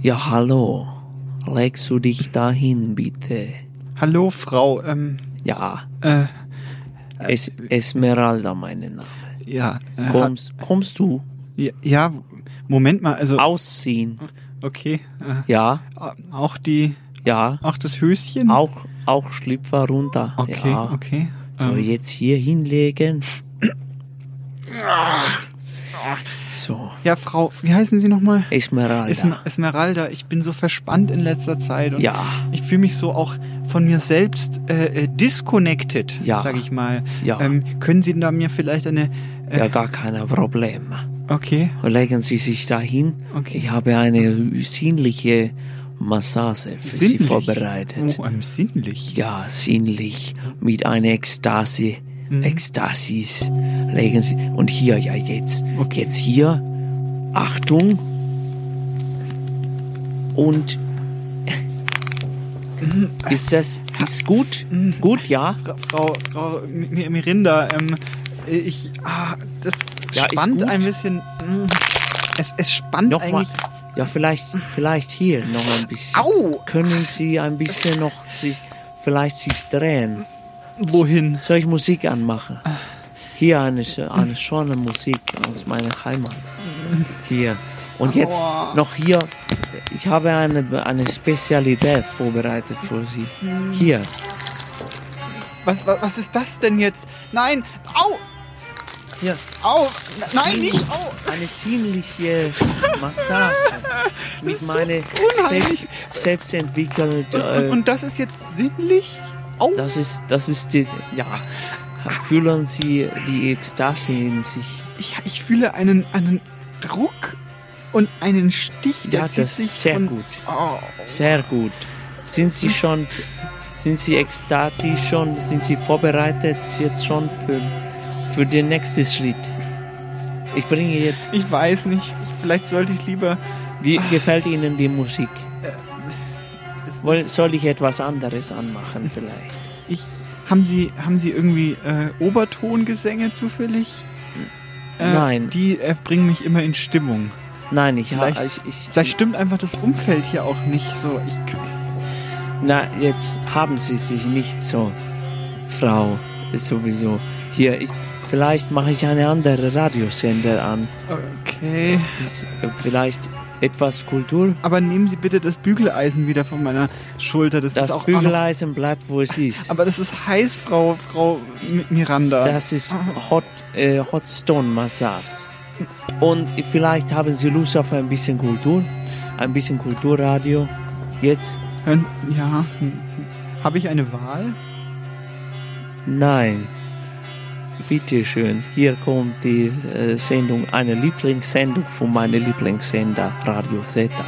Ja, hallo. Legst du dich dahin, bitte? Hallo, Frau, Ja. Esmeralda, meine Name. ja. Kommst du? Ja, Moment mal, also... Ausziehen. Okay. Ja. Auch Ja. auch das Höschen? Auch Schlüpfer runter. Okay, ja. okay. Soll ich jetzt hier hinlegen? So. Ja, Frau, wie heißen Sie nochmal? Esmeralda. Esmeralda, ich bin so verspannt in letzter Zeit und Ja. ich fühle mich so auch von mir selbst disconnected, Ja. sag ich mal. Ja. Können Sie da mir vielleicht eine... Ja, gar kein Problem. Okay. Legen Sie sich dahin. Okay. Ich habe eine sinnliche Massage für Sie vorbereitet. Oh, sinnlich. Ja, sinnlich. Mit einer Ekstase. Ekstasis. Legen Sie. Und hier, ja, jetzt. Okay. Jetzt hier. Achtung. Und. Ist gut? Gut, ja? Frau Mirinda, das Ja, ist spannt gut. ein bisschen. Es spannt Nochmal. eigentlich. Ja, vielleicht hier noch ein bisschen. Au! Können Sie ein bisschen noch sich drehen? Wohin? Soll ich Musik anmachen? Hier eine schöne Musik aus meiner Heimat. Hier. Und jetzt noch hier. Ich habe eine Spezialität vorbereitet für Sie. Hier. Was ist das denn jetzt? Nein! Au! Hier. Au! Nein, nicht! Au! Eine sinnliche Massage. Mit meiner unheimlich. selbst entwickelten. Und das ist jetzt sinnlich? Au! Das ist die. Ja. Fühlen Sie die Ekstase in sich? Ich fühle einen Druck und einen Stich, der Ja, zieht das sich ist sehr von... gut. Oh. Sehr gut. Sind Sie ekstatisch schon? Sind Sie vorbereitet jetzt schon für den nächsten Schritt? Ich bringe jetzt. Ich weiß nicht. Vielleicht sollte ich lieber... Wie gefällt Ihnen die Musik? Soll ich etwas anderes anmachen vielleicht? Haben Sie irgendwie Obertongesänge zufällig? Nein. Die bringen mich immer in Stimmung. Nein, Vielleicht stimmt einfach das Umfeld hier auch nicht so. Na, jetzt haben Sie sich nicht so, Frau, ist sowieso. Hier, vielleicht mache ich eine andere Radiosender an. Okay. Vielleicht etwas Kultur. Aber nehmen Sie bitte das Bügeleisen wieder von meiner Schulter. Das ist auch Bügeleisen bleibt, wo es ist. Aber das ist heiß, Frau Miranda. Das ist Hot Stone Massage. Und vielleicht haben Sie Lust auf ein bisschen Kultur? Ein bisschen Kulturradio? Jetzt? Ja. Habe ich eine Wahl? Nein. Bitte schön. Hier kommt die Sendung, eine Lieblingssendung von meinem Lieblingssender Radio Zeta.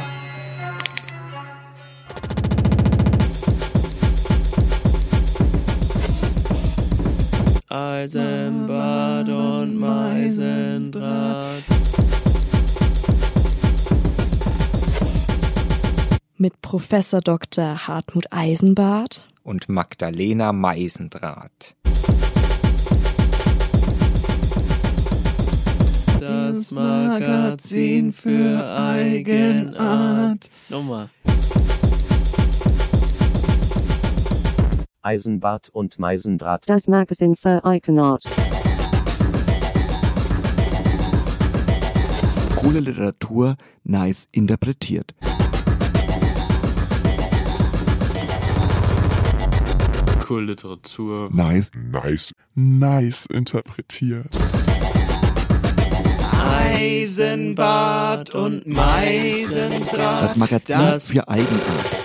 Eisenbad und Meisendraht. Mit Professor Dr. Hartmut Eisenbart und Magdalena Meisendraht. Das Magazin für Eigenart. Nochmal. Eisenbart und Meisendraht. Das Magazin für Eigenart. Coole Literatur, nice interpretiert. Cool Literatur. Nice interpretiert. Eisenbart und Meisendraht. Das Magazin für Eigenart.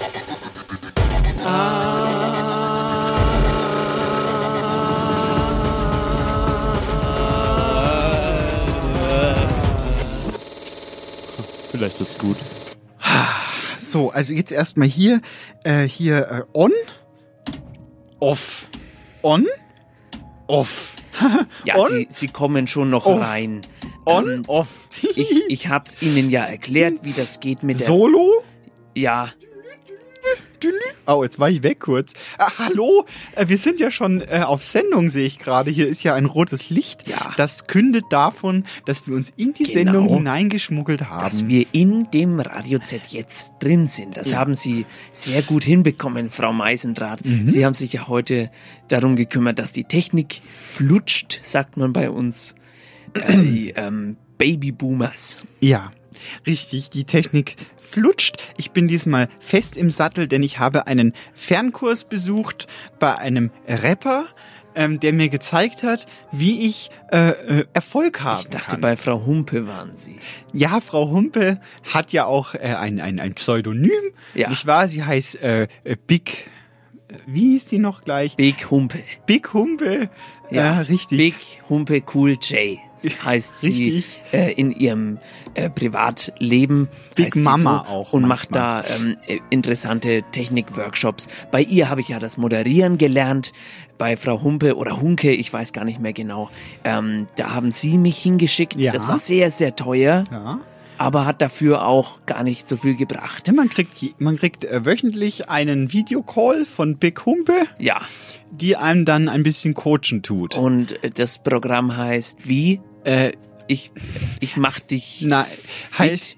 Vielleicht wird's gut. So, also jetzt erstmal hier on, off, on, off. Ja, on, Sie kommen schon noch off. rein. On, off. Ich hab's Ihnen ja erklärt, wie das geht mit der... Solo? Ja. Oh, jetzt war ich weg kurz. Hallo, wir sind ja schon auf Sendung, sehe ich gerade. Hier ist ja ein rotes Licht. Ja. Das kündet davon, dass wir uns in die Sendung hineingeschmuggelt haben. Dass wir in dem Radio Z jetzt drin sind. Das haben Sie sehr gut hinbekommen, Frau Meisendrath. Sie haben sich ja heute darum gekümmert, dass die Technik flutscht, sagt man bei uns. Die Babyboomers. Ja, richtig, die Technik flutscht. Ich bin diesmal fest im Sattel, denn ich habe einen Fernkurs besucht bei einem Rapper, der mir gezeigt hat, wie ich Erfolg haben kann. Ich dachte, bei Frau Humpe waren Sie. Ja, Frau Humpe hat ja auch ein Pseudonym, nicht wahr? Sie heißt Big... Wie hieß die noch gleich? Big Humpe. Big Humpe, ja, richtig. Big Humpe Cool J heißt sie in ihrem Privatleben. Big Mama so, auch. Und manchmal. macht da interessante Technik-Workshops. Bei ihr habe ich ja das Moderieren gelernt. Bei Frau Humpe oder Hunke, ich weiß gar nicht mehr genau. Da haben sie mich hingeschickt. Ja. Das war sehr, sehr teuer. Ja. Aber hat dafür auch gar nicht so viel gebracht. Ja, man kriegt wöchentlich einen Videocall von Big Humpe, die einem dann ein bisschen coachen tut. Und das Programm heißt wie? Ich mach dich heißt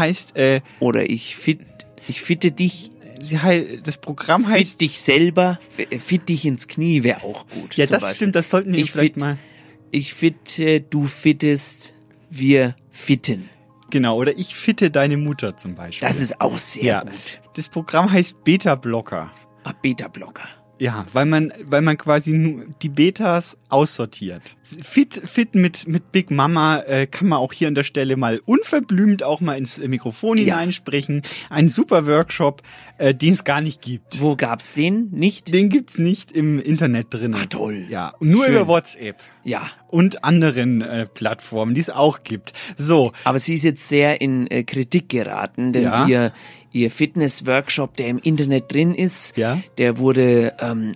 oder ich fitte dich. Das Programm heißt Fit dich selber, fit dich ins Knie wäre auch gut. Ja, das stimmt, das sollten wir vielleicht mal. Ich fitte, du fittest, wir fitten. Genau, oder ich fitte deine Mutter zum Beispiel. Das ist auch sehr gut. Das Programm heißt Beta-Blocker. Beta-Blocker. Ja, weil man quasi nur die Betas aussortiert. Fit mit Big Mama kann man auch hier an der Stelle mal unverblümt auch mal ins Mikrofon hineinsprechen. Ein super Workshop, den es gar nicht gibt. Wo gab's den nicht? Den gibt's nicht im Internet drin. Ah, toll. Ja, nur schön. über WhatsApp. Ja. Und anderen Plattformen, die es auch gibt. So. Aber sie ist jetzt sehr in Kritik geraten, denn ihr Fitness-Workshop, der im Internet drin ist, der wurde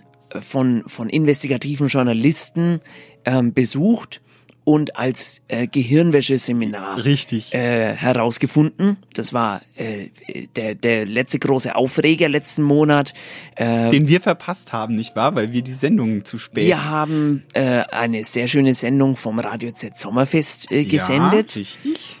von investigativen Journalisten besucht und als Gehirnwäsche-Seminar herausgefunden. Das war der letzte große Aufreger letzten Monat. Den wir verpasst haben, nicht wahr? Weil wir die Sendung zu spät... Wir haben eine sehr schöne Sendung vom Radio Z Sommerfest gesendet. Ja, richtig.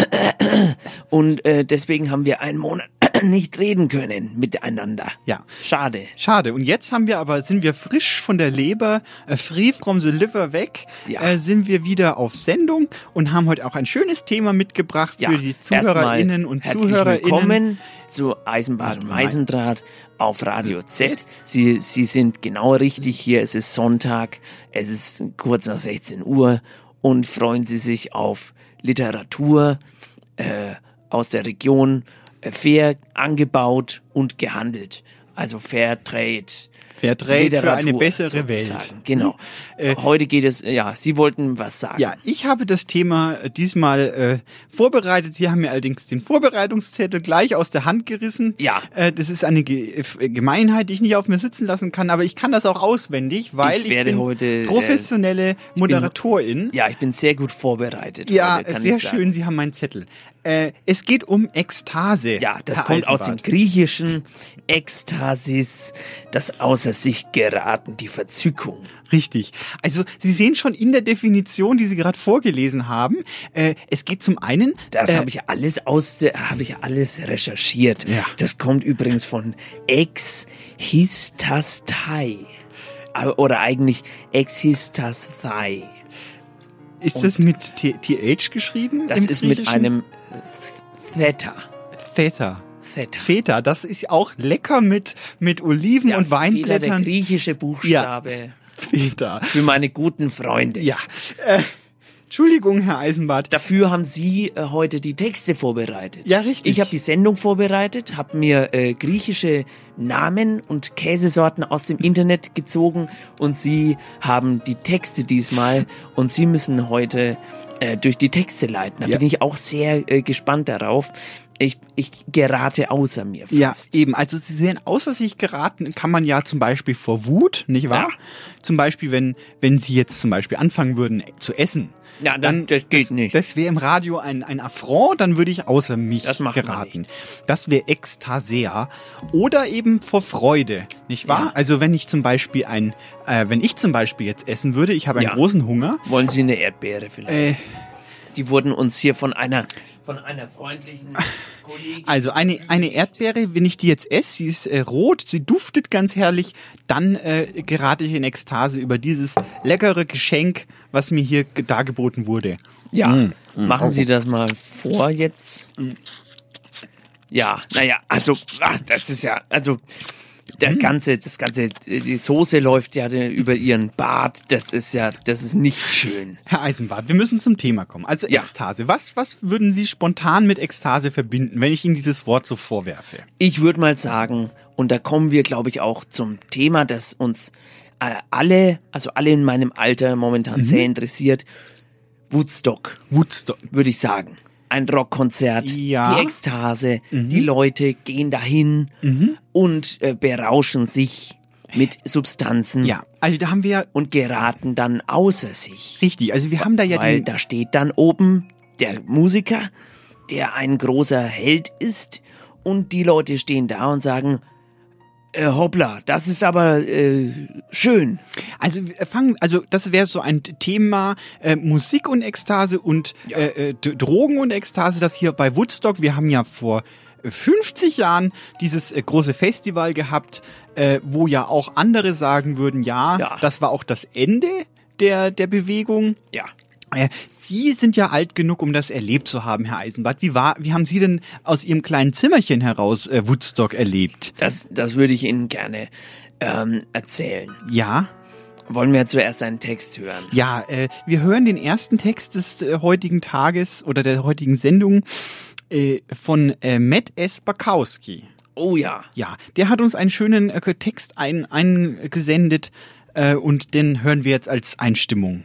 Und deswegen haben wir einen Monat nicht reden können miteinander. Ja. Schade. Schade. Und jetzt sind wir frisch von der Leber, free from the liver weg, sind wir wieder auf Sendung und haben heute auch ein schönes Thema mitgebracht für die ZuhörerInnen und ZuhörerInnen. Willkommen zu Eisenbart und Meisendraht auf Radio Z. Sie sind genau richtig hier. Es ist Sonntag, es ist kurz nach 16 Uhr und freuen Sie sich auf Literatur aus der Region, fair angebaut und gehandelt. Also Fairtrade. Fairtrade für eine bessere sozusagen. Welt. Genau. Heute geht es, Sie wollten was sagen. Ja, ich habe das Thema diesmal vorbereitet. Sie haben mir allerdings den Vorbereitungszettel gleich aus der Hand gerissen. Ja. Das ist eine Gemeinheit, die ich nicht auf mir sitzen lassen kann, aber ich kann das auch auswendig, weil ich bin heute professionelle Moderatorin. Ich bin sehr gut vorbereitet. Ja, sehr schön, Sie haben meinen Zettel. Es geht um Ekstase. Ja, das kommt aus dem Griechischen. Ekstasis, das außer sich geraten, die Verzückung. Richtig. Also Sie sehen schon in der Definition, die Sie gerade vorgelesen haben, es geht zum einen... Das habe ich alles recherchiert. Ja. Das kommt übrigens von Exhistastai. Oder eigentlich Exhistastai. Ist das mit TH geschrieben? Das ist mit einem Theta. Feta, das ist auch lecker mit Oliven und Weinblättern. Der griechische Buchstabe. Ja. Feta. Für meine guten Freunde. Ja. Entschuldigung, Herr Eisenbart. Dafür haben Sie heute die Texte vorbereitet. Ja, richtig. Ich habe die Sendung vorbereitet, habe mir griechische Namen und Käsesorten aus dem Internet gezogen und Sie haben die Texte diesmal und Sie müssen heute durch die Texte leiten. Da bin ich auch sehr gespannt darauf. Ich gerate außer mir fast. Ja, eben. Also Sie sehen, außer sich geraten kann man ja zum Beispiel vor Wut, nicht wahr? Ja. Zum Beispiel, wenn Sie jetzt zum Beispiel anfangen würden zu essen, Ja, das geht nicht. Das wäre im Radio ein Affront, dann würde ich außer mich Das macht man geraten. nicht. Das wäre Ekstasea oder eben vor Freude, nicht wahr? Ja. Also wenn ich zum Beispiel jetzt essen würde, ich habe einen Ja. großen Hunger. Wollen Sie eine Erdbeere vielleicht? Die wurden uns hier von einer freundlichen Kollegin... Also eine Erdbeere, wenn ich die jetzt esse, sie ist rot, sie duftet ganz herrlich, dann gerate ich in Ekstase über dieses leckere Geschenk, was mir hier dargeboten wurde. Ja, machen Sie das mal vor jetzt. Ja, naja, also, das ist ja, also, die Soße läuft ja über Ihren Bart, das ist nicht schön. Herr Eisenbart, wir müssen zum Thema kommen. Also Ja. Ekstase, was würden Sie spontan mit Ekstase verbinden, wenn ich Ihnen dieses Wort so vorwerfe? Ich würde mal sagen, und da kommen wir, glaube ich, auch zum Thema, das uns alle in meinem Alter momentan sehr interessiert, Woodstock, würde ich sagen. Ein Rockkonzert, Ja. die Ekstase, die Leute gehen dahin und berauschen sich mit Substanzen Ja, also da haben wir ja und geraten dann außer sich. richtig, also wir haben da ja Weil da steht dann oben der Musiker, der ein großer Held ist, und die Leute stehen da und sagen, hoppla, das ist aber schön. Also das wäre so ein Thema Musik und Ekstase und Drogen und Ekstase, das hier bei Woodstock, wir haben ja vor 50 Jahren dieses große Festival gehabt, wo ja auch andere sagen würden, ja, das war auch das Ende der Bewegung. Ja. Sie sind ja alt genug, um das erlebt zu haben, Herr Eisenbart. Wie haben Sie denn aus Ihrem kleinen Zimmerchen heraus Woodstock erlebt? Das würde ich Ihnen gerne erzählen. Ja? Wollen wir zuerst einen Text hören? Ja, wir hören den ersten Text des heutigen Tages oder der heutigen Sendung von Matt S. Bakowski. Oh ja. Ja, der hat uns einen schönen Text eingesendet und den hören wir jetzt als Einstimmung.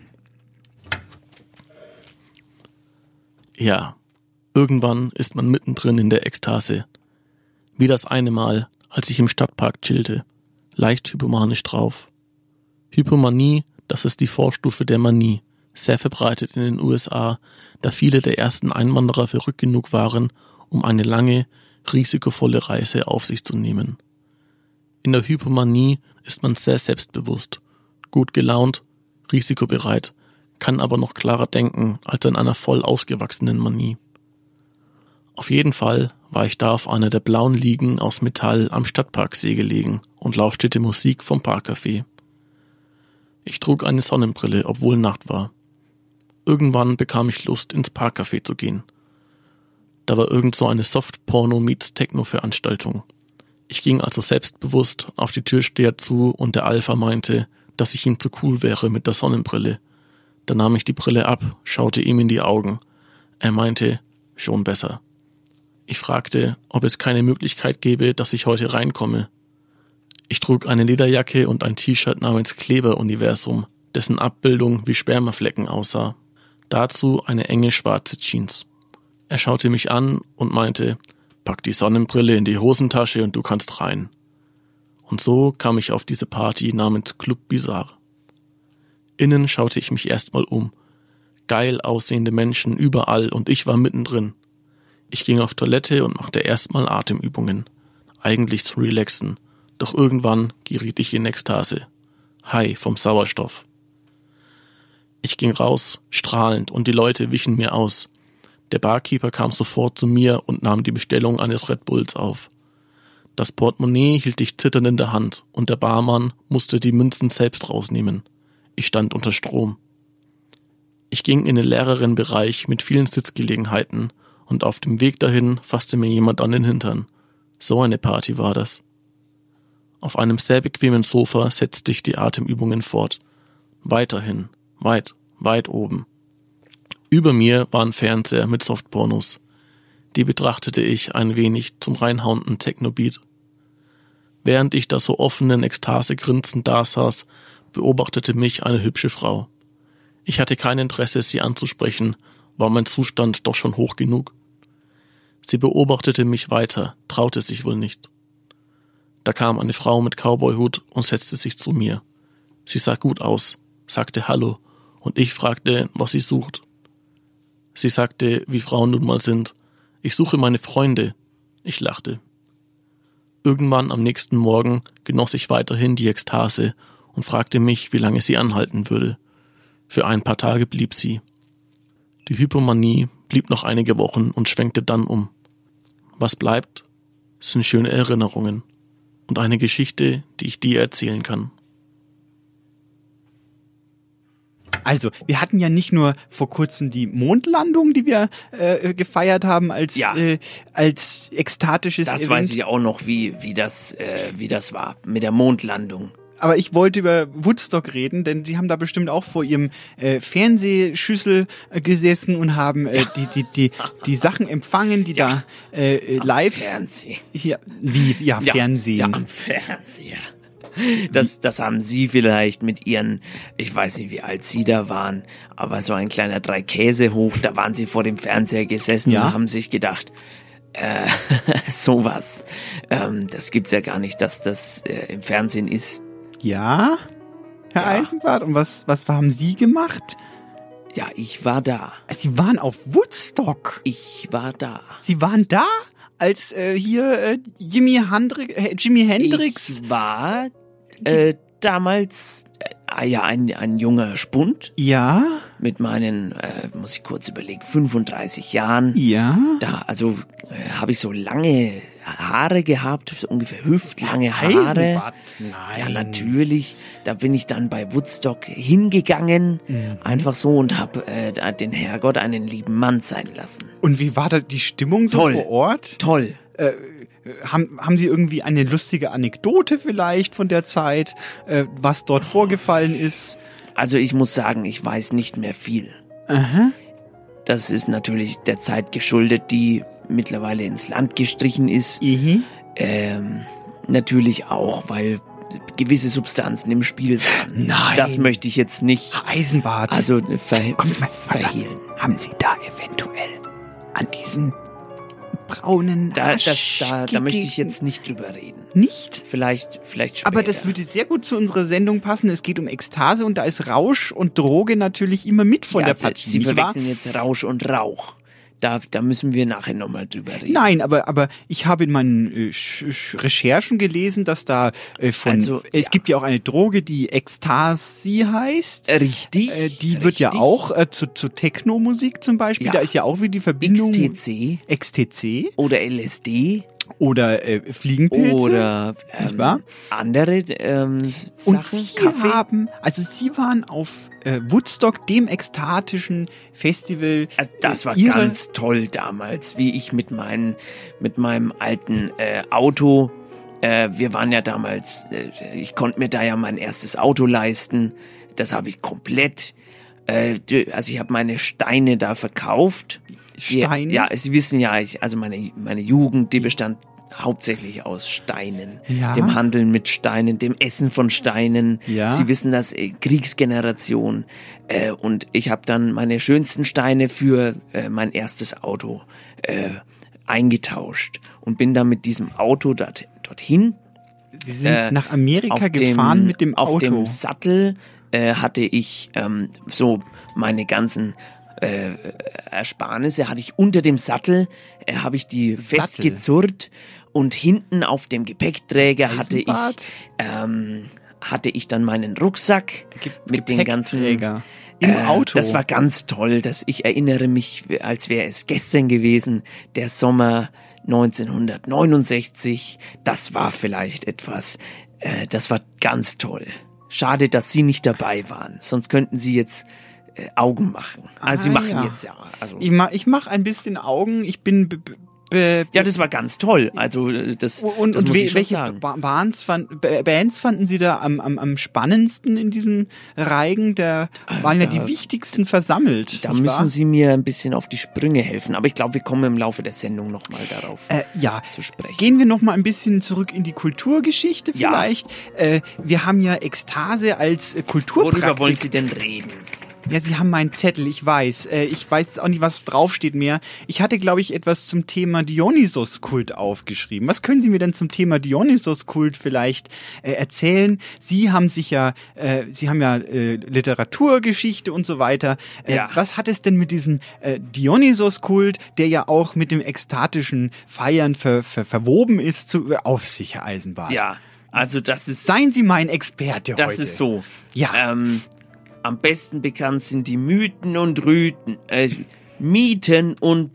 Ja, irgendwann ist man mittendrin in der Ekstase. Wie das eine Mal, als ich im Stadtpark chillte, leicht hypomanisch drauf. Hypomanie, das ist die Vorstufe der Manie, sehr verbreitet in den USA, da viele der ersten Einwanderer verrückt genug waren, um eine lange, risikovolle Reise auf sich zu nehmen. In der Hypomanie ist man sehr selbstbewusst, gut gelaunt, risikobereit, kann aber noch klarer denken als in einer voll ausgewachsenen Manie. Auf jeden Fall war ich da auf einer der blauen Liegen aus Metall am Stadtparksee gelegen und lauschte die Musik vom Parkcafé. Ich trug eine Sonnenbrille, obwohl Nacht war. Irgendwann bekam ich Lust, ins Parkcafé zu gehen. Da war irgend so eine Soft-Porno-Meets-Techno-Veranstaltung. Ich ging also selbstbewusst auf die Türsteher zu und der Alpha meinte, dass ich ihm zu cool wäre mit der Sonnenbrille. Da nahm ich die Brille ab, schaute ihm in die Augen. Er meinte, schon besser. Ich fragte, ob es keine Möglichkeit gäbe, dass ich heute reinkomme. Ich trug eine Lederjacke und ein T-Shirt namens Kleber-Universum, dessen Abbildung wie Spermaflecken aussah. Dazu eine enge schwarze Jeans. Er schaute mich an und meinte, pack die Sonnenbrille in die Hosentasche und du kannst rein. Und so kam ich auf diese Party namens Club Bizarre. Innen schaute ich mich erstmal um. Geil aussehende Menschen überall und ich war mittendrin. Ich ging auf Toilette und machte erstmal Atemübungen. Eigentlich zum Relaxen. Doch irgendwann geriet ich in Ekstase. High vom Sauerstoff. Ich ging raus, strahlend, und die Leute wichen mir aus. Der Barkeeper kam sofort zu mir und nahm die Bestellung eines Red Bulls auf. Das Portemonnaie hielt ich zitternd in der Hand und der Barmann musste die Münzen selbst rausnehmen. Ich stand unter Strom. Ich ging in den leereren Bereich mit vielen Sitzgelegenheiten und auf dem Weg dahin fasste mir jemand an den Hintern. So eine Party war das. Auf einem sehr bequemen Sofa setzte ich die Atemübungen fort. Weiterhin, weit, weit oben. Über mir war ein Fernseher mit Softpornos. Die betrachtete ich ein wenig zum reinhauenden Techno-Beat. Während ich da so offenen Ekstase-grinsend dasaß, beobachtete mich eine hübsche Frau. Ich hatte kein Interesse, sie anzusprechen, war mein Zustand doch schon hoch genug. Sie beobachtete mich weiter, traute sich wohl nicht. Da kam eine Frau mit Cowboyhut und setzte sich zu mir. Sie sah gut aus, sagte Hallo und ich fragte, was sie sucht. Sie sagte, wie Frauen nun mal sind, ich suche meine Freunde. Ich lachte. Irgendwann am nächsten Morgen genoss ich weiterhin die Ekstase und fragte mich, wie lange sie anhalten würde. Für ein paar Tage blieb sie. Die Hypomanie blieb noch einige Wochen und schwenkte dann um. Was bleibt, sind schöne Erinnerungen und eine Geschichte, die ich dir erzählen kann. Also, wir hatten ja nicht nur vor kurzem die Mondlandung, die wir gefeiert haben als ekstatisches Das Event. weiß ich auch noch, wie das war mit der Mondlandung. Aber ich wollte über Woodstock reden, denn Sie haben da bestimmt auch vor Ihrem Fernsehschüssel gesessen und haben die Sachen empfangen, die da live... Fernsehen. Hier, Fernsehen. Ja, am Fernseher. Das haben Sie vielleicht mit Ihren, ich weiß nicht, wie alt Sie da waren, aber so ein kleiner 3 Käse hoch, da waren Sie vor dem Fernseher gesessen und haben sich gedacht, sowas, das gibt's ja gar nicht, dass das im Fernsehen ist. Ja, Herr Eisenbart, und was haben Sie gemacht? Ja, ich war da. Sie waren auf Woodstock. Ich war da. Sie waren da? Als Jimi Hendrix? Ich war damals ein junger Spund. Ja. Mit meinen, muss ich kurz überlegen, 35 Jahren. Ja. Da, also habe ich so lange Haare gehabt, so ungefähr hüftlange Haare. Eisenbart? Nein. Ja, natürlich. Da bin ich dann bei Woodstock hingegangen, einfach so, und habe den Herrgott einen lieben Mann sein lassen. Und wie war da die Stimmung so vor Ort? Toll. Haben Sie irgendwie eine lustige Anekdote vielleicht von der Zeit, was dort vorgefallen ist? Also ich muss sagen, ich weiß nicht mehr viel. Aha. Das ist natürlich der Zeit geschuldet, die mittlerweile ins Land gestrichen ist. Natürlich auch, weil gewisse Substanzen im Spiel waren. Nein. Das möchte ich jetzt nicht. Eisenbart. Also Kommen Sie mal, verhehlen. Haben Sie da eventuell an diesen braunen Da möchte ich jetzt nicht drüber reden. Nicht? Vielleicht später. Aber das würde sehr gut zu unserer Sendung passen. Es geht um Ekstase und da ist Rausch und Droge natürlich immer mit von der Partie. Sie verwechseln jetzt Rausch und Rauch. Da müssen wir nachher nochmal drüber reden. Nein, aber ich habe in meinen Recherchen gelesen, dass da es gibt ja auch eine Droge, die Ecstasy heißt. Richtig. Die wird ja auch zu Techno-Musik zum Beispiel. Da ist ja auch wieder die Verbindung. XTC. Oder LSD. Oder Fliegenpilze. Oder andere Sachen. Und Sie waren auf Woodstock, dem ekstatischen Festival. Also das war ganz toll damals, wie ich mit meinem alten Auto, wir waren ja damals, ich konnte mir da ja mein erstes Auto leisten, das habe ich komplett, also ich habe meine Steine da verkauft. Steine? Ja, Sie wissen ja, meine Jugend, die bestand hauptsächlich aus Steinen, dem Handeln mit Steinen, dem Essen von Steinen. Ja. Sie wissen das, Kriegsgeneration. Und ich habe dann meine schönsten Steine für mein erstes Auto eingetauscht und bin dann mit diesem Auto dorthin. Sie sind nach Amerika gefahren mit dem Auto. Auf dem Sattel hatte ich so meine ganzen Ersparnisse, hatte ich unter dem Sattel, habe ich die festgezurrt, und hinten auf dem Gepäckträger hatte ich dann meinen Rucksack mit den ganzen im Auto. Das war ganz toll, ich erinnere mich, als wäre es gestern gewesen, der Sommer 1969, das war vielleicht etwas, das war ganz toll. Schade, dass Sie nicht dabei waren, sonst könnten Sie jetzt Augen machen. Also Sie machen jetzt ja. Also ich mach ein bisschen Augen. Ich bin das war ganz toll. Also das muss ich schon welche sagen. Bands fanden Sie da am spannendsten in diesem Reigen? Da waren ja die wichtigsten versammelt. Da müssen Sie mir ein bisschen auf die Sprünge helfen. Aber ich glaube, wir kommen im Laufe der Sendung nochmal darauf zu sprechen. Gehen wir nochmal ein bisschen zurück in die Kulturgeschichte vielleicht. Wir haben ja Ekstase als Kulturpraktik. Worüber wollen Sie denn reden? Ja, Sie haben meinen Zettel, ich weiß. Ich weiß auch nicht, was draufsteht mehr. Ich hatte, glaube ich, etwas zum Thema Dionysos-Kult aufgeschrieben. Was können Sie mir denn zum Thema Dionysos-Kult vielleicht erzählen? Sie haben Literaturgeschichte und so weiter. Ja. Was hat es denn mit diesem Dionysos-Kult, der ja auch mit dem ekstatischen Feiern verwoben ist, auf sich, Herr Eisenbart? Ja, also das ist... Seien Sie mein Experte heute. Das ist so. Ja. Am besten bekannt sind die Mythen und Mythen und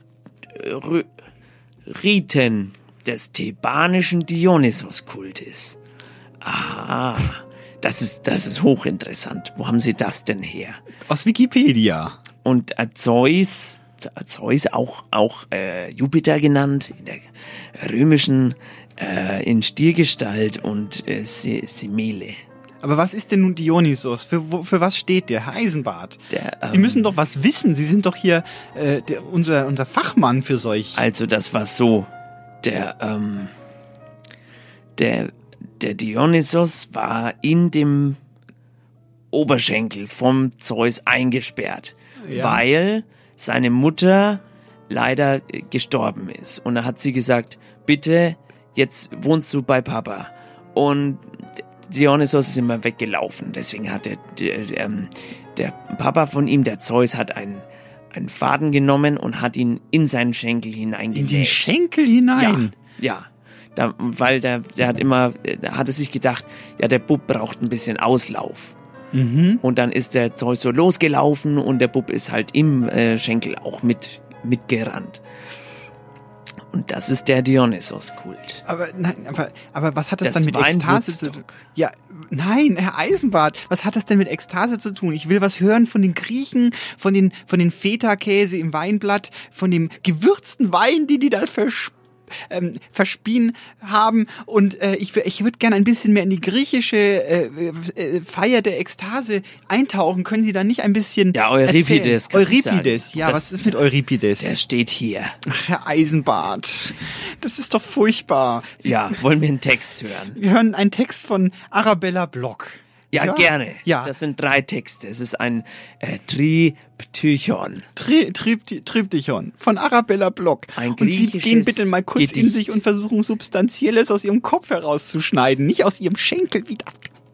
Riten des thebanischen Dionysos-Kultes. Aha, das ist hochinteressant. Wo haben Sie das denn her? Aus Wikipedia. Und Zeus auch Jupiter genannt, in der römischen in Stiergestalt und Semele. Aber was ist denn nun Dionysos? Für was steht der, Herr Eisenbart? Sie müssen doch was wissen. Sie sind doch hier unser Fachmann für solch... Also das war so. Der Dionysos war in dem Oberschenkel vom Zeus eingesperrt, weil seine Mutter leider gestorben ist. Und da hat sie gesagt, bitte, jetzt wohnst du bei Papa. Und Dionysos ist immer weggelaufen. Deswegen hat der Papa von ihm, der Zeus, hat einen Faden genommen und hat ihn in seinen Schenkel hineingelegt. In den Schenkel hinein? Ja. Weil der hatte sich gedacht, ja, der Bub braucht ein bisschen Auslauf. Mhm. Und dann ist der Zeus so losgelaufen und der Bub ist halt im Schenkel auch mitgerannt. Und das ist der Dionysos-Kult. Aber was hat das dann mit Ekstase zu tun? Ja, nein, Herr Eisenbart, was hat das denn mit Ekstase zu tun? Ich will was hören von den Griechen, von den Feta-Käse im Weinblatt, von dem gewürzten Wein, die da verspien haben. Und ich würde gerne ein bisschen mehr in die griechische Feier der Ekstase eintauchen. Können Sie da nicht ein bisschen Euripides. Euripides, ja, was ist mit Euripides? Der steht hier. Ach, Herr Eisenbart, das ist doch furchtbar. Wollen wir einen Text hören? Wir hören einen Text von Arabella Block. Ja, gerne. Ja. Das sind 3 Texte. Es ist ein Triptychon. Triptychon von Arabella Block. Und Sie gehen bitte mal kurz in sich und versuchen, Substanzielles aus Ihrem Kopf herauszuschneiden, nicht aus Ihrem Schenkel wieder.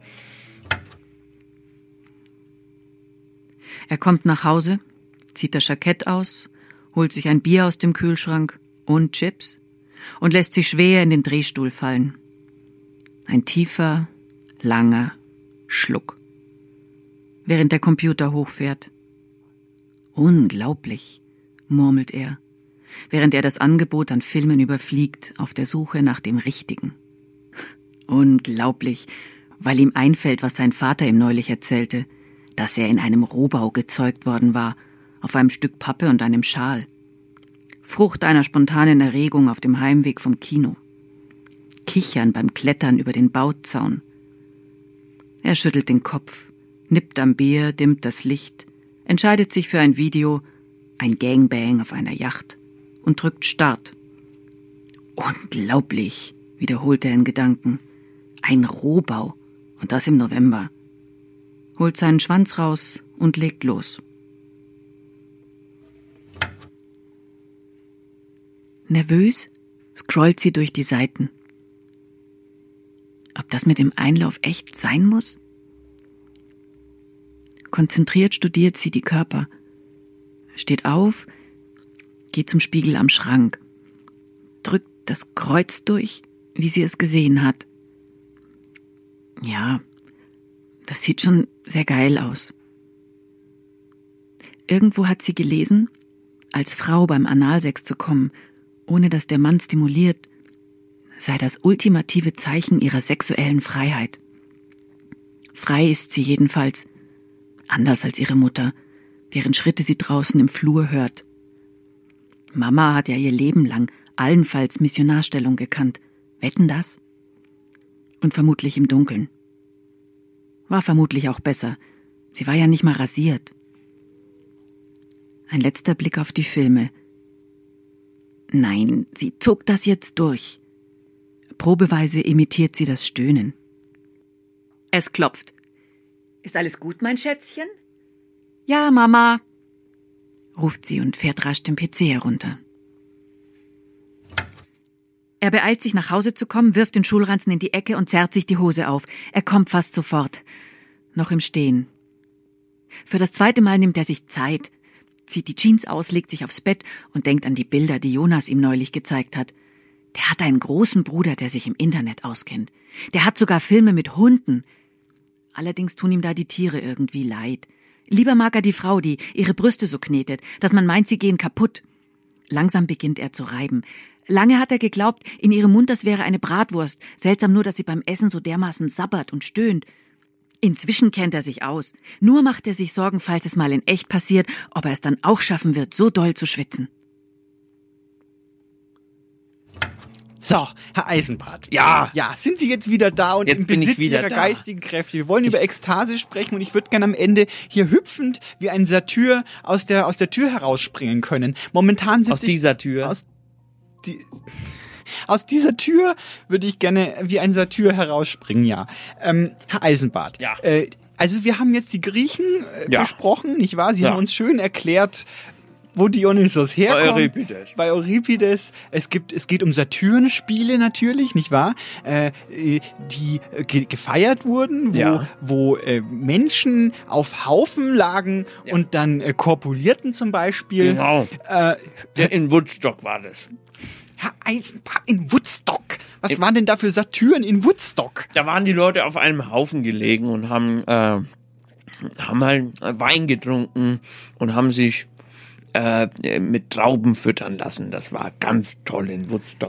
Er kommt nach Hause, zieht das Jackett aus, holt sich ein Bier aus dem Kühlschrank und Chips und lässt sich schwer in den Drehstuhl fallen. Ein tiefer, langer Schluck, während der Computer hochfährt. Unglaublich, murmelt er, während er das Angebot an Filmen überfliegt, auf der Suche nach dem Richtigen. Unglaublich, weil ihm einfällt, was sein Vater ihm neulich erzählte, dass er in einem Rohbau gezeugt worden war, auf einem Stück Pappe und einem Schal. Frucht einer spontanen Erregung auf dem Heimweg vom Kino. Kichern beim Klettern über den Bauzaun. Er schüttelt den Kopf, nippt am Bier, dimmt das Licht, entscheidet sich für ein Video, ein Gangbang auf einer Yacht und drückt Start. Unglaublich, wiederholt er in Gedanken. Ein Rohbau und das im November. Holt seinen Schwanz raus und legt los. Nervös scrollt sie durch die Seiten. Ob das mit dem Einlauf echt sein muss? Konzentriert studiert sie die Körper, steht auf, geht zum Spiegel am Schrank, drückt das Kreuz durch, wie sie es gesehen hat. Ja, das sieht schon sehr geil aus. Irgendwo hat sie gelesen, als Frau beim Analsex zu kommen, ohne dass der Mann stimuliert, sei das ultimative Zeichen ihrer sexuellen Freiheit. Frei ist sie jedenfalls, anders als ihre Mutter, deren Schritte sie draußen im Flur hört. Mama hat ja ihr Leben lang allenfalls Missionarstellung gekannt. Wetten das? Und vermutlich im Dunkeln. War vermutlich auch besser. Sie war ja nicht mal rasiert. Ein letzter Blick auf die Filme. Nein, sie zog das jetzt durch. Probeweise imitiert sie das Stöhnen. Es klopft. Ist alles gut, mein Schätzchen? Ja, Mama, ruft sie und fährt rasch den PC herunter. Er beeilt sich, nach Hause zu kommen, wirft den Schulranzen in die Ecke und zerrt sich die Hose auf. Er kommt fast sofort. Noch im Stehen. Für das zweite Mal nimmt er sich Zeit, zieht die Jeans aus, legt sich aufs Bett und denkt an die Bilder, die Jonas ihm neulich gezeigt hat. Der hat einen großen Bruder, der sich im Internet auskennt. Der hat sogar Filme mit Hunden. Allerdings tun ihm da die Tiere irgendwie leid. Lieber mag er die Frau, die ihre Brüste so knetet, dass man meint, sie gehen kaputt. Langsam beginnt er zu reiben. Lange hat er geglaubt, in ihrem Mund das wäre eine Bratwurst. Seltsam nur, dass sie beim Essen so dermaßen sabbert und stöhnt. Inzwischen kennt er sich aus. Nur macht er sich Sorgen, falls es mal in echt passiert, ob er es dann auch schaffen wird, so doll zu schwitzen. So, Herr Eisenbart. Ja. Ja, sind Sie jetzt wieder da und jetzt im Besitz Ihrer geistigen Kräfte? Wir wollen über Ekstase sprechen und ich würde gerne am Ende hier hüpfend wie ein Satyr aus der Tür herausspringen können. Momentan sitze ich... Aus dieser Tür? Aus dieser Tür würde ich gerne wie ein Satyr herausspringen, ja. Herr Eisenbart. Ja. Also wir haben jetzt die Griechen besprochen, nicht wahr? Sie haben uns schön erklärt, wo Dionysos herkommt. Bei Euripides. Es geht um Saturnspiele natürlich, nicht wahr? Die gefeiert wurden, wo Menschen auf Haufen lagen und dann korpulierten zum Beispiel. Genau. In Woodstock war das. Herr Eisenbart, in Woodstock. Was waren denn da für Satyren in Woodstock? Da waren die Leute auf einem Haufen gelegen und haben halt Wein getrunken und haben sich mit Trauben füttern lassen. Das war ganz toll in Woodstock.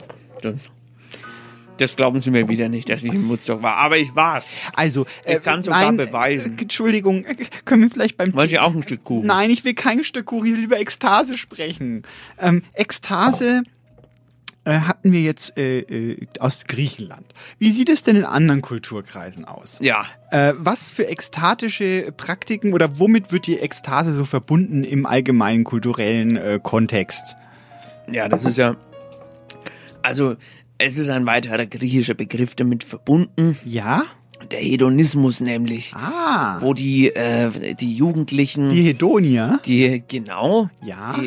Das glauben Sie mir wieder nicht, dass ich in Woodstock war. Aber ich war's. Also, ich kann sogar beweisen. Entschuldigung, können wir vielleicht beim... Wollt ihr auch ein Stück Kuchen? Nein, ich will kein Stück Kuchen, ich will über Ekstase sprechen. Ekstase hatten wir jetzt aus Griechenland. Wie sieht es denn in anderen Kulturkreisen aus? Ja. Was für ekstatische Praktiken oder womit wird die Ekstase so verbunden im allgemeinen kulturellen Kontext? Ja, das ist ja... Also, es ist ein weiterer griechischer Begriff damit verbunden. Ja? Der Hedonismus nämlich. Wo die Jugendlichen... Die Hedonier? Genau. Ja.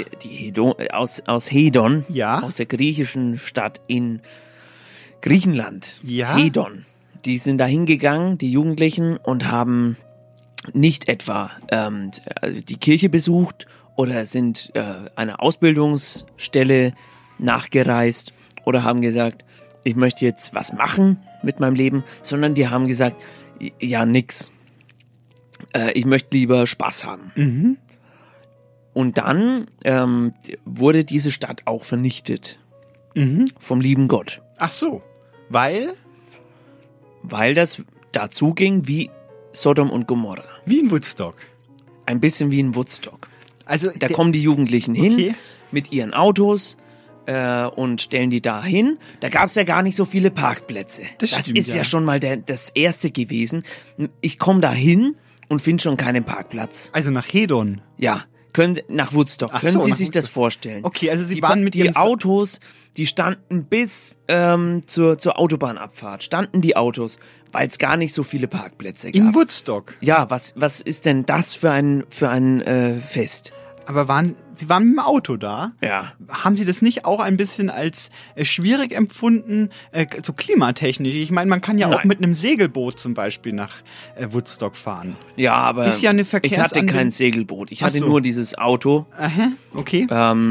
Aus Hedon. Ja. Aus der griechischen Stadt in Griechenland. Ja. Hedon. Die sind da hingegangen, die Jugendlichen, und haben nicht etwa die Kirche besucht oder sind einer Ausbildungsstelle nachgereist oder haben gesagt, ich möchte jetzt was machen mit meinem Leben, sondern die haben gesagt, ja, nix. Ich möchte lieber Spaß haben. Mhm. Und dann wurde diese Stadt auch vernichtet. Mhm. Vom lieben Gott. Ach so, weil? Weil das dazu ging wie Sodom und Gomorra. Wie in Woodstock. Ein bisschen wie in Woodstock. Also da kommen die Jugendlichen hin mit ihren Autos und stellen die da hin. Da gab es ja gar nicht so viele Parkplätze. Das stimmt, ist ja schon mal das Erste gewesen. Ich komme da hin und finde schon keinen Parkplatz. Also nach Hedon? Ja, nach Woodstock. Können Sie sich das vorstellen? Okay, also Sie waren mit die Autos, die standen bis zur Autobahnabfahrt, standen die Autos, weil es gar nicht so viele Parkplätze gab. In Woodstock? Ja, was ist denn das für ein Fest? Aber Sie waren mit dem Auto da? Ja. Haben Sie das nicht auch ein bisschen als schwierig empfunden, so klimatechnisch? Ich meine, man kann ja auch mit einem Segelboot zum Beispiel nach Woodstock fahren. Ja, aber ist ja eine ich hatte kein Segelboot. Ich hatte nur dieses Auto. Aha, okay.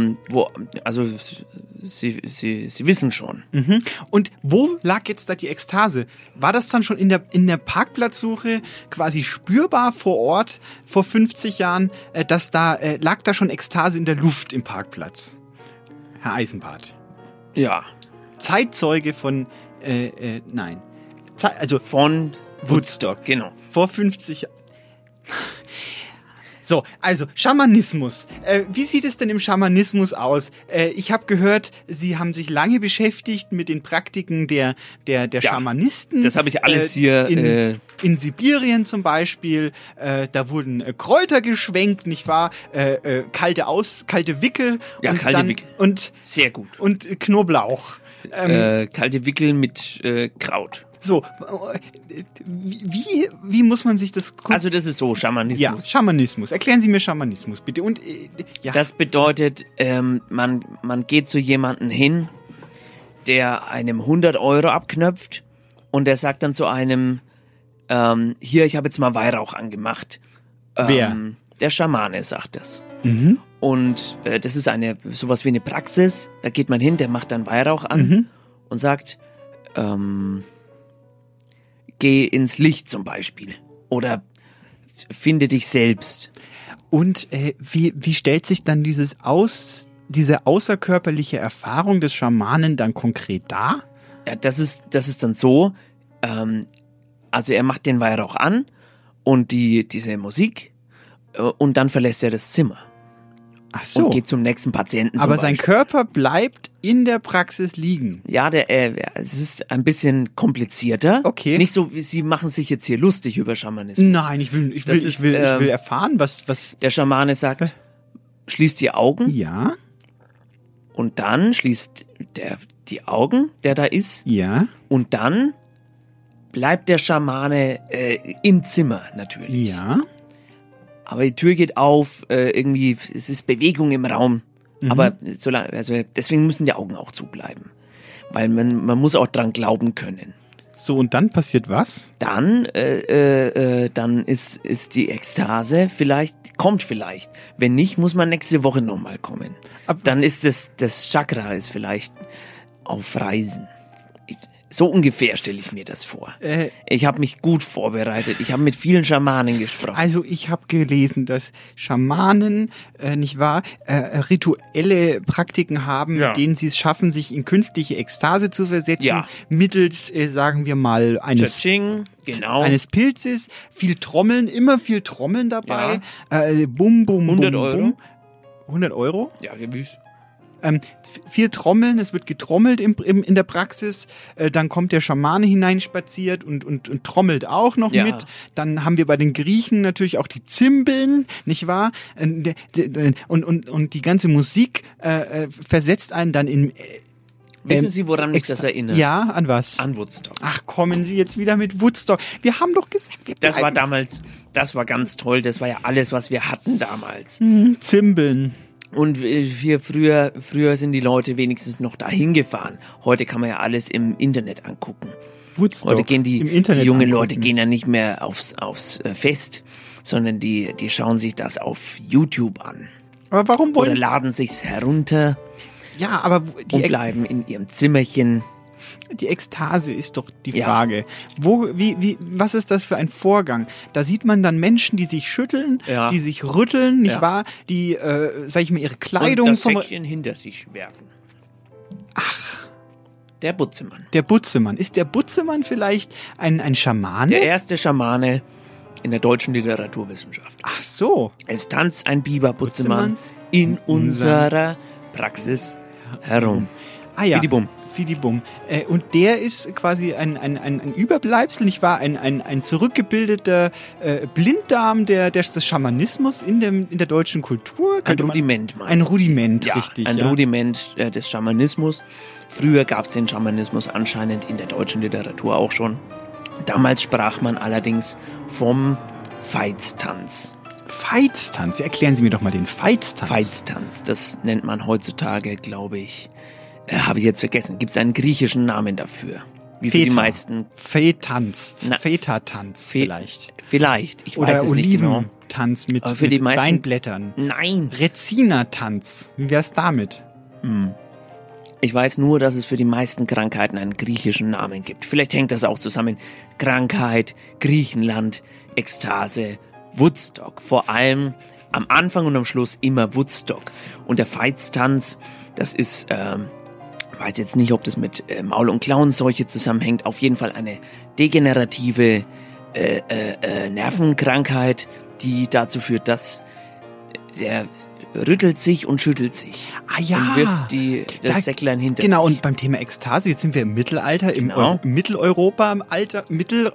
Sie wissen schon. Mhm. Und wo lag jetzt da die Ekstase? War das dann schon in der Parkplatzsuche quasi spürbar vor Ort vor 50 Jahren, dass lag da schon Ekstase in der Luft im Parkplatz? Herr Eisenbart. Ja. Zeitzeuge von, nein. Von Woodstock, genau. Vor 50 Jahren. So, also Schamanismus. Wie sieht es denn im Schamanismus aus? Ich habe gehört, Sie haben sich lange beschäftigt mit den Praktiken der Schamanisten. Das habe ich alles hier... In Sibirien zum Beispiel, da wurden Kräuter geschwenkt, nicht wahr? Kalte Wickel. Ja, und kalte Wickel. Und sehr gut. Und Knoblauch. Kalte Wickel mit Kraut. So, wie muss man sich das... Also das ist so, Schamanismus. Ja, Schamanismus. Erklären Sie mir Schamanismus, bitte. Und ja. Das bedeutet, man geht zu jemandem hin, der einem 100 Euro abknöpft und der sagt dann zu einem, hier, ich habe jetzt mal Weihrauch angemacht. Wer? Der Schamane sagt das. Mhm. Und das ist sowas wie eine Praxis. Da geht man hin, der macht dann Weihrauch an und sagt, geh ins Licht zum Beispiel. Oder finde dich selbst. Und wie stellt sich dann diese außerkörperliche Erfahrung des Schamanen dann konkret dar? Ja, das ist dann so, also er macht den Weihrauch an und diese Musik und dann verlässt er das Zimmer. Ach so. Und geht zum nächsten Patienten. Aber sein Körper bleibt in der Praxis liegen. Ja, es ist ein bisschen komplizierter. Okay. Nicht so, wie Sie machen sich jetzt hier lustig über Schamanismus. Nein, ich will erfahren, was... Der Schamane sagt, schließ die Augen. Ja. Und dann schließt die Augen, der da ist. Ja. Und dann bleibt der Schamane im Zimmer natürlich. Ja. Aber die Tür geht auf, irgendwie, es ist Bewegung im Raum. Aber deswegen müssen die Augen auch zubleiben. Weil man muss auch dran glauben können. So, und dann passiert was? Dann ist die Ekstase kommt vielleicht. Wenn nicht, muss man nächste Woche nochmal kommen. Dann ist das Chakra ist vielleicht auf Reisen. So ungefähr stelle ich mir das vor. Ich habe mich gut vorbereitet. Ich habe mit vielen Schamanen gesprochen. Also ich habe gelesen, dass Schamanen, nicht wahr, rituelle Praktiken haben, mit denen sie es schaffen, sich in künstliche Ekstase zu versetzen, mittels, sagen wir mal, eines Pilzes, immer viel Trommeln dabei, bum, bum, 100 bum, Euro. Bum. 100 Euro? Ja, gewiss. Viel Trommeln, es wird getrommelt in der Praxis, dann kommt der Schamane hineinspaziert und trommelt auch noch mit. Dann haben wir bei den Griechen natürlich auch die Zimbeln, nicht wahr? Und die ganze Musik versetzt einen dann in... Wissen Sie, woran mich das erinnert? Ja, an was? An Woodstock. Ach, kommen Sie jetzt wieder mit Woodstock. Wir haben doch gesagt, das war ganz toll, das war ja alles, was wir hatten damals. Zimbeln. Und früher sind die Leute wenigstens noch dahin gefahren. Heute kann man ja alles im Internet angucken. Woodstock. Heute gehen die jungen Leute gehen ja nicht mehr aufs Fest, sondern die schauen sich das auf YouTube an. Aber warum Oder laden sich's herunter. Ja, aber und bleiben in ihrem Zimmerchen. Die Ekstase ist doch die Frage. Was ist das für ein Vorgang? Da sieht man dann Menschen, die sich schütteln, die sich rütteln, nicht wahr? Die, sag ich mal, ihre Kleidung und das Säckchen hinter sich werfen. Ach. Der Butzemann. Der Butzemann. Ist der Butzemann vielleicht ein Schamane? Der erste Schamane in der deutschen Literaturwissenschaft. Ach so. Es tanzt ein Biber-Butzemann in unserer Praxis herum. Ah ja. Fidibum. Und der ist quasi ein Überbleibsel, nicht wahr? Ein zurückgebildeter Blinddarm des Schamanismus in der deutschen Kultur. Ein Rudiment, Ein Rudiment, richtig. Ein Rudiment des Schamanismus. Früher gab es den Schamanismus anscheinend in der deutschen Literatur auch schon. Damals sprach man allerdings vom Veitstanz. Veitstanz? Erklären Sie mir doch mal den Veitstanz. Veitstanz, das nennt man heutzutage, glaube ich. Habe ich jetzt vergessen. Gibt es einen griechischen Namen dafür? Wie für die meisten. Fetanz. Feta-Tanz vielleicht. Vielleicht. Ich Oder weiß es nicht genau. Oliventanz mit die meisten, Weinblättern. Nein. Rezina-Tanz. Wie wär's damit? Ich weiß nur, dass es für die meisten Krankheiten einen griechischen Namen gibt. Vielleicht hängt das auch zusammen. Krankheit, Griechenland, Ekstase, Woodstock. Vor allem am Anfang und am Schluss immer Woodstock. Und der Veitstanz, das ist... weiß jetzt nicht, ob das mit Maul- und Klauenseuche zusammenhängt. Auf jeden Fall eine degenerative Nervenkrankheit, die dazu führt, dass der rüttelt sich und schüttelt sich. Ah ja. Und wirft das Säcklein hinter sich. Genau, und beim Thema Ekstase, jetzt sind wir im Mittelalter, im Mitteleuropa, im alten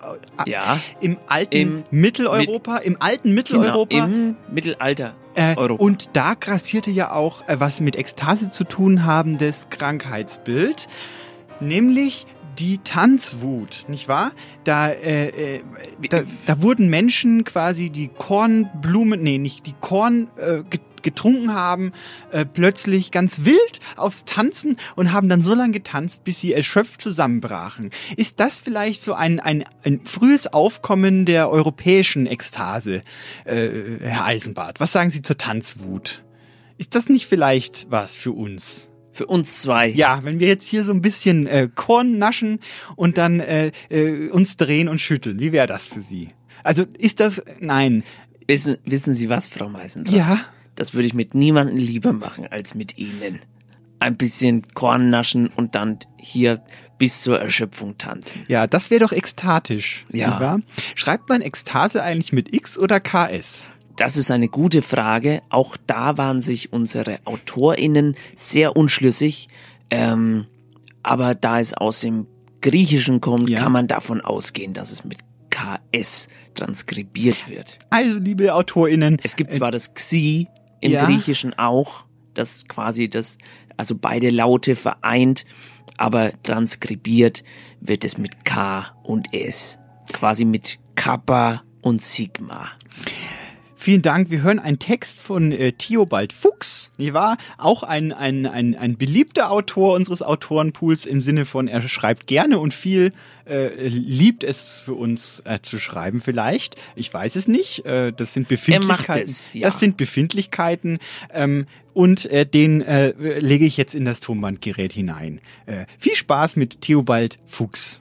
Mitteleuropa. Im Mittelalter. Europa. Und da grassierte ja auch, was mit Ekstase zu tun habendes Krankheitsbild, nämlich die Tanzwut, nicht wahr? Da wurden Menschen quasi die Kornblumen, nicht die Korn getrunken haben, plötzlich ganz wild aufs Tanzen und haben dann so lange getanzt, bis sie erschöpft zusammenbrachen. Ist das vielleicht so ein frühes Aufkommen der europäischen Ekstase, Herr Eisenbart? Was sagen Sie zur Tanzwut? Ist das nicht vielleicht was für uns? Für uns zwei. Ja, wenn wir jetzt hier so ein bisschen Korn naschen und dann uns drehen und schütteln. Wie wäre das für Sie? Also ist das... Nein. Wissen Sie was, Frau Meisendrath? Ja. Das würde ich mit niemandem lieber machen als mit Ihnen. Ein bisschen Korn naschen und dann hier bis zur Erschöpfung tanzen. Ja, das wäre doch ekstatisch. Ja. Nicht wahr? Schreibt man Ekstase eigentlich mit X oder KS? Das ist eine gute Frage. Auch da waren sich unsere AutorInnen sehr unschlüssig. Aber da es aus dem Griechischen kommt, kann man davon ausgehen, dass es mit KS transkribiert wird. Also, liebe AutorInnen. Es gibt zwar das Xi im Griechischen auch, das quasi also beide Laute vereint, aber transkribiert wird es mit K und S. Quasi mit Kappa und Sigma. Vielen Dank. Wir hören einen Text von Theobald Fuchs, nicht wahr? Auch ein beliebter Autor unseres Autorenpools im Sinne von, er schreibt gerne und viel, liebt es für uns zu schreiben vielleicht. Ich weiß es nicht. Das sind Befindlichkeiten. Er macht es, ja. Das sind Befindlichkeiten. Und den lege ich jetzt in das Tonbandgerät hinein. Viel Spaß mit Theobald Fuchs.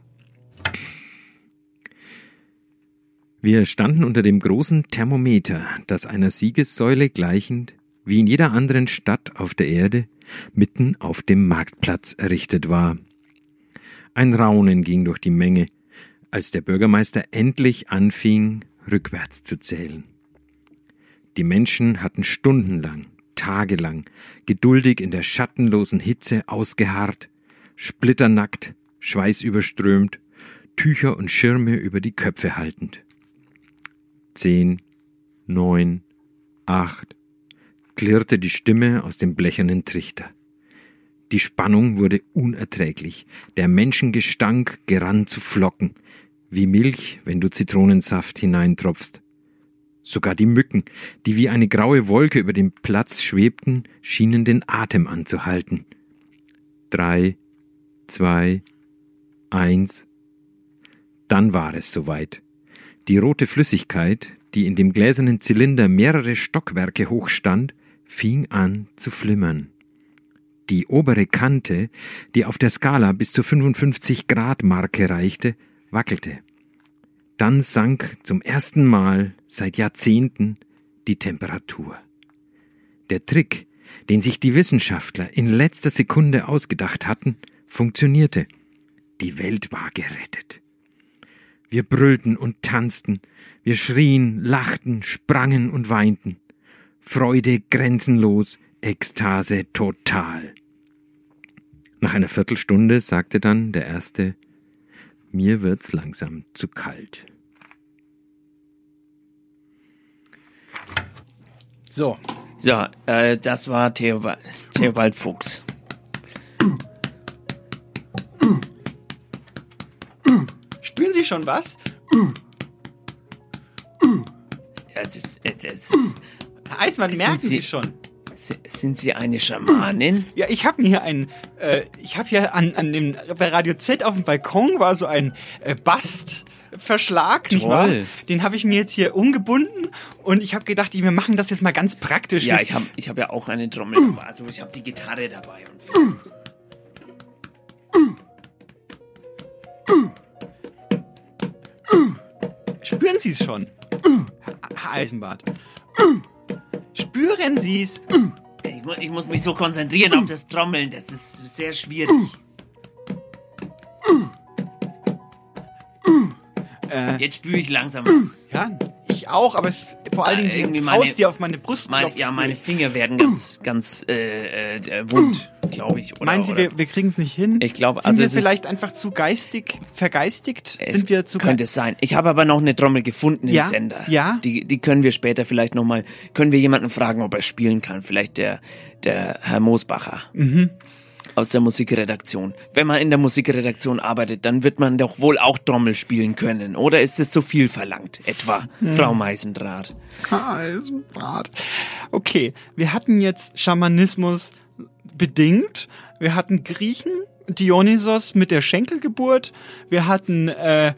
Wir standen unter dem großen Thermometer, das einer Siegessäule gleichend, wie in jeder anderen Stadt auf der Erde, mitten auf dem Marktplatz errichtet war. Ein Raunen ging durch die Menge, als der Bürgermeister endlich anfing, rückwärts zu zählen. Die Menschen hatten stundenlang, tagelang, geduldig in der schattenlosen Hitze ausgeharrt, splitternackt, schweißüberströmt, Tücher und Schirme über die Köpfe haltend. 10, 9, 8, klirrte die Stimme aus dem blechernen Trichter. Die Spannung wurde unerträglich, der Menschengestank gerann zu Flocken, wie Milch, wenn du Zitronensaft hineintropfst. Sogar die Mücken, die wie eine graue Wolke über dem Platz schwebten, schienen den Atem anzuhalten. 3, 2, 1. Dann war es soweit. Die rote Flüssigkeit, die in dem gläsernen Zylinder mehrere Stockwerke hoch stand, fing an zu flimmern. Die obere Kante, die auf der Skala bis zur 55-Grad-Marke reichte, wackelte. Dann sank zum ersten Mal seit Jahrzehnten die Temperatur. Der Trick, den sich die Wissenschaftler in letzter Sekunde ausgedacht hatten, funktionierte. Die Welt war gerettet. Wir brüllten und tanzten, wir schrien, lachten, sprangen und weinten. Freude grenzenlos, Ekstase total. Nach einer Viertelstunde sagte dann der Erste, mir wird's langsam zu kalt. So, das war Theobald Fuchs. Spüren Sie schon was? Es ist Herr Eismann, merken Sie schon? Sind Sie eine Schamanin? Ja, ich habe hier an dem, bei Radio Z auf dem Balkon war so ein Bastverschlag, nicht wahr? Den habe ich mir jetzt hier umgebunden und ich habe gedacht, wir machen das jetzt mal ganz praktisch. Ja, ich hab ja auch eine Trommel dabei, also ich habe die Gitarre dabei. Spüren Sie es schon? Herr Eisenbart. Spüren Sie es? Ich muss mich so konzentrieren auf das Trommeln, das ist sehr schwierig. Jetzt spüre ich langsam was. Ja, ich auch, aber es vor allen Dingen die Faust, die auf meine Brust klopft. Meine Finger werden ganz wund, glaube ich. Meinen Sie, wir kriegen es nicht hin? Ich glaube, sind wir vielleicht einfach zu vergeistigt? Sind wir zu könnte es sein. Ich habe aber noch eine Trommel gefunden im Sender. Ja. Die können wir später vielleicht nochmal, können wir jemanden fragen, ob er spielen kann. Vielleicht der Herr Moosbacher. Mhm. aus der Musikredaktion. Wenn man in der Musikredaktion arbeitet, dann wird man doch wohl auch Trommel spielen können. Oder ist es zu viel verlangt, etwa, Frau Meisendrath? Meisendrath. Okay, wir hatten jetzt Schamanismus bedingt. Wir hatten Griechen, Dionysos mit der Schenkelgeburt. Wir haben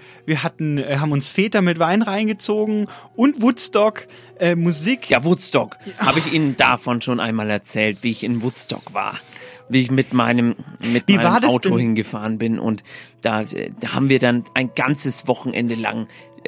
uns Väter mit Wein reingezogen und Woodstock, Musik. Ja, Woodstock. Habe ich Ihnen davon schon einmal erzählt, wie ich in Woodstock war. Wie ich mit meinem Auto hingefahren bin und da haben wir dann ein ganzes Wochenende lang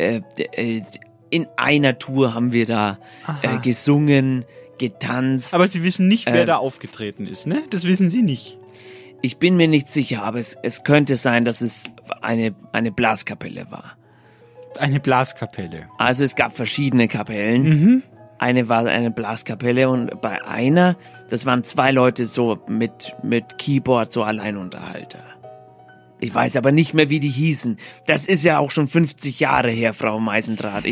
in einer Tour haben wir da gesungen, getanzt. Aber Sie wissen nicht, wer da aufgetreten ist, ne? Das wissen Sie nicht. Ich bin mir nicht sicher, aber es könnte sein, dass es eine Blaskapelle war. Eine Blaskapelle. Also es gab verschiedene Kapellen. Eine war eine Blaskapelle und bei einer, das waren 2 Leute so mit Keyboard, so Alleinunterhalter. Ich weiß aber nicht mehr, wie die hießen. Das ist ja auch schon 50 Jahre her, Frau Meisendrath.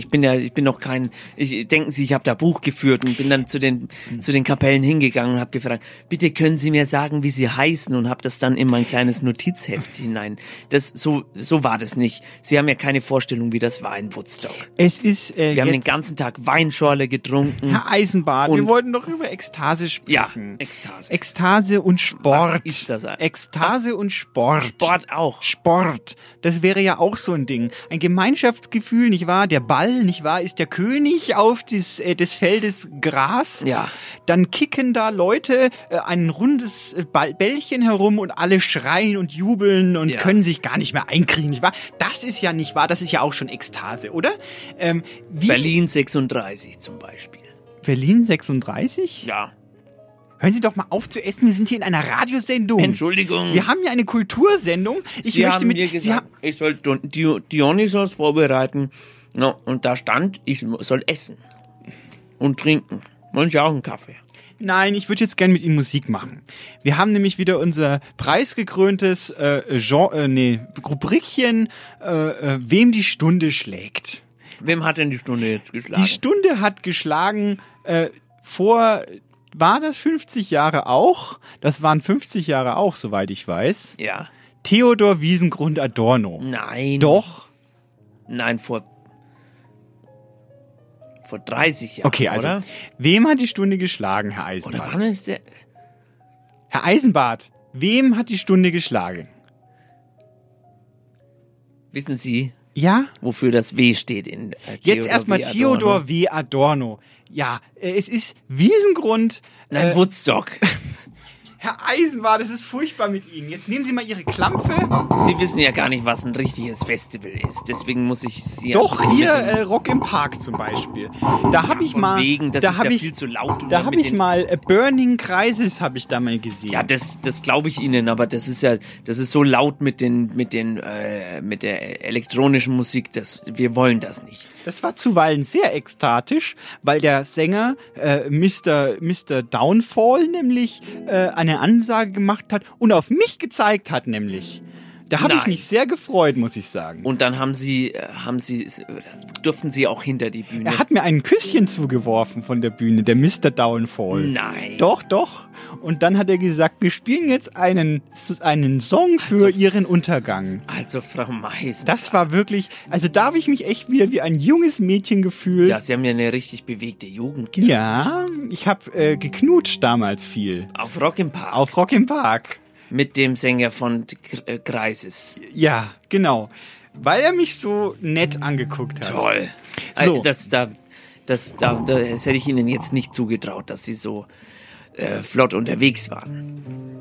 Denken Sie, ich habe da Buch geführt und bin dann zu den Kapellen hingegangen und habe gefragt, bitte können Sie mir sagen, wie sie heißen, und habe das dann in mein kleines Notizheft hinein. So war das nicht. Sie haben ja keine Vorstellung, wie das war in Woodstock. Wir haben den ganzen Tag Weinschorle getrunken. Herr Eisenbart, wir wollten doch über Ekstase sprechen. Ja, Ekstase. Ekstase und Sport. Was ist das? Ekstase und Sport. Sport auch. Sport. Das wäre ja auch so ein Ding. Ein Gemeinschaftsgefühl, nicht wahr? Der Ball, nicht wahr, ist der König auf des Feldes Gras. Ja. Dann kicken da Leute ein rundes Bällchen herum und alle schreien und jubeln und können sich gar nicht mehr einkriegen, nicht wahr? Das ist ja nicht wahr, das ist ja auch schon Ekstase, oder? Berlin 36 zum Beispiel. Berlin 36? Ja. Hören Sie doch mal auf zu essen, wir sind hier in einer Radiosendung. Entschuldigung. Wir haben ja eine Kultursendung. Sie haben mir gesagt, ich soll Dionysos vorbereiten. No, und da stand, ich soll essen und trinken. Wollen Sie auch einen Kaffee? Nein, ich würde jetzt gerne mit Ihnen Musik machen. Wir haben nämlich wieder unser preisgekröntes Rubrikchen, wem die Stunde schlägt. Wem hat denn die Stunde jetzt geschlagen? Die Stunde hat geschlagen war das 50 Jahre auch? Das waren 50 Jahre auch, soweit ich weiß. Ja. Theodor Wiesengrund Adorno. Nein. Doch? Nein, vor 30 Jahren, okay, also, oder? Wem hat die Stunde geschlagen, Herr Eisenbart? Oder wann ist der? Herr Eisenbart, wem hat die Stunde geschlagen? Wissen Sie? Ja? Wofür das W steht in jetzt erstmal Theodor W. Adorno. Ja, es ist Wiesengrund. Nein, Woodstock. Herr Eisenbart, das ist furchtbar mit Ihnen. Jetzt nehmen Sie mal Ihre Klampfe. Sie wissen ja gar nicht, was ein richtiges Festival ist. Deswegen muss ich Sie... Doch, hier Rock im Park zum Beispiel. Da habe ich mal... Das ist ja viel zu laut. Da habe ich mal Burning Crisis habe ich da mal gesehen. Ja, das glaube ich Ihnen, aber das ist so laut mit der elektronischen Musik, wir wollen das nicht. Das war zuweilen sehr ekstatisch, weil der Sänger Mr. Downfall nämlich eine Ansage gemacht hat und auf mich gezeigt hat, nämlich. Da habe ich mich sehr gefreut, muss ich sagen. Und dann durften Sie auch hinter die Bühne. Er hat mir ein Küsschen zugeworfen von der Bühne, der Mr. Downfall. Nein. Doch. Und dann hat er gesagt, wir spielen jetzt einen Song für Ihren Untergang. Also, Frau Meisen. Das war wirklich, also da habe ich mich echt wieder wie ein junges Mädchen gefühlt. Ja, Sie haben ja eine richtig bewegte Jugend gehabt. Ja, ich habe geknutscht damals viel. Auf Rock im Park. Auf Rock im Park. Mit dem Sänger von Crisis. Ja, genau. Weil er mich so nett angeguckt hat. Toll. So. Das hätte ich Ihnen jetzt nicht zugetraut, dass Sie so flott unterwegs waren.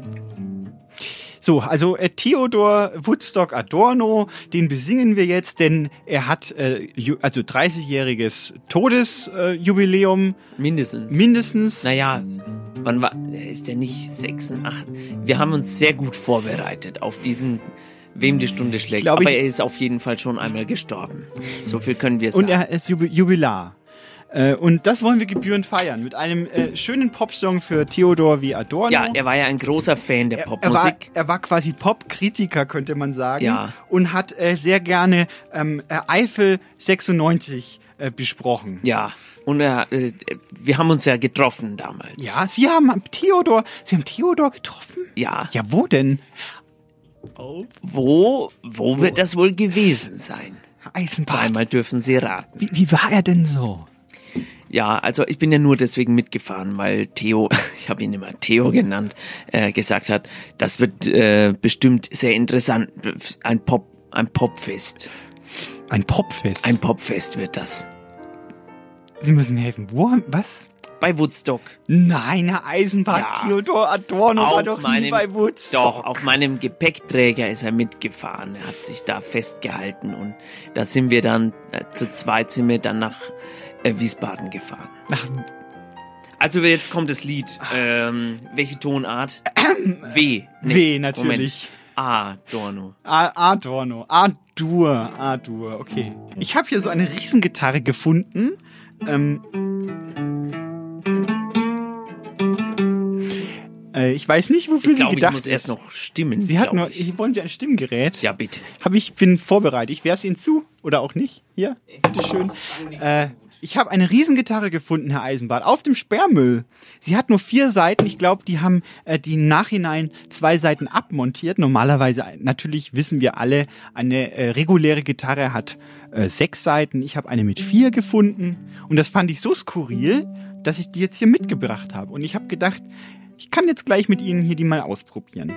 So, also Theodor Woodstock Adorno, den besingen wir jetzt, denn er hat 30-jähriges Todesjubiläum. Mindestens. Naja, wann ist der nicht 86? Wir haben uns sehr gut vorbereitet auf diesen, wem die Stunde schlägt. Aber er ist auf jeden Fall schon einmal gestorben. So viel können wir sagen. Und er ist Jubilar. Und das wollen wir gebührend feiern mit einem schönen Popsong für Theodor W. Adorno. Ja, er war ja ein großer Fan der Popmusik. Er war quasi Popkritiker, könnte man sagen. Ja. Und hat sehr gerne Eiffel 96 besprochen. Ja, und wir haben uns ja getroffen damals. Ja, Sie haben Theodor getroffen? Ja. Ja, wo denn? Wo wird das wohl gewesen sein? Eisenbart. Einmal dürfen Sie raten. Wie war er denn so? Ja, also ich bin ja nur deswegen mitgefahren, weil Theo, ich habe ihn immer Theo genannt, gesagt hat, das wird bestimmt sehr interessant, ein Popfest. Ein Popfest? Ein Popfest wird das. Sie müssen mir helfen. Was? Bei Woodstock. Nein, Herr Eisenbart, ja. Theodor Adorno war doch nie bei Woodstock. Doch, auf meinem Gepäckträger ist er mitgefahren. Er hat sich da festgehalten und da sind wir dann, zu zweit sind wir dann nach Wiesbaden gefahren. Also jetzt kommt das Lied. Welche Tonart? W. Nee, W natürlich. Moment. Adorno. Adorno. A-Dur. Okay. Ich habe hier so eine Riesengitarre gefunden. Ich weiß nicht, wofür sie gedacht ist. Ich muss erst noch stimmen. Wollen Sie ein Stimmgerät? Ja, bitte. Bin vorbereitet. Ich werfe es Ihnen zu. Oder auch nicht. Hier, bitteschön. Ich habe eine Riesengitarre gefunden, Herr Eisenbart, auf dem Sperrmüll. Sie hat nur 4 Seiten. Ich glaube, die haben die im Nachhinein 2 Seiten abmontiert. Normalerweise, natürlich wissen wir alle, eine reguläre Gitarre hat 6 Seiten. Ich habe eine mit 4 gefunden. Und das fand ich so skurril, dass ich die jetzt hier mitgebracht habe. Und ich habe gedacht, ich kann jetzt gleich mit Ihnen hier die mal ausprobieren.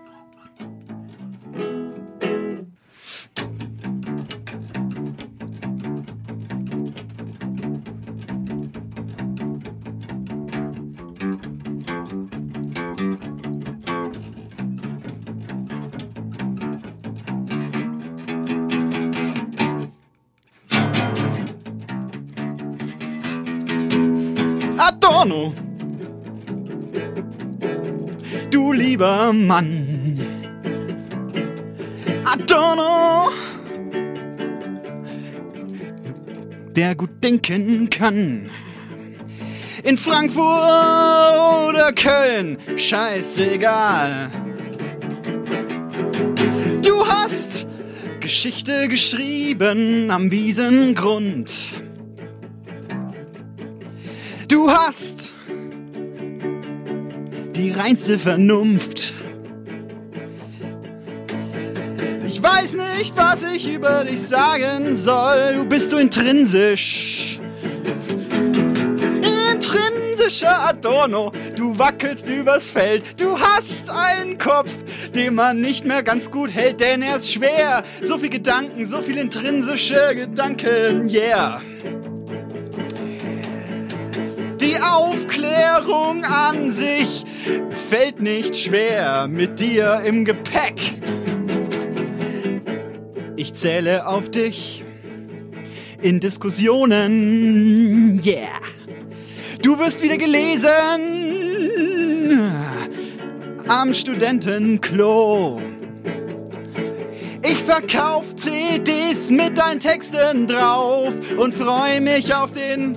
Adorno! Du lieber Mann, Adorno, der gut denken kann. In Frankfurt oder Köln, scheißegal. Du hast Geschichte geschrieben am Wiesengrund. Du hast die reinste Vernunft. Ich weiß nicht, was ich über dich sagen soll. Du bist so intrinsisch. Intrinsischer Adorno. Du wackelst übers Feld. Du hast einen Kopf, den man nicht mehr ganz gut hält, denn er ist schwer. So viel Gedanken, so viel intrinsische Gedanken, yeah. Die Aufklärung an sich fällt nicht schwer mit dir im Gepäck. Ich zähle auf dich in Diskussionen, yeah. Du wirst wieder gelesen am Studentenklo. Ich verkauf CDs mit deinen Texten drauf und freu mich auf den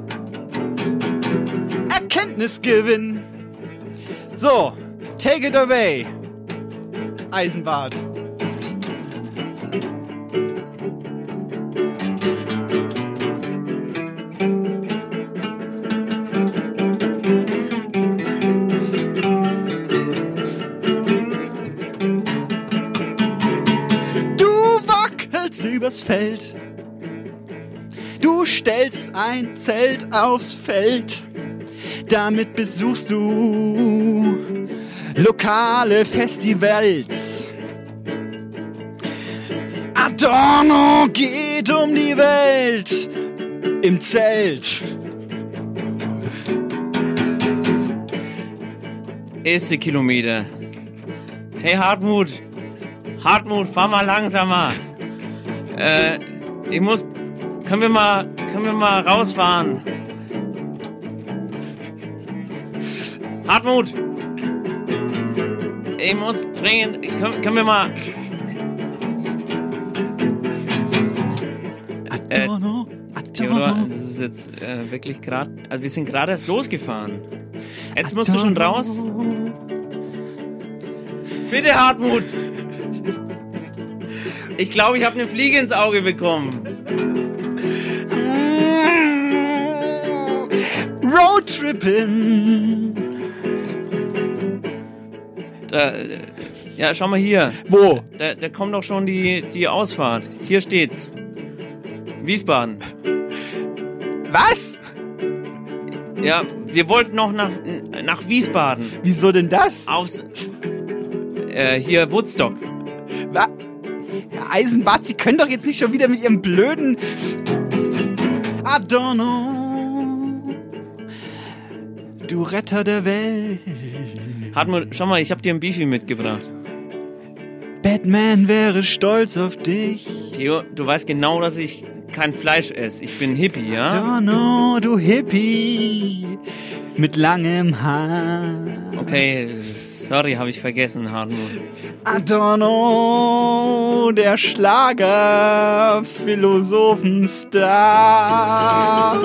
Erkenntnisgewinn. So, take it away, Eisenbart. Du wackelst übers Feld. Du stellst ein Zelt aufs Feld. Damit besuchst du lokale Festivals. Adorno geht um die Welt im Zelt. Erste Kilometer. Hey Hartmut, fahr mal langsamer. Können wir mal rausfahren? Hartmut! Ich muss dringend. Können wir mal. Adorno. Theodor, das ist jetzt wirklich gerade. Also wir sind gerade erst losgefahren. Jetzt musst du schon raus. Bitte, Hartmut! Ich glaube, ich habe eine Fliege ins Auge bekommen. Roadtrippin'. Ja, schau mal hier. Wo? Da kommt doch schon die Ausfahrt. Hier steht's. Wiesbaden. Was? Ja, wir wollten noch nach Wiesbaden. Wieso denn das? Hier Woodstock. Was? Herr Eisenbart, Sie können doch jetzt nicht schon wieder mit Ihrem blöden... I don't know. Du Retter der Welt. Hartmut, schau mal, ich hab dir ein Beefy mitgebracht. Batman wäre stolz auf dich. Theo, du weißt genau, dass ich kein Fleisch esse. Ich bin Hippie, ja? I don't know, du Hippie. Mit langem Haar. Okay, sorry, habe ich vergessen, Hartmut. I don't know, der Schlager-Philosophenstar.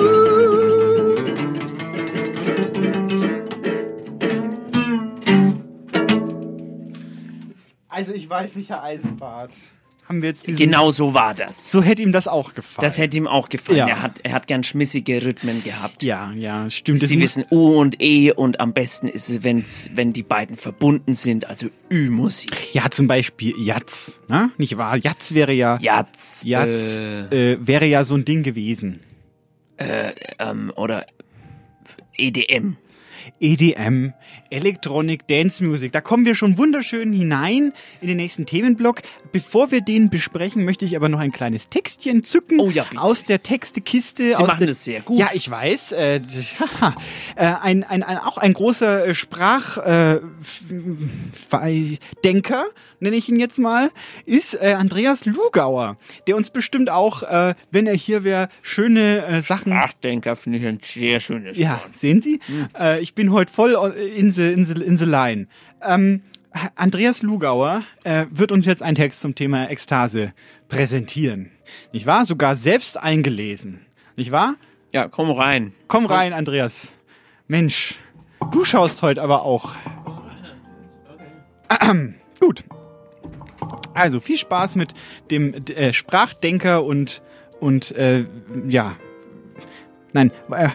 Also ich weiß nicht, Herr Eisenbart. Haben wir jetzt Genau so war das. So hätte ihm das auch gefallen. Das hätte ihm auch gefallen. Ja. Er hat gern schmissige Rhythmen gehabt. Ja, stimmt. Sie wissen U und E und am besten ist es, wenn die beiden verbunden sind, also Ü-Musik. Ja, zum Beispiel Jatz, ne? Nicht wahr? Jatz wäre ja... Jatz. Wäre ja so ein Ding gewesen. Oder EDM. EDM, Electronic Dance Music. Da kommen wir schon wunderschön hinein in den nächsten Themenblock. Bevor wir den besprechen, möchte ich aber noch ein kleines Textchen zücken aus der Textekiste. Sie machen das sehr gut. Ja, ich weiß. Auch ein großer Sprachdenker, nenne ich ihn jetzt mal, ist Andreas Lugauer, der uns bestimmt auch, wenn er hier wäre, schöne Sachen... Sprachdenker finde ich ein sehr schönes Ja, Wort. sehen Sie? Ich bin heute voll in the line. Andreas Lugauer wird uns jetzt einen Text zum Thema Ekstase präsentieren. Nicht wahr? Sogar selbst eingelesen. Nicht wahr? Ja, komm rein. Komm rein, Andreas. Mensch, du schaust heute aber auch. Gut. Also, viel Spaß mit dem Sprachdenker und ja. Nein.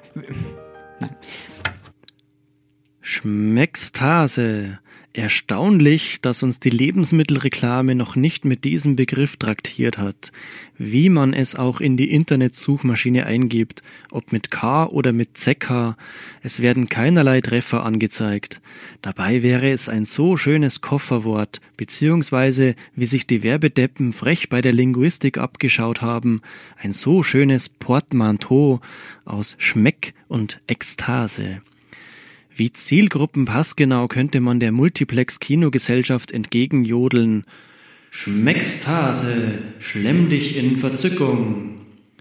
Schmeckstase. Erstaunlich, dass uns die Lebensmittelreklame noch nicht mit diesem Begriff traktiert hat, wie man es auch in die Internetsuchmaschine eingibt, ob mit K oder mit ZK, es werden keinerlei Treffer angezeigt. Dabei wäre es ein so schönes Kofferwort, beziehungsweise, wie sich die Werbedeppen frech bei der Linguistik abgeschaut haben, ein so schönes Portmanteau aus Schmeck und Ekstase. Wie zielgruppenpassgenau könnte man der Multiplex-Kinogesellschaft entgegenjodeln. Schmeckstase, schlemm dich in Verzückung.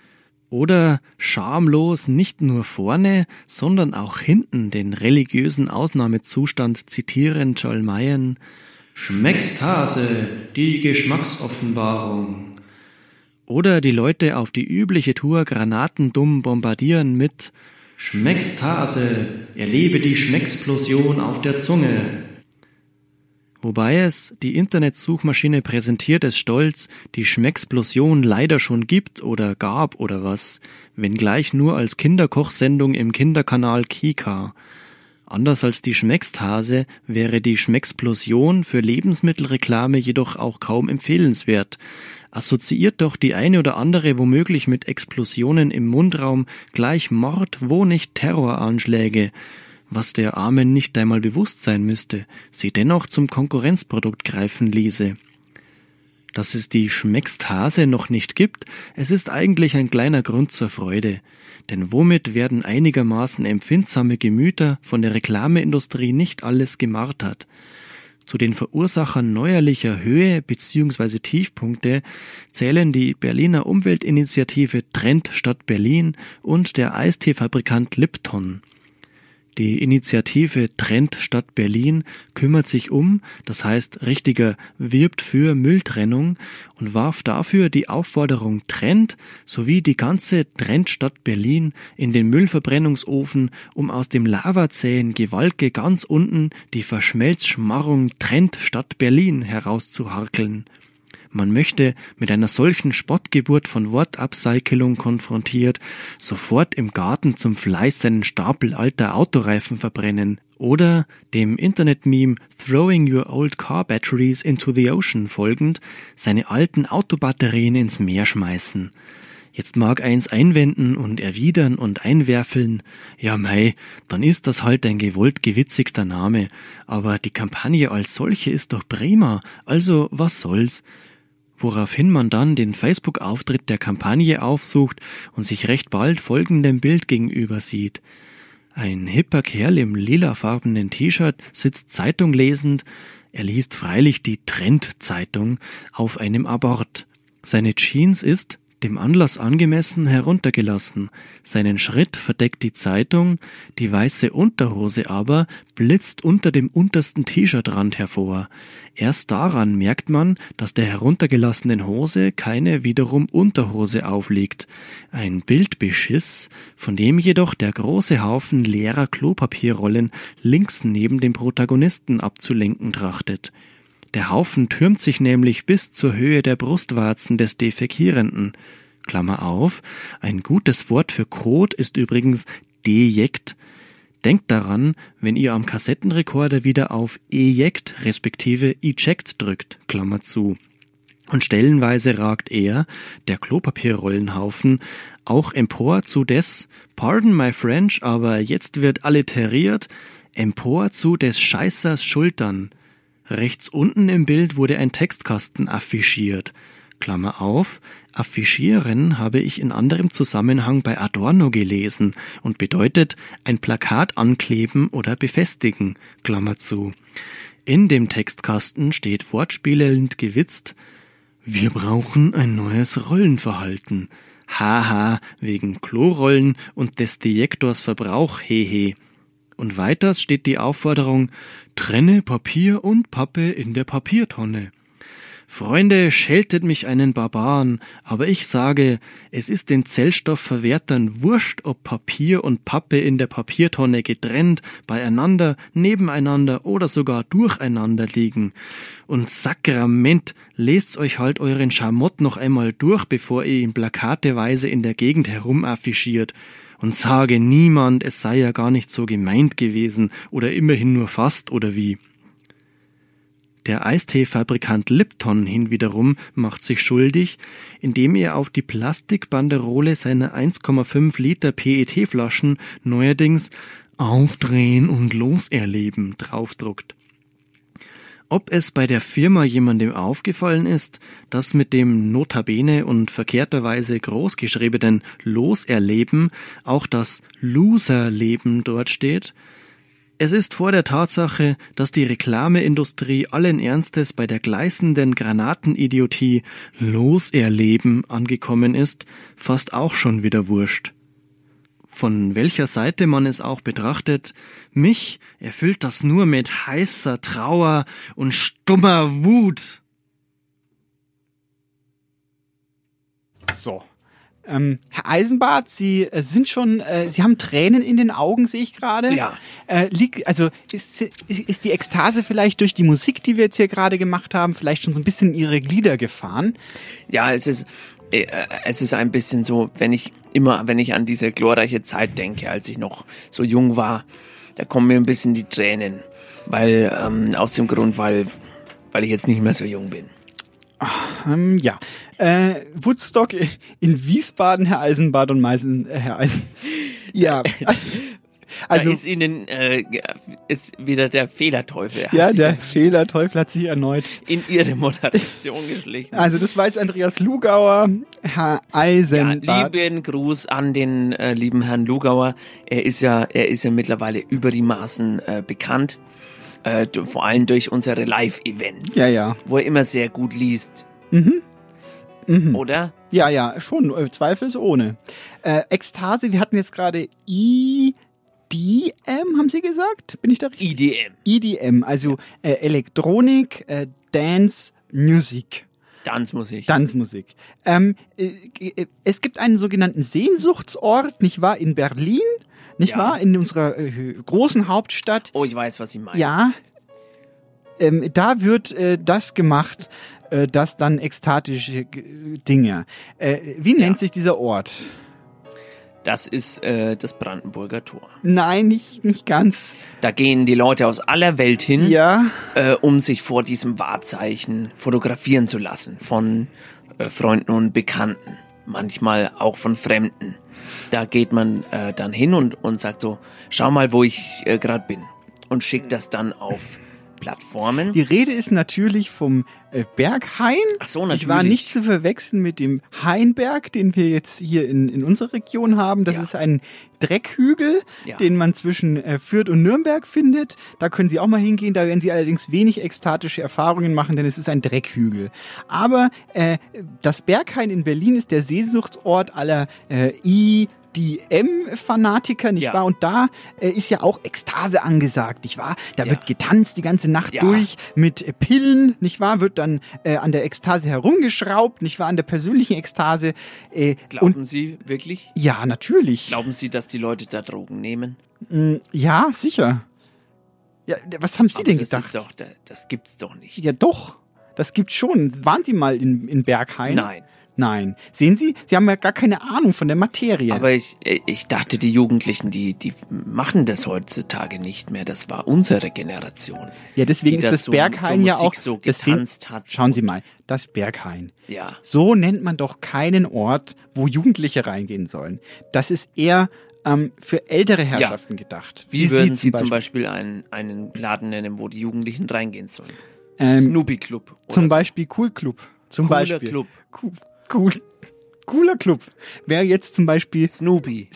Oder schamlos nicht nur vorne, sondern auch hinten den religiösen Ausnahmezustand zitieren Schalmeien. Schmeckstase, die Geschmacksoffenbarung. Oder die Leute auf die übliche Tour granatendumm bombardieren mit Schmeckstase, erlebe die Schmecksplosion auf der Zunge. Wobei es, die Internetsuchmaschine präsentiert es stolz, die Schmecksplosion leider schon gibt oder gab oder was, wenngleich nur als Kinderkochsendung im Kinderkanal Kika. Anders als die Schmeckstase wäre die Schmecksplosion für Lebensmittelreklame jedoch auch kaum empfehlenswert. Assoziiert doch die eine oder andere womöglich mit Explosionen im Mundraum gleich Mord, wo nicht Terroranschläge, was der Armen nicht einmal bewusst sein müsste, sie dennoch zum Konkurrenzprodukt greifen ließe. Dass es die Schmeckstase noch nicht gibt, es ist eigentlich ein kleiner Grund zur Freude, denn womit werden einigermaßen empfindsame Gemüter von der Reklameindustrie nicht alles gemartert. Zu den Verursachern neuerlicher Höhe bzw. Tiefpunkte zählen die Berliner Umweltinitiative Trend Stadt Berlin und der Eisteefabrikant Lipton. Die Initiative Trend Stadt Berlin kümmert sich das heißt wirbt für Mülltrennung und warf dafür die Aufforderung Trend sowie die ganze Trend Stadt Berlin in den Müllverbrennungsofen, um aus dem lavazähen Gewalke ganz unten die Verschmelzschmarrung Trend Stadt Berlin herauszuharkeln. man möchte mit einer solchen Spottgeburt von Wortupcyclung konfrontiert, sofort im Garten zum Fleiß seinen Stapel alter Autoreifen verbrennen oder dem Internet-Meme Throwing Your Old Car Batteries into the Ocean folgend seine alten Autobatterien ins Meer schmeißen. Jetzt mag eins einwenden und erwidern und einwerfeln, ja mei, dann ist das halt ein gewollt gewitzigter Name, aber die Kampagne als solche ist doch prima, also was soll's? Woraufhin man dann den Facebook-Auftritt der Kampagne aufsucht und sich recht bald folgendem Bild gegenüber sieht. Ein hipper Kerl im lilafarbenen T-Shirt sitzt Zeitung lesend, er liest freilich die Trend-Zeitung, auf einem Abort. Seine Jeans ist, dem Anlass angemessen, heruntergelassen. Seinen Schritt verdeckt die Zeitung, die weiße Unterhose aber blitzt unter dem untersten T-Shirt-Rand hervor. Erst daran merkt man, dass der heruntergelassenen Hose keine wiederum Unterhose aufliegt. Ein Bildbeschiss, von dem jedoch der große Haufen leerer Klopapierrollen links neben dem Protagonisten abzulenken trachtet. Der Haufen türmt sich nämlich bis zur Höhe der Brustwarzen des Defekierenden. Klammer auf, ein gutes Wort für Kot ist übrigens dejekt. Denkt daran, wenn ihr am Kassettenrekorder wieder auf eject respektive eject drückt, Klammer zu. Und stellenweise ragt er, der Klopapierrollenhaufen, auch empor zu des, pardon my French, aber jetzt wird alliteriert, empor zu des Scheißers Schultern. Rechts unten im Bild wurde ein Textkasten affichiert. Klammer auf, affichieren habe ich in anderem Zusammenhang bei Adorno gelesen und bedeutet ein Plakat ankleben oder befestigen, Klammer zu. In dem Textkasten steht wortspielend gewitzt, wir brauchen ein neues Rollenverhalten. Haha, wegen Klorollen und des Dejektors Verbrauch, hehe. Und weiters steht die Aufforderung, trenne Papier und Pappe in der Papiertonne. Freunde, scheltet mich einen Barbaren, aber ich sage, es ist den Zellstoffverwertern wurscht, ob Papier und Pappe in der Papiertonne getrennt, beieinander, nebeneinander oder sogar durcheinander liegen. Und Sakrament, lest euch halt euren Schamott noch einmal durch, bevor ihr ihn plakateweise in der Gegend herumaffichiert. Und sage niemand, es sei ja gar nicht so gemeint gewesen oder immerhin nur fast oder wie. Der Eisteefabrikant Lipton hinwiederum macht sich schuldig, indem er auf die Plastikbanderole seiner 1,5 Liter PET-Flaschen neuerdings Aufdrehen und Loserleben draufdruckt. Ob es bei der Firma jemandem aufgefallen ist, dass mit dem notabene und verkehrterweise großgeschriebenen Loserleben auch das Loserleben dort steht? Es ist vor der Tatsache, dass die Reklameindustrie allen Ernstes bei der gleißenden Granatenidiotie Loserleben angekommen ist, fast auch schon wieder wurscht. Von welcher Seite man es auch betrachtet, mich erfüllt das nur mit heißer Trauer und stummer Wut. So. Herr Eisenbart, Sie sind schon, Sie haben Tränen in den Augen, sehe ich gerade. Ja. Ist die Ekstase vielleicht durch die Musik, die wir jetzt hier gerade gemacht haben, vielleicht schon so ein bisschen in Ihre Glieder gefahren? Ja, es ist ein bisschen so, wenn ich an diese glorreiche Zeit denke, als ich noch so jung war, da kommen mir ein bisschen die Tränen, weil aus dem Grund, weil ich jetzt nicht mehr so jung bin. Ja. Woodstock in Wiesbaden, Herr Eisenbart und Herr Eisen. Ja. Also, da ist Ihnen ist wieder der Fehlerteufel. Ja, der Fehlerteufel hat sich erneut in Ihre Moderation geschlichen. Also das war jetzt Andreas Lugauer, Herr Eisenbart. Ja, lieben Gruß an den lieben Herrn Lugauer. Er ist ja mittlerweile über die Maßen bekannt. Vor allem durch unsere Live-Events. Ja. Wo er immer sehr gut liest. Oder? Ja, schon, zweifelsohne. Ekstase, wir hatten jetzt gerade EDM, haben Sie gesagt? Bin ich da richtig? EDM, also Elektronik, Dance, Music. Tanzmusik. Es gibt einen sogenannten Sehnsuchtsort, nicht wahr, in Berlin, nicht wahr, in unserer großen Hauptstadt. Oh, ich weiß, was Sie meinen. Ja, da wird das gemacht, das dann ekstatische Dinge. Wie nennt sich dieser Ort? Das ist das Brandenburger Tor. Nein, nicht ganz. Da gehen die Leute aus aller Welt hin, ja. Um sich vor diesem Wahrzeichen fotografieren zu lassen. Von Freunden und Bekannten. Manchmal auch von Fremden. Da geht man dann hin und sagt so, schau mal, wo ich gerade bin. Und schickt das dann auf Plattformen. Die Rede ist natürlich vom Berghain. Ach so, natürlich. Ich war nicht zu verwechseln mit dem Hainberg, den wir jetzt hier in unserer Region haben. Das ist ein Dreckhügel, den man zwischen Fürth und Nürnberg findet. Da können Sie auch mal hingehen. Da werden Sie allerdings wenig ekstatische Erfahrungen machen, denn es ist ein Dreckhügel. Aber das Berghain in Berlin ist der Sehnsuchtsort aller IDM-Fanatiker, nicht wahr? Und da ist ja auch Ekstase angesagt, nicht wahr? Da wird getanzt die ganze Nacht durch mit Pillen, nicht wahr? Wird dann an der Ekstase herumgeschraubt, nicht wahr? An der persönlichen Ekstase. Glauben Sie wirklich? Ja, natürlich. Glauben Sie, dass die Leute da Drogen nehmen? Ja, sicher. Ja, was haben Sie denn gedacht? Das gibt's doch nicht. Ja, doch. Das gibt's schon. Waren Sie mal in Berghain? Nein. Sehen Sie, Sie haben ja gar keine Ahnung von der Materie. Aber ich dachte, die Jugendlichen, die machen das heutzutage nicht mehr. Das war unsere Generation. Ja, deswegen ist das Berghain ja auch so getanzt hat. Schauen Sie mal, das Berghain. Ja. So nennt man doch keinen Ort, wo Jugendliche reingehen sollen. Das ist eher für ältere Herrschaften gedacht. Wie würden Sie zum Beispiel einen Laden nennen, wo die Jugendlichen reingehen sollen? Snoopy Club. Zum Beispiel Cool Club. Cooler Club. Cooler Club. Wäre jetzt zum Beispiel Snoopy,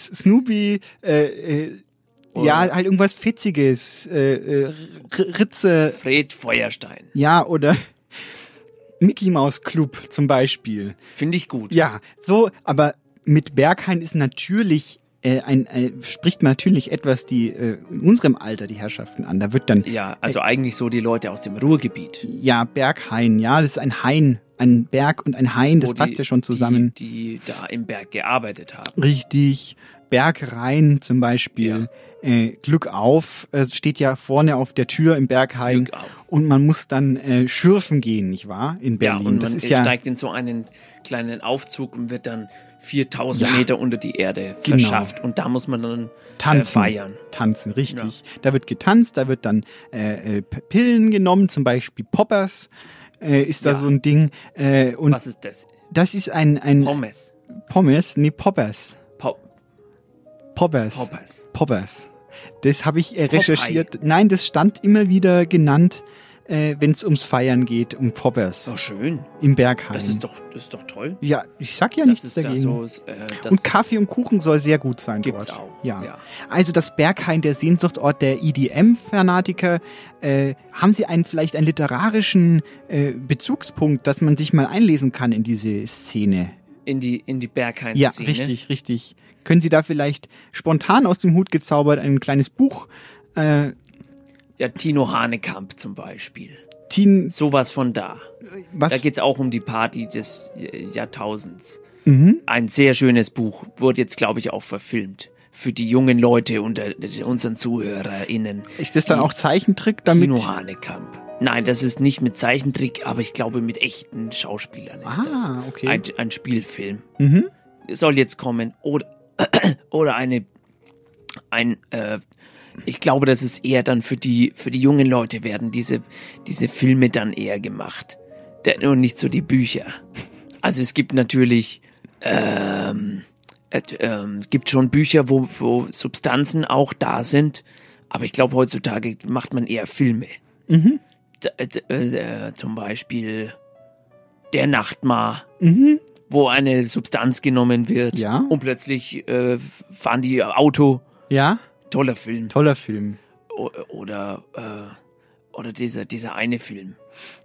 ja, halt irgendwas Fetziges, Ritze. Fred Feuerstein. Ja, oder Mickey Mouse Club zum Beispiel. Finde ich gut. Ja, so, aber mit Berghain ist natürlich spricht man natürlich etwas in unserem Alter die Herrschaften an. Da wird dann ja, also eigentlich so die Leute aus dem Ruhrgebiet. Ja, Berghain, ja, das ist ein Hain, ein Berg und ein Hain, das passt ja schon zusammen. Die da im Berg gearbeitet haben. Richtig, Bergrhein zum Beispiel. Ja. Glück auf, es steht ja vorne auf der Tür im Berghain. Glück auf. Und man muss dann schürfen gehen, nicht wahr? In Berlin. Ja, und man steigt in so einen kleinen Aufzug und wird dann 4000 Meter unter die Erde verschafft. Und da muss man dann feiern. Tanzen, richtig. Ja. Da wird getanzt, da wird dann Pillen genommen, zum Beispiel Poppers ist da so ein Ding. Und was ist das? Das ist ein Pommes. Pommes? Nee, Poppers. Poppers. Das habe ich recherchiert. Nein, das stand immer wieder genannt, wenn es ums Feiern geht, um Poppers. Oh, schön. Im Berghain. Das ist doch toll. Ja, ich sag ja nichts dagegen. Und Kaffee und Kuchen soll sehr gut sein gibt's dort. Auch. Ja. Also das Berghain, der Sehnsuchtsort der IDM-Fanatiker. Haben Sie vielleicht einen literarischen Bezugspunkt, dass man sich mal einlesen kann in diese Szene? In die Berghain-Szene? Ja, richtig. Können Sie da vielleicht spontan aus dem Hut gezaubert ein kleines Buch? Ja, Tino Hanekamp zum Beispiel. Sowas von da. Was? Da geht's auch um die Party des Jahrtausends. Mhm. Ein sehr schönes Buch. Wurde jetzt, glaube ich, auch verfilmt. Für die jungen Leute unter unseren ZuhörerInnen. Ist das dann auch Zeichentrick damit? Tino Hanekamp. Nein, das ist nicht mit Zeichentrick, aber ich glaube mit echten Schauspielern ist das. Okay. Ein Spielfilm. Mhm. Soll jetzt kommen. Oder ich glaube, das ist eher dann für die jungen Leute werden diese Filme dann eher gemacht. Und nicht so die Bücher. Also es gibt natürlich gibt schon Bücher, wo Substanzen auch da sind, aber ich glaube, heutzutage macht man eher Filme. Mhm. Zum Beispiel Der Nachtmar, wo eine Substanz genommen wird und plötzlich fahren die Auto. Ja. Toller Film. Oder dieser eine Film.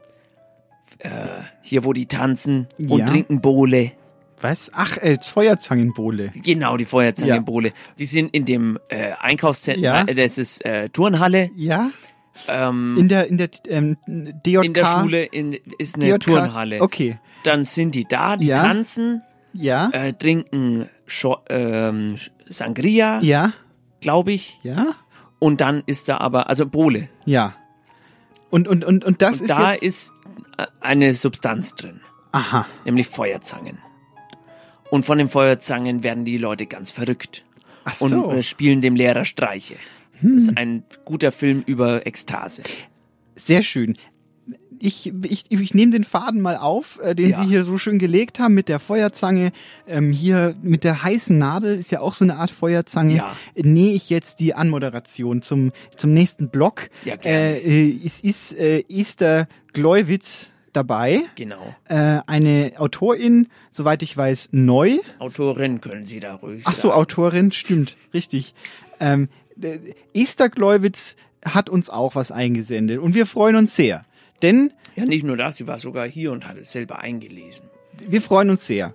Hier, wo die tanzen und trinken Bowle. Was? Ach, Feuerzangenbowle. Genau, die Feuerzangenbowle. Die sind in dem Einkaufszentrum, das ist Turnhalle. Ja. In der DJK? In der Schule ist eine DJK? Turnhalle. Okay. Dann sind die da, die tanzen, trinken Sangria, glaube ich. Ja. Und dann ist da aber, also Bowle. Ja. Und das und ist da jetzt ist eine Substanz drin. Aha. Nämlich Feuerzangen. Und von den Feuerzangen werden die Leute ganz verrückt. Ach so. Und spielen dem Lehrer Streiche. Das ist ein guter Film über Ekstase. Sehr schön. Ich nehme den Faden mal auf, den Sie hier so schön gelegt haben mit der Feuerzange. Hier mit der heißen Nadel ist ja auch so eine Art Feuerzange. Ja. Nähe ich jetzt die Anmoderation zum nächsten Block. Ja, gerne. Es ist Esther Gleuwitz dabei. Genau. Eine Autorin, soweit ich weiß, neu. Autorin können Sie da ruhig Ach so, sagen. Autorin, stimmt, richtig. Esther Gleuwitz hat uns auch was eingesendet und wir freuen uns sehr. Denn Ja, nicht nur das, sie war sogar hier und hat es selber eingelesen. wir freuen uns sehr.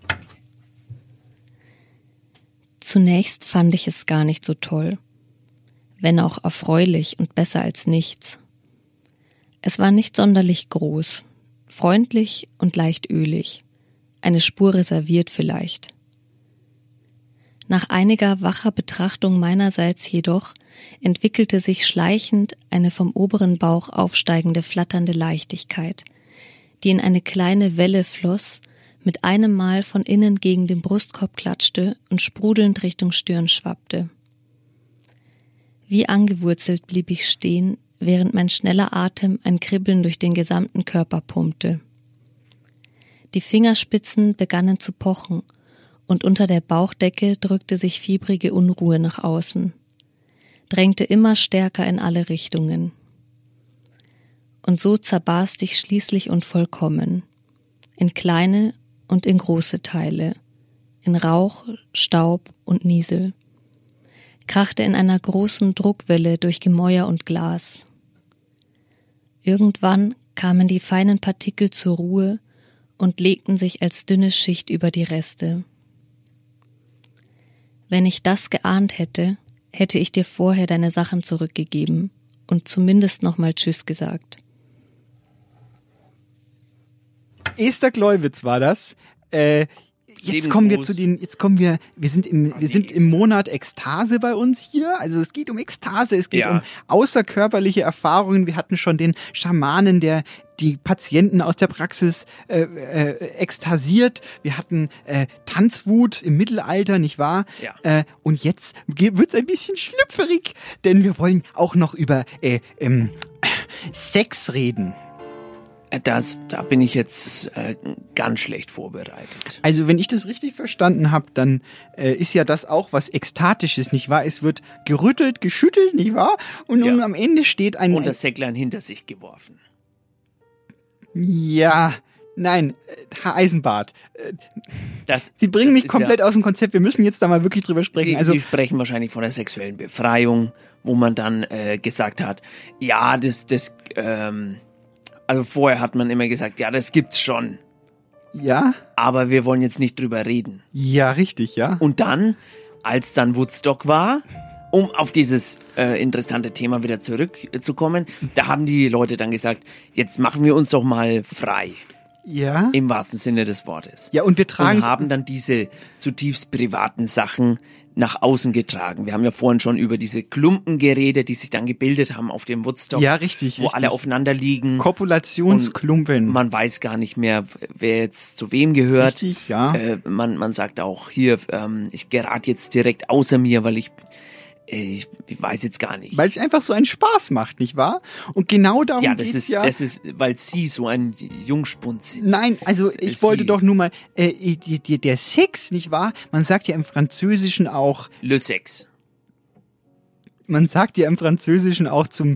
Zunächst fand ich es gar nicht so toll. Wenn auch erfreulich und besser als nichts. Es war nicht sonderlich groß, freundlich und leicht ölig. Eine Spur reserviert vielleicht. Nach einiger wacher Betrachtung meinerseits jedoch entwickelte sich schleichend eine vom oberen Bauch aufsteigende flatternde Leichtigkeit, die in eine kleine Welle floss, mit einem Mal von innen gegen den Brustkorb klatschte und sprudelnd Richtung Stirn schwappte. Wie angewurzelt blieb ich stehen, während mein schneller Atem ein Kribbeln durch den gesamten Körper pumpte. Die Fingerspitzen begannen zu pochen, und unter der Bauchdecke drückte sich fiebrige Unruhe nach außen, drängte immer stärker in alle Richtungen. Und so zerbarst ich schließlich und vollkommen, in kleine und in große Teile, in Rauch, Staub und Niesel, krachte in einer großen Druckwelle durch Gemäuer und Glas. Irgendwann kamen die feinen Partikel zur Ruhe und legten sich als dünne Schicht über die Reste. Wenn ich das geahnt hätte, hätte ich dir vorher deine Sachen zurückgegeben und zumindest nochmal Tschüss gesagt. Esther Gleuwitz war das. Jetzt kommen wir wir sind im Monat Ekstase bei uns hier. Also es geht um Ekstase, es geht um außerkörperliche Erfahrungen. Wir hatten schon den Schamanen, der die Patienten aus der Praxis ekstasiert. Wir hatten Tanzwut im Mittelalter, nicht wahr? Ja. Und jetzt wird's ein bisschen schlüpferig, denn wir wollen auch noch über Sex reden. Da bin ich jetzt ganz schlecht vorbereitet. Also wenn ich das richtig verstanden habe, dann ist ja das auch was Ekstatisches, nicht wahr? Es wird gerüttelt, geschüttelt, nicht wahr? Und nun am Ende steht ein... Und das Säcklein hinter sich geworfen. Ja, nein, Herr Eisenbart. Sie bringen mich komplett aus dem Konzept. Wir müssen jetzt da mal wirklich drüber sprechen. Sie sprechen wahrscheinlich von der sexuellen Befreiung, wo man dann gesagt hat, ja, also vorher hat man immer gesagt, ja, das gibt's schon. Ja? Aber wir wollen jetzt nicht drüber reden. Ja, richtig, ja. Und dann, als dann Woodstock war, um auf dieses interessante Thema wieder zurückzukommen, da haben die Leute dann gesagt, jetzt machen wir uns doch mal frei. Ja. Im wahrsten Sinne des Wortes. Ja, und wir tragen... Und haben dann diese zutiefst privaten Sachen nach außen getragen. Wir haben ja vorhin schon über diese Klumpen geredet, die sich dann gebildet haben auf dem Woodstock. Ja, richtig. Wo alle aufeinander liegen. Kopulationsklumpen. Man weiß gar nicht mehr, wer jetzt zu wem gehört. Richtig, ja. Man sagt auch hier, ich gerate jetzt direkt außer mir, weil ich weiß jetzt gar nicht. Weil es einfach so einen Spaß macht, nicht wahr? Und genau darum geht's ja. Das ist, weil Sie so ein Jungspund sind. Nein, also ich wollte doch nur mal, der Sex, nicht wahr? Man sagt ja im Französischen auch... Le Sex. Man sagt ja im Französischen auch zum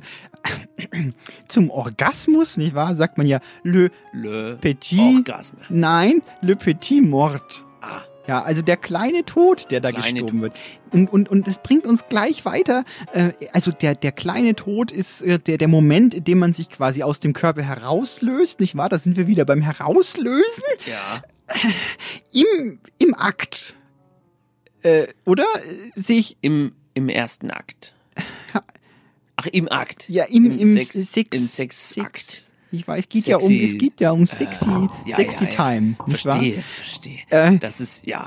Orgasmus, nicht wahr? Sagt man ja le petit... Orgasme. Nein, le petit mort. Ah. Ja, also der kleine Tod, der da gestorben wird. Und das bringt uns gleich weiter. Also der kleine Tod ist der Moment, in dem man sich quasi aus dem Körper herauslöst, nicht wahr? Da sind wir wieder beim Herauslösen. Ja. Im Akt. Oder? Sehe ich... Im ersten Akt. Ach, im Akt. Ja, im Sexakt. Ich weiß, es geht ja um sexy Time. Nicht Verstehe. Das ist, ja.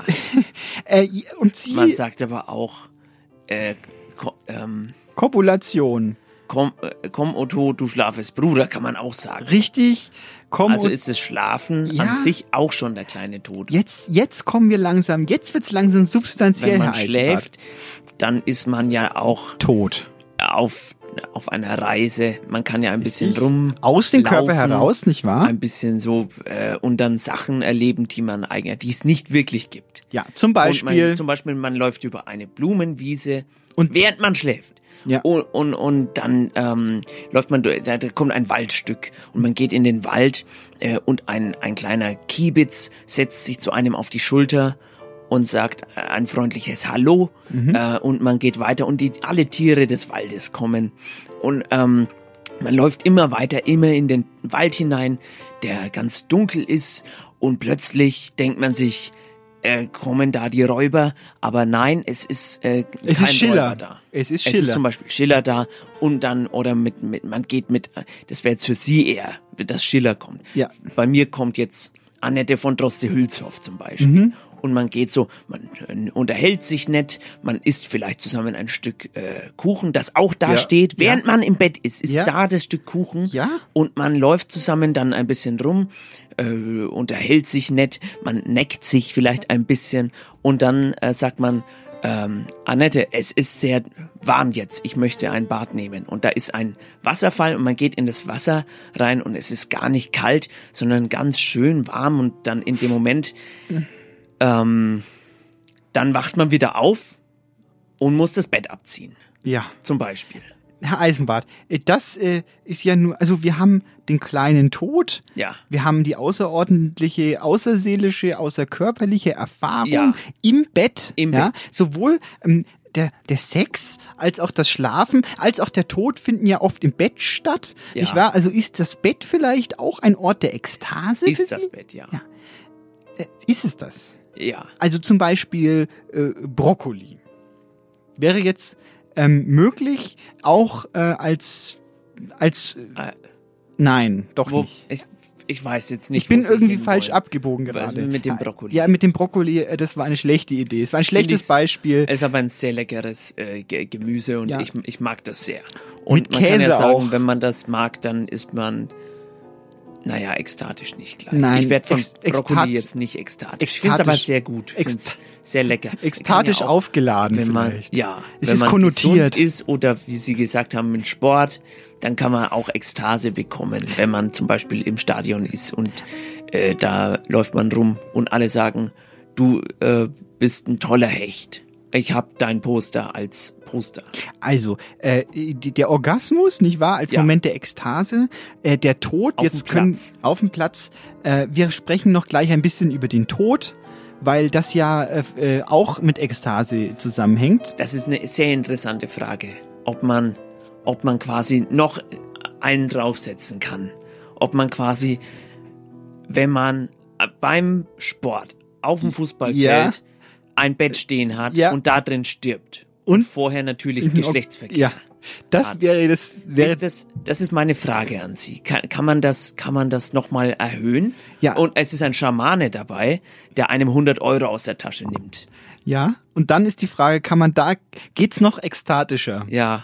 Und man sagt aber auch Kopulation. komm Otto, du schlafest Bruder, kann man auch sagen. Richtig. Also ist das Schlafen an sich auch schon der kleine Tod. Jetzt kommen wir langsam, jetzt wird's langsam substanziell, Wenn man Herr schläft, dann ist man ja auch tot. Auf einer Reise. Man kann ja ein bisschen aus dem Körper heraus, nicht wahr? Ein bisschen so und dann Sachen erleben, die es nicht wirklich gibt. Ja, zum Beispiel. Man läuft über eine Blumenwiese und während man schläft. Ja. Und dann läuft man durch, da kommt ein Waldstück und man geht in den Wald und ein kleiner Kiebitz setzt sich zu einem auf die Schulter und sagt ein freundliches Hallo und man geht weiter und alle Tiere des Waldes kommen und man läuft immer weiter, immer in den Wald hinein, der ganz dunkel ist und plötzlich denkt man sich, kommen da die Räuber, aber nein, es ist kein Schiller. Räuber da. Es ist Schiller. Es ist zum Beispiel Schiller da und dann, oder man geht mit, das wäre jetzt für Sie eher, dass Schiller kommt. Ja. Bei mir kommt jetzt Annette von Droste-Hülshoff zum Beispiel. Und man geht so, man unterhält sich nett, man isst vielleicht zusammen ein Stück Kuchen, das auch da steht, während man im Bett ist da das Stück Kuchen und man läuft zusammen dann ein bisschen rum, unterhält sich nett, man neckt sich vielleicht ein bisschen und dann sagt man, Annette, es ist sehr warm jetzt, ich möchte ein Bad nehmen. Und da ist ein Wasserfall und man geht in das Wasser rein und es ist gar nicht kalt, sondern ganz schön warm und dann in dem Moment dann wacht man wieder auf und muss das Bett abziehen. Ja. Zum Beispiel. Herr Eisenbart, das ist ja nur, also wir haben den kleinen Tod, wir haben die außerordentliche, außerseelische, außerkörperliche Erfahrung im Bett. Bett. Sowohl der Sex als auch das Schlafen, als auch der Tod finden ja oft im Bett statt. Nicht wahr? Also ist das Bett vielleicht auch ein Ort der Ekstase? Ist das Bett, ja. Ist es das? Ja. Also zum Beispiel Brokkoli. Wäre jetzt möglich, auch als nein, doch nicht. Ich weiß jetzt nicht. Ich bin irgendwie falsch abgebogen gerade. Mit dem Brokkoli. Ja, mit dem Brokkoli, das war eine schlechte Idee. Es war ein schlechtes Beispiel. Es ist aber ein sehr leckeres Gemüse und ich mag das sehr. Und man Käse kann ja sagen, auch. wenn man das mag, dann ist man ekstatisch nicht gleich. Nein, ich werde von Brokkoli jetzt nicht ekstatisch. Ich finde es aber sehr gut. Ich finde es sehr lecker. Ekstatisch auch, aufgeladen wenn man, vielleicht. Es ist konnotiert. Gesund ist oder wie Sie gesagt haben, mit Sport, dann kann man auch Ekstase bekommen, wenn man zum Beispiel im Stadion ist und da läuft man rum und alle sagen, du bist ein toller Hecht. Ich habe dein Poster als Poster. Also, der Orgasmus, nicht wahr, als Moment der Ekstase, der Tod, auf dem Platz. Wir sprechen noch gleich ein bisschen über den Tod, weil das ja auch mit Ekstase zusammenhängt. Das ist eine sehr interessante Frage, ob man quasi noch einen draufsetzen kann. Ob man quasi, wenn man beim Sport auf dem Fußballfeld ein Bett stehen hat und da drin stirbt. Und vorher natürlich Geschlechtsverkehr. Ja, das wäre das. Das ist meine Frage an Sie. Kann man das nochmal erhöhen? Ja. Und es ist ein Schamane dabei, der einem 100 € aus der Tasche nimmt. Ja, und dann ist die Frage, geht's noch ekstatischer? Ja.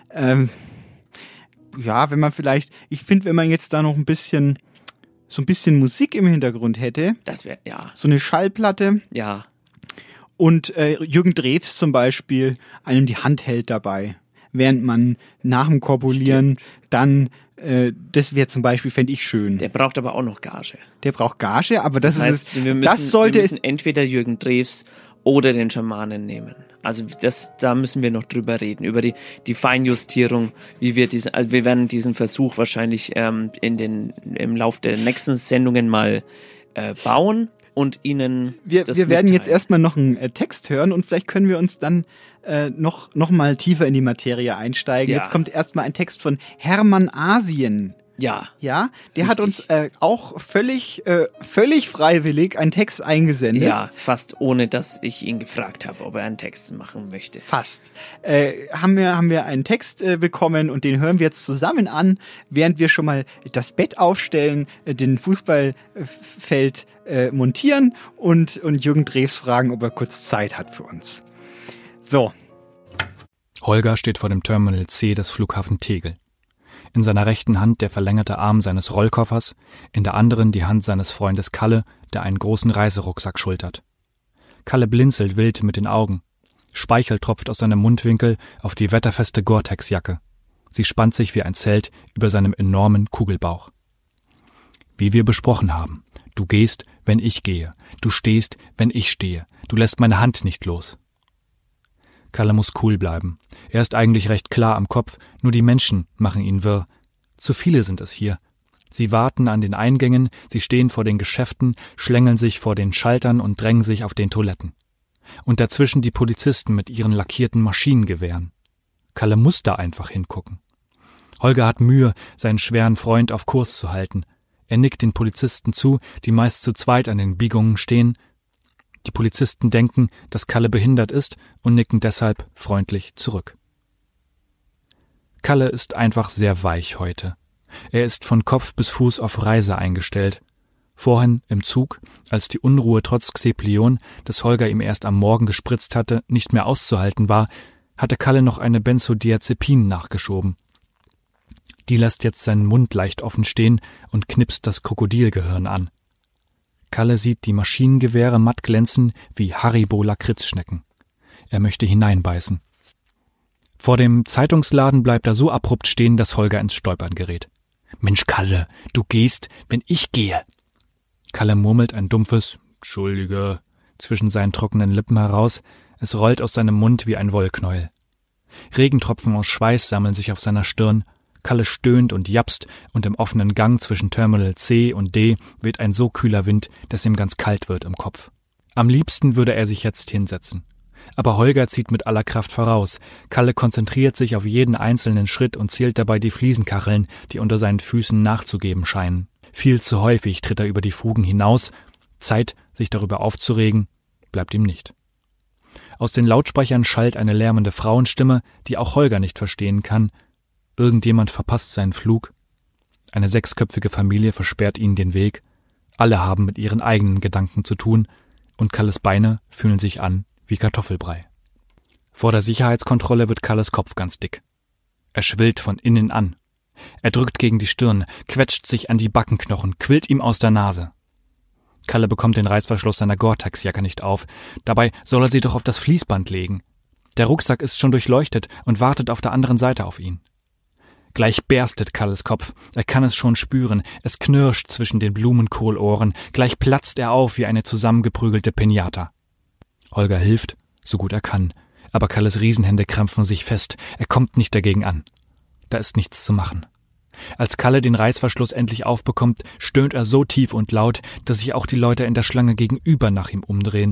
Wenn man vielleicht, ich finde, wenn man jetzt da noch so ein bisschen Musik im Hintergrund hätte. Das wäre, so eine Schallplatte. Ja. Und Jürgen Drews zum Beispiel einem die Hand hält dabei, während man nach dem Korpulieren dann, das wäre zum Beispiel, fände ich schön. Der braucht aber auch noch Gage. Der braucht Gage, aber das heißt, wir müssen entweder Jürgen Drews oder den Schamanen nehmen. Also da müssen wir noch drüber reden, über die Feinjustierung, wie wir wir werden diesen Versuch wahrscheinlich im Lauf der nächsten Sendungen mal bauen. Und Ihnen wir werden jetzt erstmal noch einen Text hören und vielleicht können wir uns dann noch mal tiefer in die Materie einsteigen. Jetzt kommt erstmal ein Text von Hermann Asien. Ja. Ja, der hat uns auch völlig freiwillig einen Text eingesendet. Ja, fast ohne, dass ich ihn gefragt habe, ob er einen Text machen möchte. Fast. Haben wir einen Text bekommen und den hören wir jetzt zusammen an, während wir schon mal das Bett aufstellen, den Fußballfeld montieren und Jürgen Drews fragen, ob er kurz Zeit hat für uns. So. Holger steht vor dem Terminal C des Flughafen Tegel. In seiner rechten Hand der verlängerte Arm seines Rollkoffers, in der anderen die Hand seines Freundes Kalle, der einen großen Reiserucksack schultert. Kalle blinzelt wild mit den Augen. Speichel tropft aus seinem Mundwinkel auf die wetterfeste Gore-Tex-Jacke. Sie spannt sich wie ein Zelt über seinem enormen Kugelbauch. Wie wir besprochen haben. Du gehst, wenn ich gehe. Du stehst, wenn ich stehe. Du lässt meine Hand nicht los. Kalle muss cool bleiben. Er ist eigentlich recht klar am Kopf, nur die Menschen machen ihn wirr. Zu viele sind es hier. Sie warten an den Eingängen, sie stehen vor den Geschäften, schlängeln sich vor den Schaltern und drängen sich auf den Toiletten. Und dazwischen die Polizisten mit ihren lackierten Maschinengewehren. Kalle muss da einfach hingucken. Holger hat Mühe, seinen schweren Freund auf Kurs zu halten. Er nickt den Polizisten zu, die meist zu zweit an den Biegungen stehen. Die Polizisten denken, dass Kalle behindert ist und nicken deshalb freundlich zurück. Kalle ist einfach sehr weich heute. Er ist von Kopf bis Fuß auf Reise eingestellt. Vorhin im Zug, als die Unruhe trotz Xeplion, das Holger ihm erst am Morgen gespritzt hatte, nicht mehr auszuhalten war, hatte Kalle noch eine Benzodiazepin nachgeschoben. Die lässt jetzt seinen Mund leicht offen stehen und knipst das Krokodilgehirn an. Kalle sieht die Maschinengewehre matt glänzen wie Haribo-Lakritzschnecken. Er möchte hineinbeißen. Vor dem Zeitungsladen bleibt er so abrupt stehen, dass Holger ins Stolpern gerät. »Mensch, Kalle, du gehst, wenn ich gehe!« Kalle murmelt ein dumpfes »Entschuldige« zwischen seinen trockenen Lippen heraus. Es rollt aus seinem Mund wie ein Wollknäuel. Regentropfen aus Schweiß sammeln sich auf seiner Stirn. Kalle stöhnt und japst, und im offenen Gang zwischen Terminal C und D weht ein so kühler Wind, dass ihm ganz kalt wird im Kopf. Am liebsten würde er sich jetzt hinsetzen. Aber Holger zieht mit aller Kraft voraus. Kalle konzentriert sich auf jeden einzelnen Schritt und zählt dabei die Fliesenkacheln, die unter seinen Füßen nachzugeben scheinen. Viel zu häufig tritt er über die Fugen hinaus. Zeit, sich darüber aufzuregen, bleibt ihm nicht. Aus den Lautsprechern schallt eine lärmende Frauenstimme, die auch Holger nicht verstehen kann. Irgendjemand verpasst seinen Flug. Eine 6-köpfige Familie versperrt ihnen den Weg. Alle haben mit ihren eigenen Gedanken zu tun, und Kalles Beine fühlen sich an wie Kartoffelbrei. Vor der Sicherheitskontrolle wird Kalles Kopf ganz dick. Er schwillt von innen an. Er drückt gegen die Stirn, quetscht sich an die Backenknochen, quillt ihm aus der Nase. Kalle bekommt den Reißverschluss seiner Gore-Tex-Jacke nicht auf. Dabei soll er sie doch auf das Fließband legen. Der Rucksack ist schon durchleuchtet und wartet auf der anderen Seite auf ihn. Gleich berstet Kalles Kopf. Er kann es schon spüren. Es knirscht zwischen den Blumenkohlohren. Gleich platzt er auf wie eine zusammengeprügelte Pinata. Holger hilft, so gut er kann. Aber Kalles Riesenhände krampfen sich fest. Er kommt nicht dagegen an. Da ist nichts zu machen. Als Kalle den Reißverschluss endlich aufbekommt, stöhnt er so tief und laut, dass sich auch die Leute in der Schlange gegenüber nach ihm umdrehen.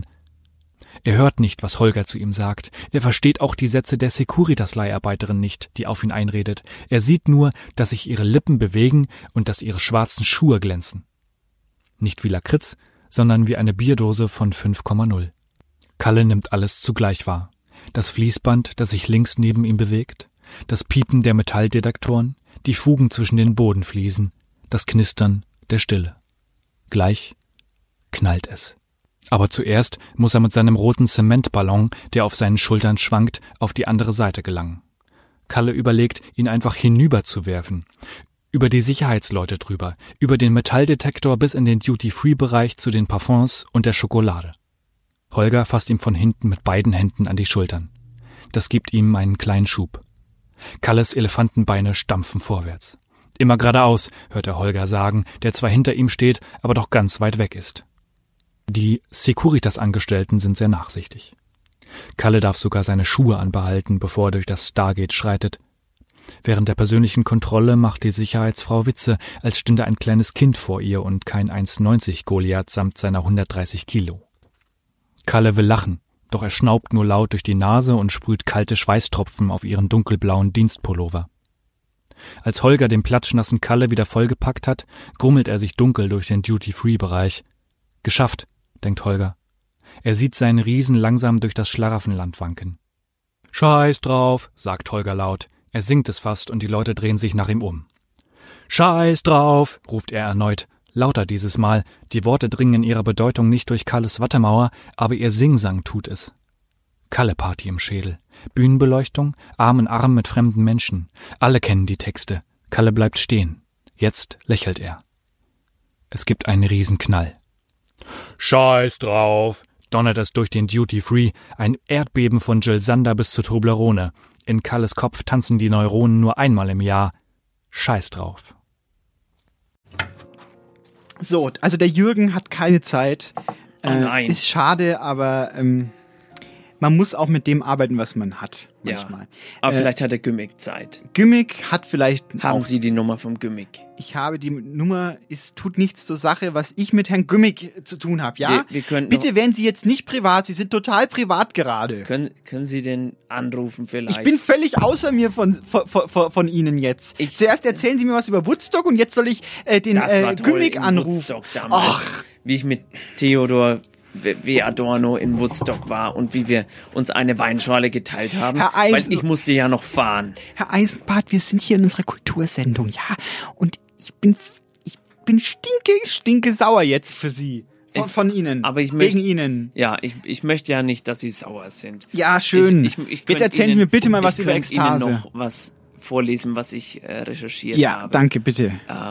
Er hört nicht, was Holger zu ihm sagt. Er versteht auch die Sätze der Securitas-Leiharbeiterin nicht, die auf ihn einredet. Er sieht nur, dass sich ihre Lippen bewegen und dass ihre schwarzen Schuhe glänzen. Nicht wie Lakritz, sondern wie eine Bierdose von 5,0. Kalle nimmt alles zugleich wahr. Das Fließband, das sich links neben ihm bewegt, das Piepen der Metalldetektoren, die Fugen zwischen den Bodenfliesen, das Knistern der Stille. Gleich knallt es. Aber zuerst muss er mit seinem roten Zementballon, der auf seinen Schultern schwankt, auf die andere Seite gelangen. Kalle überlegt, ihn einfach hinüberzuwerfen. Über die Sicherheitsleute drüber, über den Metalldetektor bis in den Duty-Free-Bereich zu den Parfums und der Schokolade. Holger fasst ihm von hinten mit beiden Händen an die Schultern. Das gibt ihm einen kleinen Schub. Kalles Elefantenbeine stampfen vorwärts. Immer geradeaus, hört er Holger sagen, der zwar hinter ihm steht, aber doch ganz weit weg ist. Die Securitas-Angestellten sind sehr nachsichtig. Kalle darf sogar seine Schuhe anbehalten, bevor er durch das Stargate schreitet. Während der persönlichen Kontrolle macht die Sicherheitsfrau Witze, als stünde ein kleines Kind vor ihr und kein 1,90 Goliath samt seiner 130 Kilo. Kalle will lachen, doch er schnaubt nur laut durch die Nase und sprüht kalte Schweißtropfen auf ihren dunkelblauen Dienstpullover. Als Holger den platschnassen Kalle wieder vollgepackt hat, grummelt er sich dunkel durch den Duty-Free-Bereich. Geschafft, denkt Holger. Er sieht seinen Riesen langsam durch das Schlaraffenland wanken. »Scheiß drauf«, sagt Holger laut. Er singt es fast und die Leute drehen sich nach ihm um. »Scheiß drauf«, ruft er erneut. Lauter dieses Mal. Die Worte dringen in ihrer Bedeutung nicht durch Kalles Wattemauer, aber ihr Singsang tut es. Kalle-Party im Schädel. Bühnenbeleuchtung, Arm in Arm mit fremden Menschen. Alle kennen die Texte. Kalle bleibt stehen. Jetzt lächelt er. Es gibt einen Riesenknall. Scheiß drauf, donnert es durch den Duty-Free, ein Erdbeben von Jill Sander bis zur Toblerone. In Kalles Kopf tanzen die Neuronen nur einmal im Jahr. Scheiß drauf. So, also der Jürgen hat keine Zeit. Oh nein. Ist schade, aber man muss auch mit dem arbeiten, was man hat. Manchmal. Ja, aber vielleicht hat der Gimmick Zeit. Gimmick hat vielleicht Haben auch, Sie die Nummer vom Gimmick? Ich habe die Nummer, es tut nichts zur Sache, was ich mit Herrn Gimmick zu tun habe, ja? Wir können Bitte werden Sie jetzt nicht privat, Sie sind total privat gerade. Können Sie den anrufen vielleicht? Ich bin völlig außer mir von Ihnen jetzt. Zuerst erzählen Sie mir was über Woodstock und jetzt soll ich den Gimmick anrufen. Woodstock damals, wie ich mit Theodor W. Adorno in Woodstock war und wie wir uns eine Weinschorle geteilt haben, weil ich musste ja noch fahren. Herr Eisenbart, wir sind hier in unserer Kultursendung, ja, und ich bin stinke sauer jetzt für Sie. Von Ihnen. Aber wegen Ihnen. Ja, ich möchte ja nicht, dass Sie sauer sind. Ja, schön. Jetzt erzählen Sie mir bitte mal was über Ekstase. Ich Ihnen noch was vorlesen, was ich recherchiert habe. Ja, danke, bitte.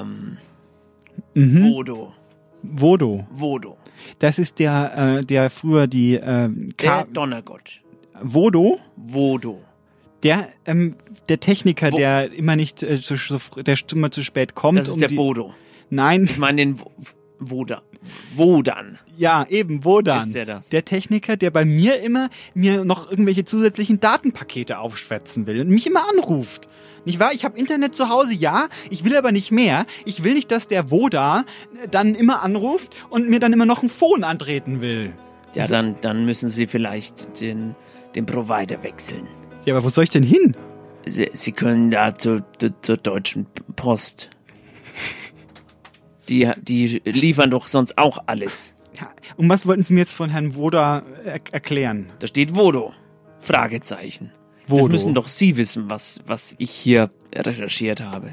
Vodo. Das ist der früher die der Donnergott. Vodo. Der Techniker, Wo? der immer nicht der immer zu spät kommt. Das ist der Bodo. Nein. Ich meine den Wodan. Ja, eben, Wodan. Ist der das? Der Techniker, der bei mir noch irgendwelche zusätzlichen Datenpakete aufschwätzen will und mich immer anruft. Nicht wahr? Ich habe Internet zu Hause, ja, ich will aber nicht mehr. Ich will nicht, dass der Woda dann immer anruft und mir dann immer noch ein Phone antreten will. Ja, dann müssen Sie vielleicht den Provider wechseln. Ja, aber wo soll ich denn hin? Sie können da zur Deutschen Post. Die liefern doch sonst auch alles. Ja, und was wollten Sie mir jetzt von Herrn Woda erklären? Da steht Vodo. Fragezeichen. Vodo. Das müssen doch Sie wissen, was ich hier recherchiert habe.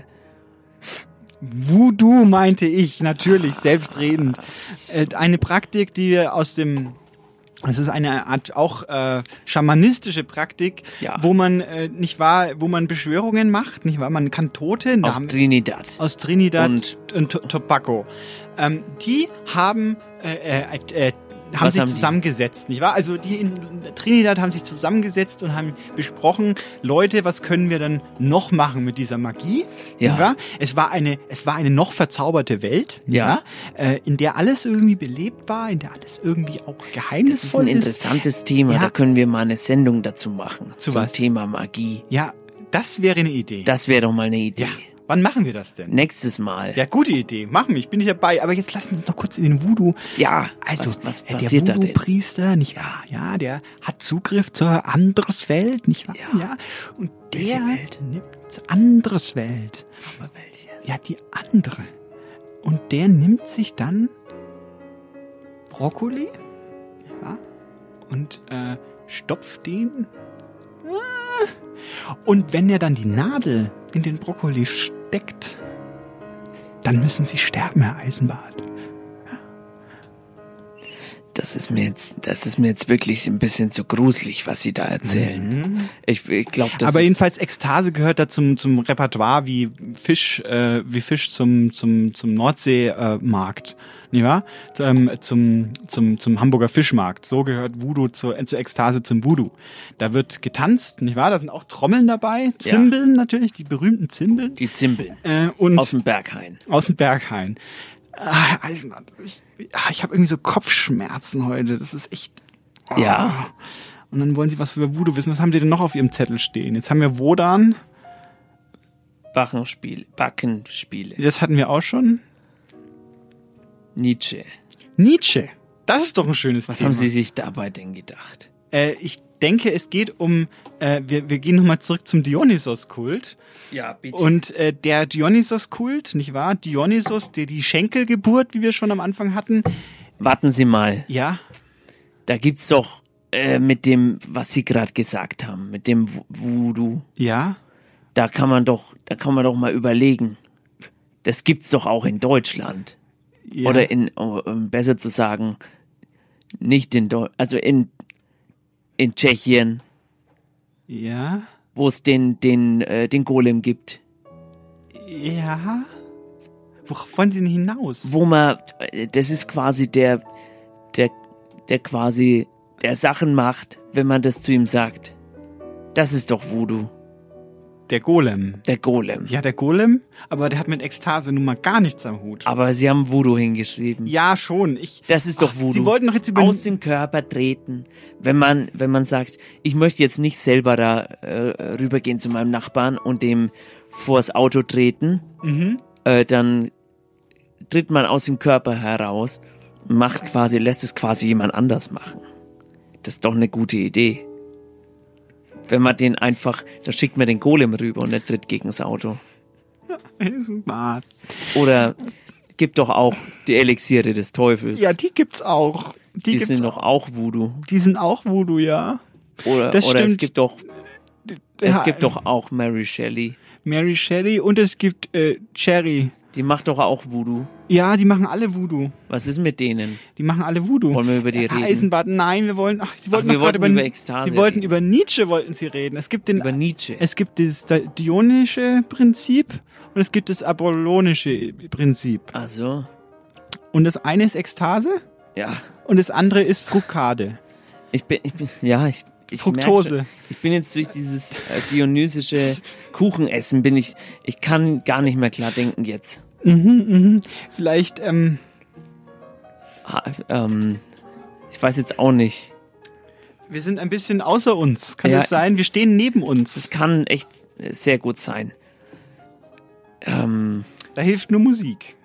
Voodoo meinte ich, natürlich, selbstredend. Eine Praktik, die wir es ist eine Art auch schamanistische Praktik, ja. wo man wo man Beschwörungen macht, nicht wahr? Man kann Tote aus Trinidad und Tobago. Die haben sich zusammengesetzt, nicht wahr? Also die in Trinidad haben sich zusammengesetzt und haben besprochen, Leute, was können wir dann noch machen mit dieser Magie? Ja. Nicht wahr? Es war eine noch verzauberte Welt, nicht wahr? In der alles irgendwie belebt war, in der alles irgendwie auch geheimnisvoll ist. Das ist ein interessantes Thema, da können wir mal eine Sendung dazu machen. Zum was? Thema Magie. Ja, das wäre eine Idee. Das wäre doch mal eine Idee. Ja. Wann machen wir das denn? Nächstes Mal. Ja, gute Idee. Machen wir. Ich bin nicht dabei. Aber jetzt lassen Sie uns noch kurz in den Voodoo. Ja, also was passiert der Voodoo-Priester, nicht wahr? Ja, der hat Zugriff zur Anderswelt, nicht wahr? Ja. Und der nimmt Anderswelt. Aber welches? Ja, die andere. Und der nimmt sich dann Brokkoli, ja, und stopft den. Und wenn er dann die Nadel in den Brokkoli steckt, dann müssen Sie sterben, Herr Eisenbart. Ja. Das ist mir jetzt wirklich ein bisschen zu gruselig, was Sie da erzählen. Mhm. Ich glaube, das Aber ist jedenfalls Ekstase gehört da zum Repertoire wie Fisch zum Nordseemarkt, nicht wahr? Zum Hamburger Fischmarkt. So gehört Voodoo zur Ekstase zum Voodoo. Da wird getanzt, nicht wahr? Da sind auch Trommeln dabei, Zimbeln natürlich, die berühmten Zimbeln. Die Zimbeln. Aus dem Berghain. Ich habe irgendwie so Kopfschmerzen heute. Das ist echt. Oh. Ja. Und dann wollen Sie was über Voodoo wissen. Was haben Sie denn noch auf Ihrem Zettel stehen? Jetzt haben wir Wodan. Backenspiele. Das hatten wir auch schon. Nietzsche. Das ist doch ein schönes Was Thema. haben Sie sich dabei denn gedacht? Ich denke, es geht um, wir gehen nochmal zurück zum Dionysos-Kult. Ja, bitte. Und der Dionysos-Kult, nicht wahr? Dionysos, die Schenkelgeburt, wie wir schon am Anfang hatten. Warten Sie mal. Ja? Da gibt's doch mit dem, was Sie gerade gesagt haben, mit dem Voodoo. Ja? Da kann man doch mal überlegen. Das gibt's doch auch in Deutschland. Ja. Oder besser zu sagen, nicht in Deutschland, also in in Tschechien. Ja? Wo es den Golem gibt. Ja? Wo wollen Sie denn hinaus? Wo man, das ist quasi der quasi der Sachen macht, wenn man das zu ihm sagt. Das ist doch Voodoo. Der Golem. Der Golem. Ja, der Golem, aber der hat mit Ekstase nun mal gar nichts am Hut. Aber Sie haben Voodoo hingeschrieben. Ja, schon. Das ist doch Voodoo. Sie wollten doch jetzt aus dem Körper treten. Wenn man sagt, ich möchte jetzt nicht selber da rübergehen zu meinem Nachbarn und dem vors Auto treten, dann tritt man aus dem Körper heraus und lässt es quasi jemand anders machen. Das ist doch eine gute Idee. Wenn man den einfach, da schickt man den Golem rüber und er tritt gegen das Auto. Eisenbart. Oder gibt doch auch die Elixiere des Teufels. Ja, die gibt's auch. Die sind doch auch Voodoo. Die sind auch Voodoo, ja. Oder es gibt doch auch Mary Shelley. Mary Shelley und es gibt Cherry. Die macht doch auch Voodoo. Ja, die machen alle Voodoo. Was ist mit denen? Die machen alle Voodoo. Wollen wir über die reden? Eisenbart, nein, wir wollen. Sie wollten über Ekstase. Sie wollten über Nietzsche wollten Sie reden. Über Nietzsche. Es gibt das dionische Prinzip und es gibt das apollonische Prinzip. Ach so. Und das eine ist Ekstase. Ja. Und das andere ist Fructade. Ich Fructose. Ich bin jetzt durch dieses dionysische Kuchenessen ich kann gar nicht mehr klar denken jetzt. Vielleicht, ich weiß jetzt auch nicht. Wir sind ein bisschen außer uns. Kann das sein? Wir stehen neben uns. Das kann echt sehr gut sein. Da hilft nur Musik.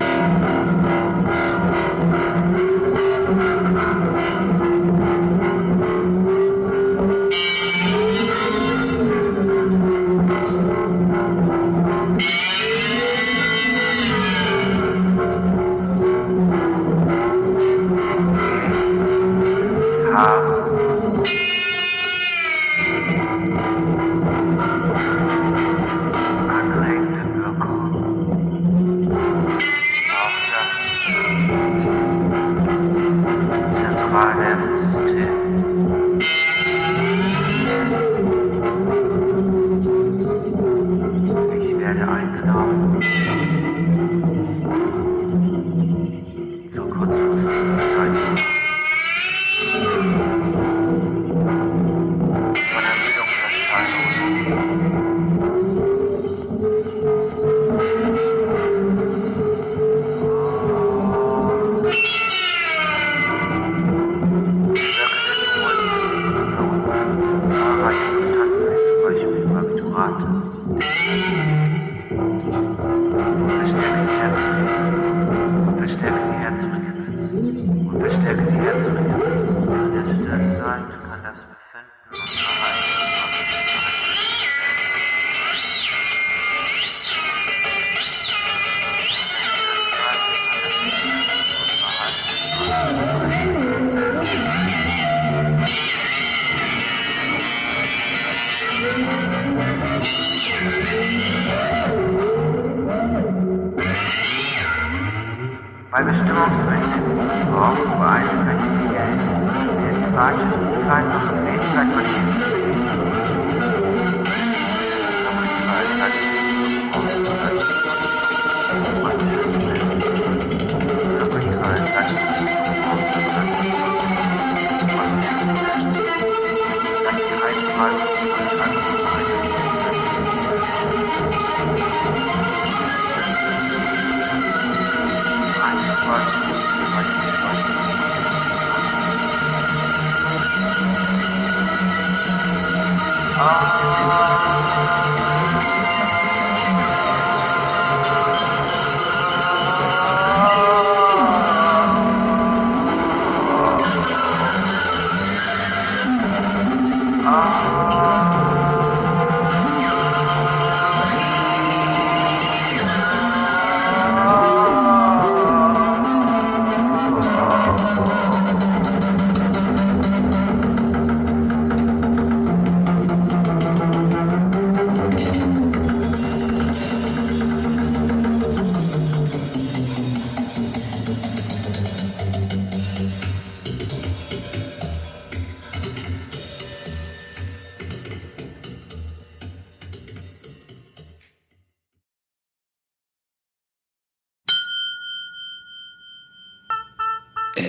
Bei Bestimmungsrecht brauchen wir einen Recht Geld, der die Wahrscheinlichkeit und Fähigkeit verschiebt.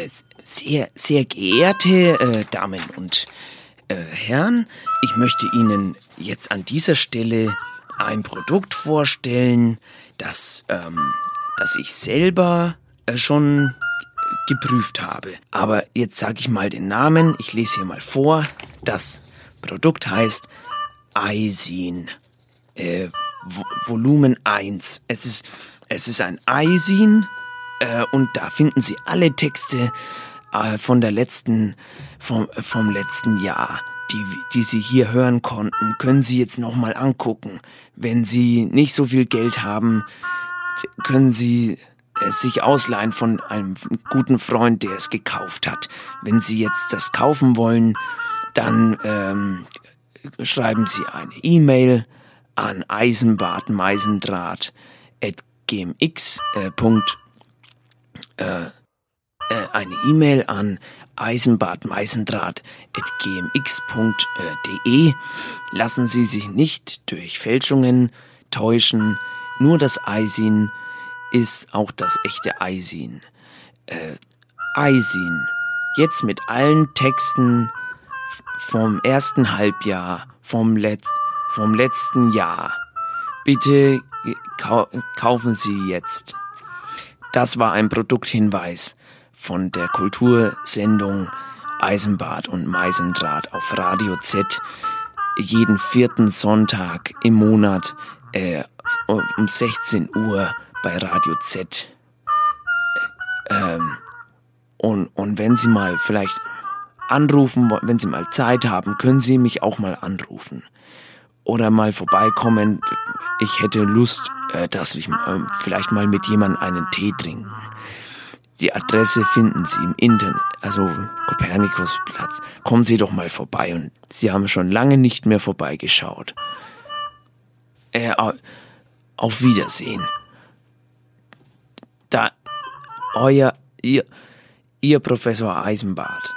Sehr, sehr geehrte Damen und Herren, ich möchte Ihnen jetzt an dieser Stelle ein Produkt vorstellen, das ich selber schon geprüft habe. Aber jetzt sage ich mal den Namen, ich lese hier mal vor. Das Produkt heißt Eisin, Volumen 1. Es ist ein Eisin und da finden Sie alle Texte vom letzten Jahr, die Sie hier hören konnten, können Sie jetzt nochmal angucken. Wenn Sie nicht so viel Geld haben, können Sie es sich ausleihen von einem guten Freund, der es gekauft hat. Wenn Sie jetzt das kaufen wollen, dann schreiben Sie eine E-Mail an eine E-Mail an eisenbadmeisendraht@gmx.de. Lassen Sie sich nicht durch Fälschungen täuschen. Nur das Eisin ist auch das echte Eisin. Eisin. Jetzt mit allen Texten vom ersten Halbjahr, vom letzten Jahr. Bitte kaufen Sie jetzt. Das war ein Produkthinweis von der Kultursendung Eisenbad und Meisendraht auf Radio Z. Jeden 4. Sonntag im Monat um 16 Uhr bei Radio Z. Und wenn Sie mal vielleicht anrufen, wenn Sie mal Zeit haben, können Sie mich auch mal anrufen. Oder mal vorbeikommen. Ich hätte Lust, dass ich vielleicht mal mit jemandem einen Tee trinken. Die Adresse finden Sie im Internet, also Kopernikusplatz. Kommen Sie doch mal vorbei und Sie haben schon lange nicht mehr vorbeigeschaut. Auf Wiedersehen. Ihr Professor Eisenbart.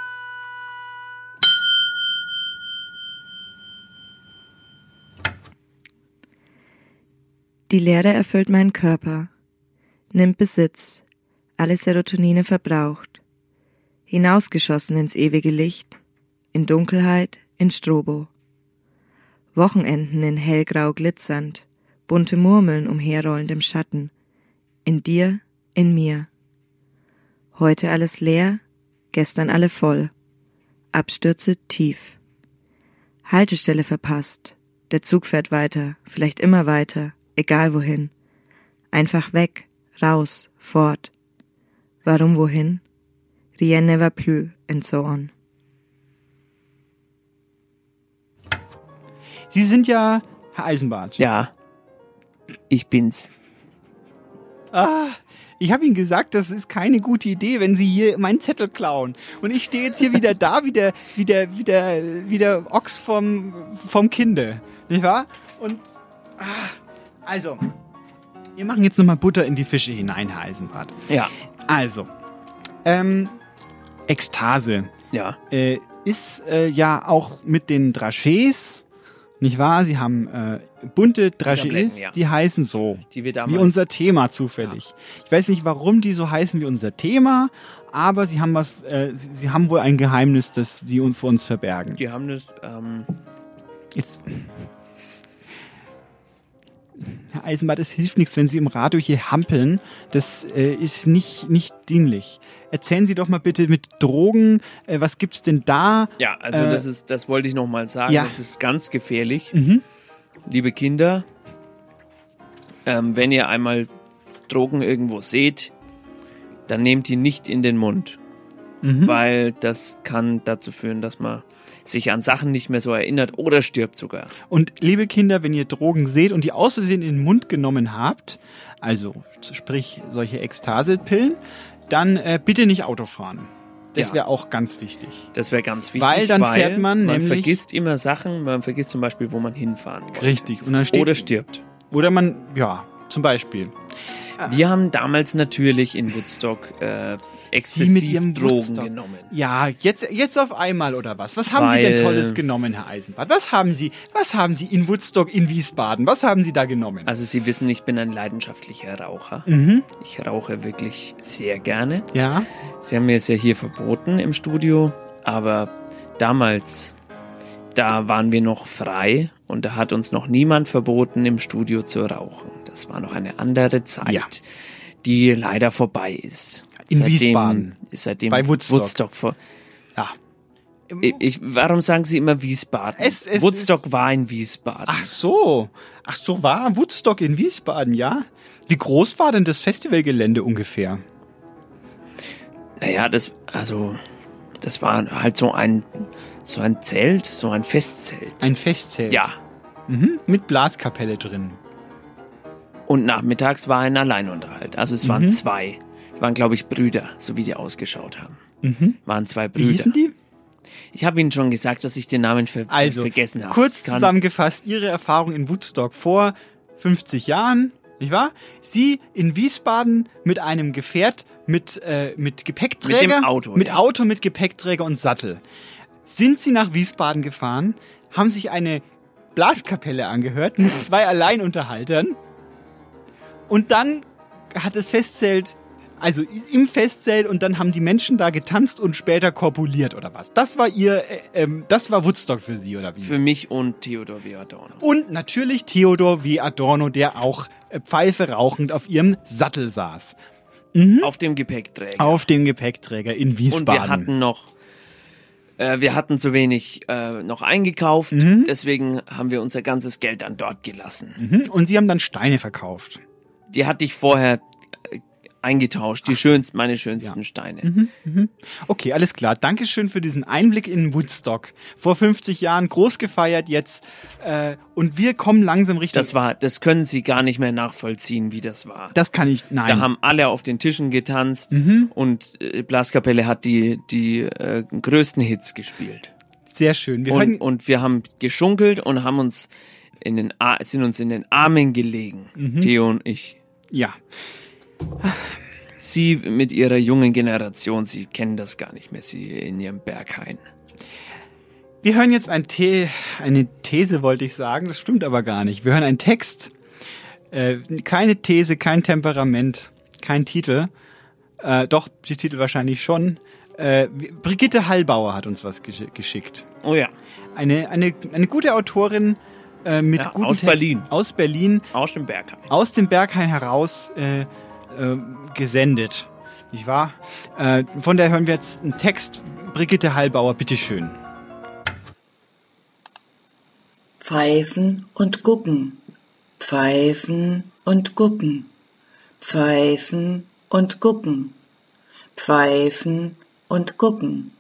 Die Leere erfüllt meinen Körper, nimmt Besitz, alle Serotonine verbraucht, hinausgeschossen ins ewige Licht, in Dunkelheit, in Strobo. Wochenenden in hellgrau glitzernd, bunte Murmeln umherrollend im Schatten, in dir, in mir. Heute alles leer, gestern alle voll, Abstürze tief. Haltestelle verpasst, der Zug fährt weiter, vielleicht immer weiter, egal wohin. Einfach weg, raus, fort. Warum wohin? Rien ne va plus, and so on. Sie sind ja Herr Eisenbart. Ja, ich bin's. Ich habe Ihnen gesagt, das ist keine gute Idee, wenn Sie hier meinen Zettel klauen. Und ich stehe jetzt hier wieder da, wie der Ochs vom Kinde. Nicht wahr? Und, also, wir machen jetzt nochmal Butter in die Fische hinein, Herr Eisenbart. Ja. Also, Ekstase. Ja. Ist ja auch mit den Dragés, nicht wahr? Sie haben bunte Dragés, ja. Die heißen so, die wir damals, wie unser Thema zufällig. Ja. Ich weiß nicht, warum die so heißen wie unser Thema, aber sie haben sie haben wohl ein Geheimnis, das sie vor uns verbergen. Geheimnis, Jetzt... Herr Eisenbart, es hilft nichts, wenn Sie im Radio hier hampeln. Das ist nicht dienlich. Erzählen Sie doch mal bitte mit Drogen, was gibt's denn da? Ja, also das wollte ich nochmal sagen, ja. Das ist ganz gefährlich. Mhm. Liebe Kinder, wenn ihr einmal Drogen irgendwo seht, dann nehmt die nicht in den Mund. Weil das kann dazu führen, dass man sich an Sachen nicht mehr so erinnert oder stirbt sogar. Und liebe Kinder, wenn ihr Drogen seht und die aus Versehen in den Mund genommen habt, also sprich solche Ekstasepillen, dann bitte nicht Auto fahren. Das wäre auch ganz wichtig. Das wäre ganz wichtig, weil dann fährt man nämlich... Man vergisst immer Sachen, man vergisst zum Beispiel, wo man hinfahren wollte. Richtig. Und dann steht, oder stirbt. Oder man, ja, zum Beispiel. Wir haben damals natürlich in Woodstock exzessiv Drogen genommen. Ja, jetzt auf einmal oder was? Was haben Sie denn Tolles genommen, Herr Eisenbart? Was haben Sie in Woodstock in Wiesbaden? Was haben Sie da genommen? Also Sie wissen, ich bin ein leidenschaftlicher Raucher. Ich rauche wirklich sehr gerne. Ja. Sie haben mir es ja hier verboten im Studio, aber damals, da waren wir noch frei und da hat uns noch niemand verboten, im Studio zu rauchen. Das war noch eine andere Zeit, die leider vorbei ist. In Wiesbaden. Seitdem bei Woodstock vor. Ja. Warum sagen Sie immer Wiesbaden? Woodstock war in Wiesbaden. Ach so, war Woodstock in Wiesbaden, ja? Wie groß war denn das Festivalgelände ungefähr? Naja, das war halt so ein Zelt, so ein Festzelt. Ein Festzelt? Ja. Mit Blaskapelle drin. Und nachmittags war ein Alleinunterhalt. Also es waren zwei. Es waren, glaube ich, Brüder, so wie die ausgeschaut haben. Waren zwei Brüder. Wie hießen die? Ich habe Ihnen schon gesagt, dass ich den Namen vergessen habe. Kurz zusammengefasst, Ihre Erfahrung in Woodstock vor 50 Jahren, nicht wahr? Sie in Wiesbaden mit einem Gefährt mit Gepäckträger. Mit dem Auto. Mit Auto, mit Gepäckträger und Sattel. Sind Sie nach Wiesbaden gefahren, haben sich eine Blaskapelle angehört mit zwei Alleinunterhaltern und dann hat das Festzelt, also im Festzelt, und dann haben die Menschen da getanzt und später korpuliert oder was? Das war das war Woodstock für Sie oder wie? Für mich und Theodor W. Adorno. Und natürlich Theodor W. Adorno, der auch Pfeife rauchend auf ihrem Sattel saß. Auf dem Gepäckträger. Auf dem Gepäckträger in Wiesbaden. Und wir hatten zu wenig noch eingekauft, deswegen haben wir unser ganzes Geld dann dort gelassen. Und Sie haben dann Steine verkauft? Die hatte ich vorher eingetauscht, meine schönsten Steine. Okay, alles klar. Dankeschön für diesen Einblick in Woodstock. Vor 50 Jahren groß gefeiert jetzt und wir kommen langsam Richtung... Das können Sie gar nicht mehr nachvollziehen, wie das war. Das kann ich, nein. Da haben alle auf den Tischen getanzt und Blaskapelle hat die größten Hits gespielt. Sehr schön. Und wir haben geschunkelt und haben uns sind uns in den Armen gelegen, Theo und ich. Ja. Sie mit Ihrer jungen Generation, Sie kennen das gar nicht mehr, Sie in Ihrem Berghain. Wir hören jetzt eine These, wollte ich sagen, das stimmt aber gar nicht. Wir hören einen Text, keine These, kein Temperament, kein Titel. Doch, die Titel wahrscheinlich schon. Brigitte Hallbauer hat uns was geschickt. Oh ja. Eine gute Autorin, mit guten aus Texten. Berlin. Aus Berlin. Aus dem Berghain. Aus dem Berghain heraus gesendet. Nicht wahr? Von der hören wir jetzt einen Text. Brigitte Hallbauer, bitteschön. Pfeifen und gucken. Pfeifen und gucken. Pfeifen und gucken. Pfeifen und gucken.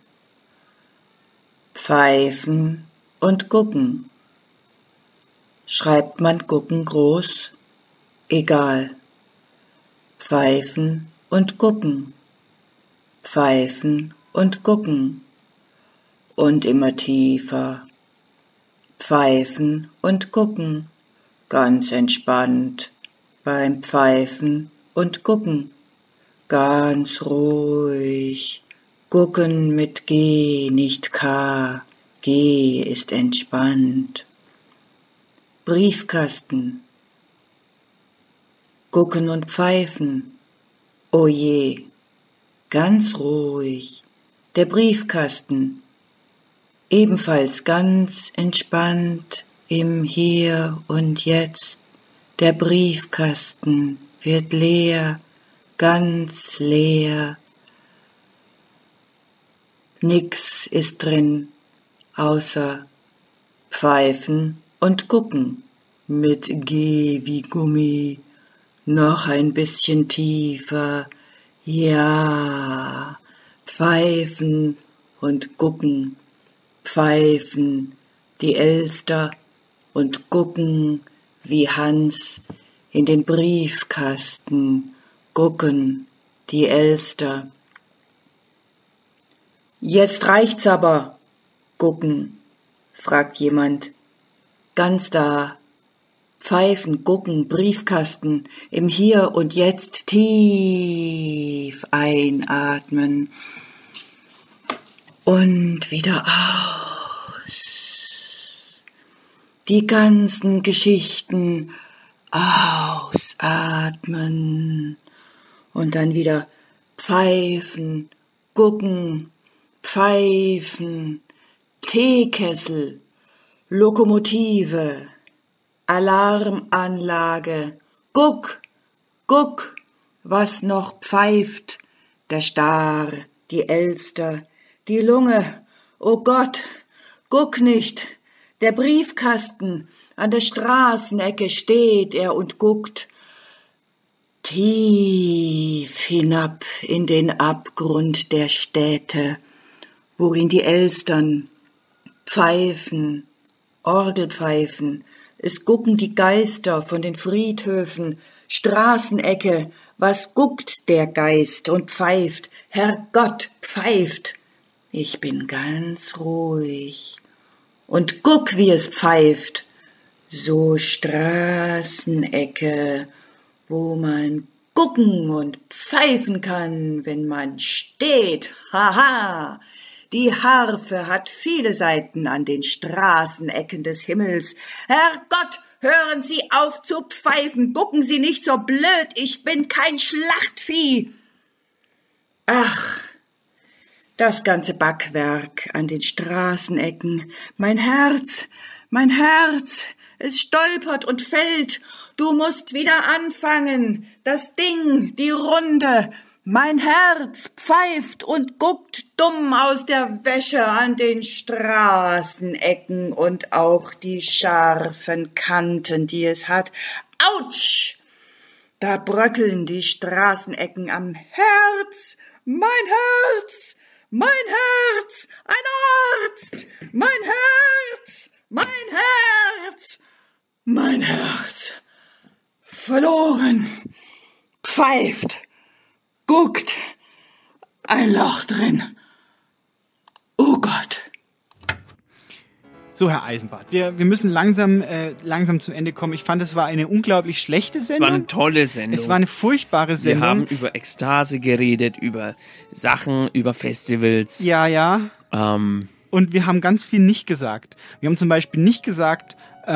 Pfeifen und gucken. Schreibt man gucken groß? Egal. Pfeifen und gucken. Pfeifen und gucken. Und immer tiefer. Pfeifen und gucken. Ganz entspannt beim Pfeifen und gucken. Ganz ruhig. Gucken mit G, nicht K. G ist entspannt. Briefkasten. Gucken und pfeifen. Oh je. Ganz ruhig. Der Briefkasten. Ebenfalls ganz entspannt im Hier und Jetzt. Der Briefkasten wird leer, ganz leer. Nix ist drin, außer Pfeifen und gucken. Mit G wie Gummi. Noch ein bisschen tiefer. Ja. Pfeifen und gucken. Pfeifen, die Elster, und gucken wie Hans in den Briefkasten. Gucken, die Elster. Jetzt reicht's aber. Gucken, fragt jemand. Ganz da. Pfeifen, gucken, Briefkasten, im Hier und Jetzt tief einatmen und wieder aus. Die ganzen Geschichten ausatmen und dann wieder pfeifen, gucken, pfeifen, Teekessel, Lokomotive, Alarmanlage, guck, was noch pfeift, der Star, die Elster, die Lunge, oh Gott, guck nicht, der Briefkasten, an der Straßenecke steht er und guckt tief hinab in den Abgrund der Städte, worin die Elstern pfeifen, Orgelpfeifen, es gucken die Geister von den Friedhöfen, Straßenecke, was guckt der Geist und pfeift, Herrgott pfeift. Ich bin ganz ruhig und guck, wie es pfeift, so Straßenecke, wo man gucken und pfeifen kann, wenn man steht, haha. Die Harfe hat viele Saiten an den Straßenecken des Himmels. Herrgott, hören Sie auf zu pfeifen, gucken Sie nicht so blöd, ich bin kein Schlachtvieh. Ach, das ganze Backwerk an den Straßenecken, mein Herz, es stolpert und fällt, du musst wieder anfangen, das Ding, die Runde. Mein Herz pfeift und guckt dumm aus der Wäsche an den Straßenecken und auch die scharfen Kanten, die es hat. Autsch! Da bröckeln die Straßenecken am Herz. Mein Herz! Mein Herz! Ein Arzt! Mein Herz! Mein Herz! Mein Herz! Verloren! Pfeift! Guckt, ein Loch drin. Oh Gott. So, Herr Eisenbart, wir müssen langsam zum Ende kommen. Ich fand, es war eine unglaublich schlechte Sendung. Es war eine tolle Sendung. Es war eine furchtbare Sendung. Wir haben über Ekstase geredet, über Sachen, über Festivals. Ja. Und wir haben ganz viel nicht gesagt. Wir haben zum Beispiel nicht gesagt,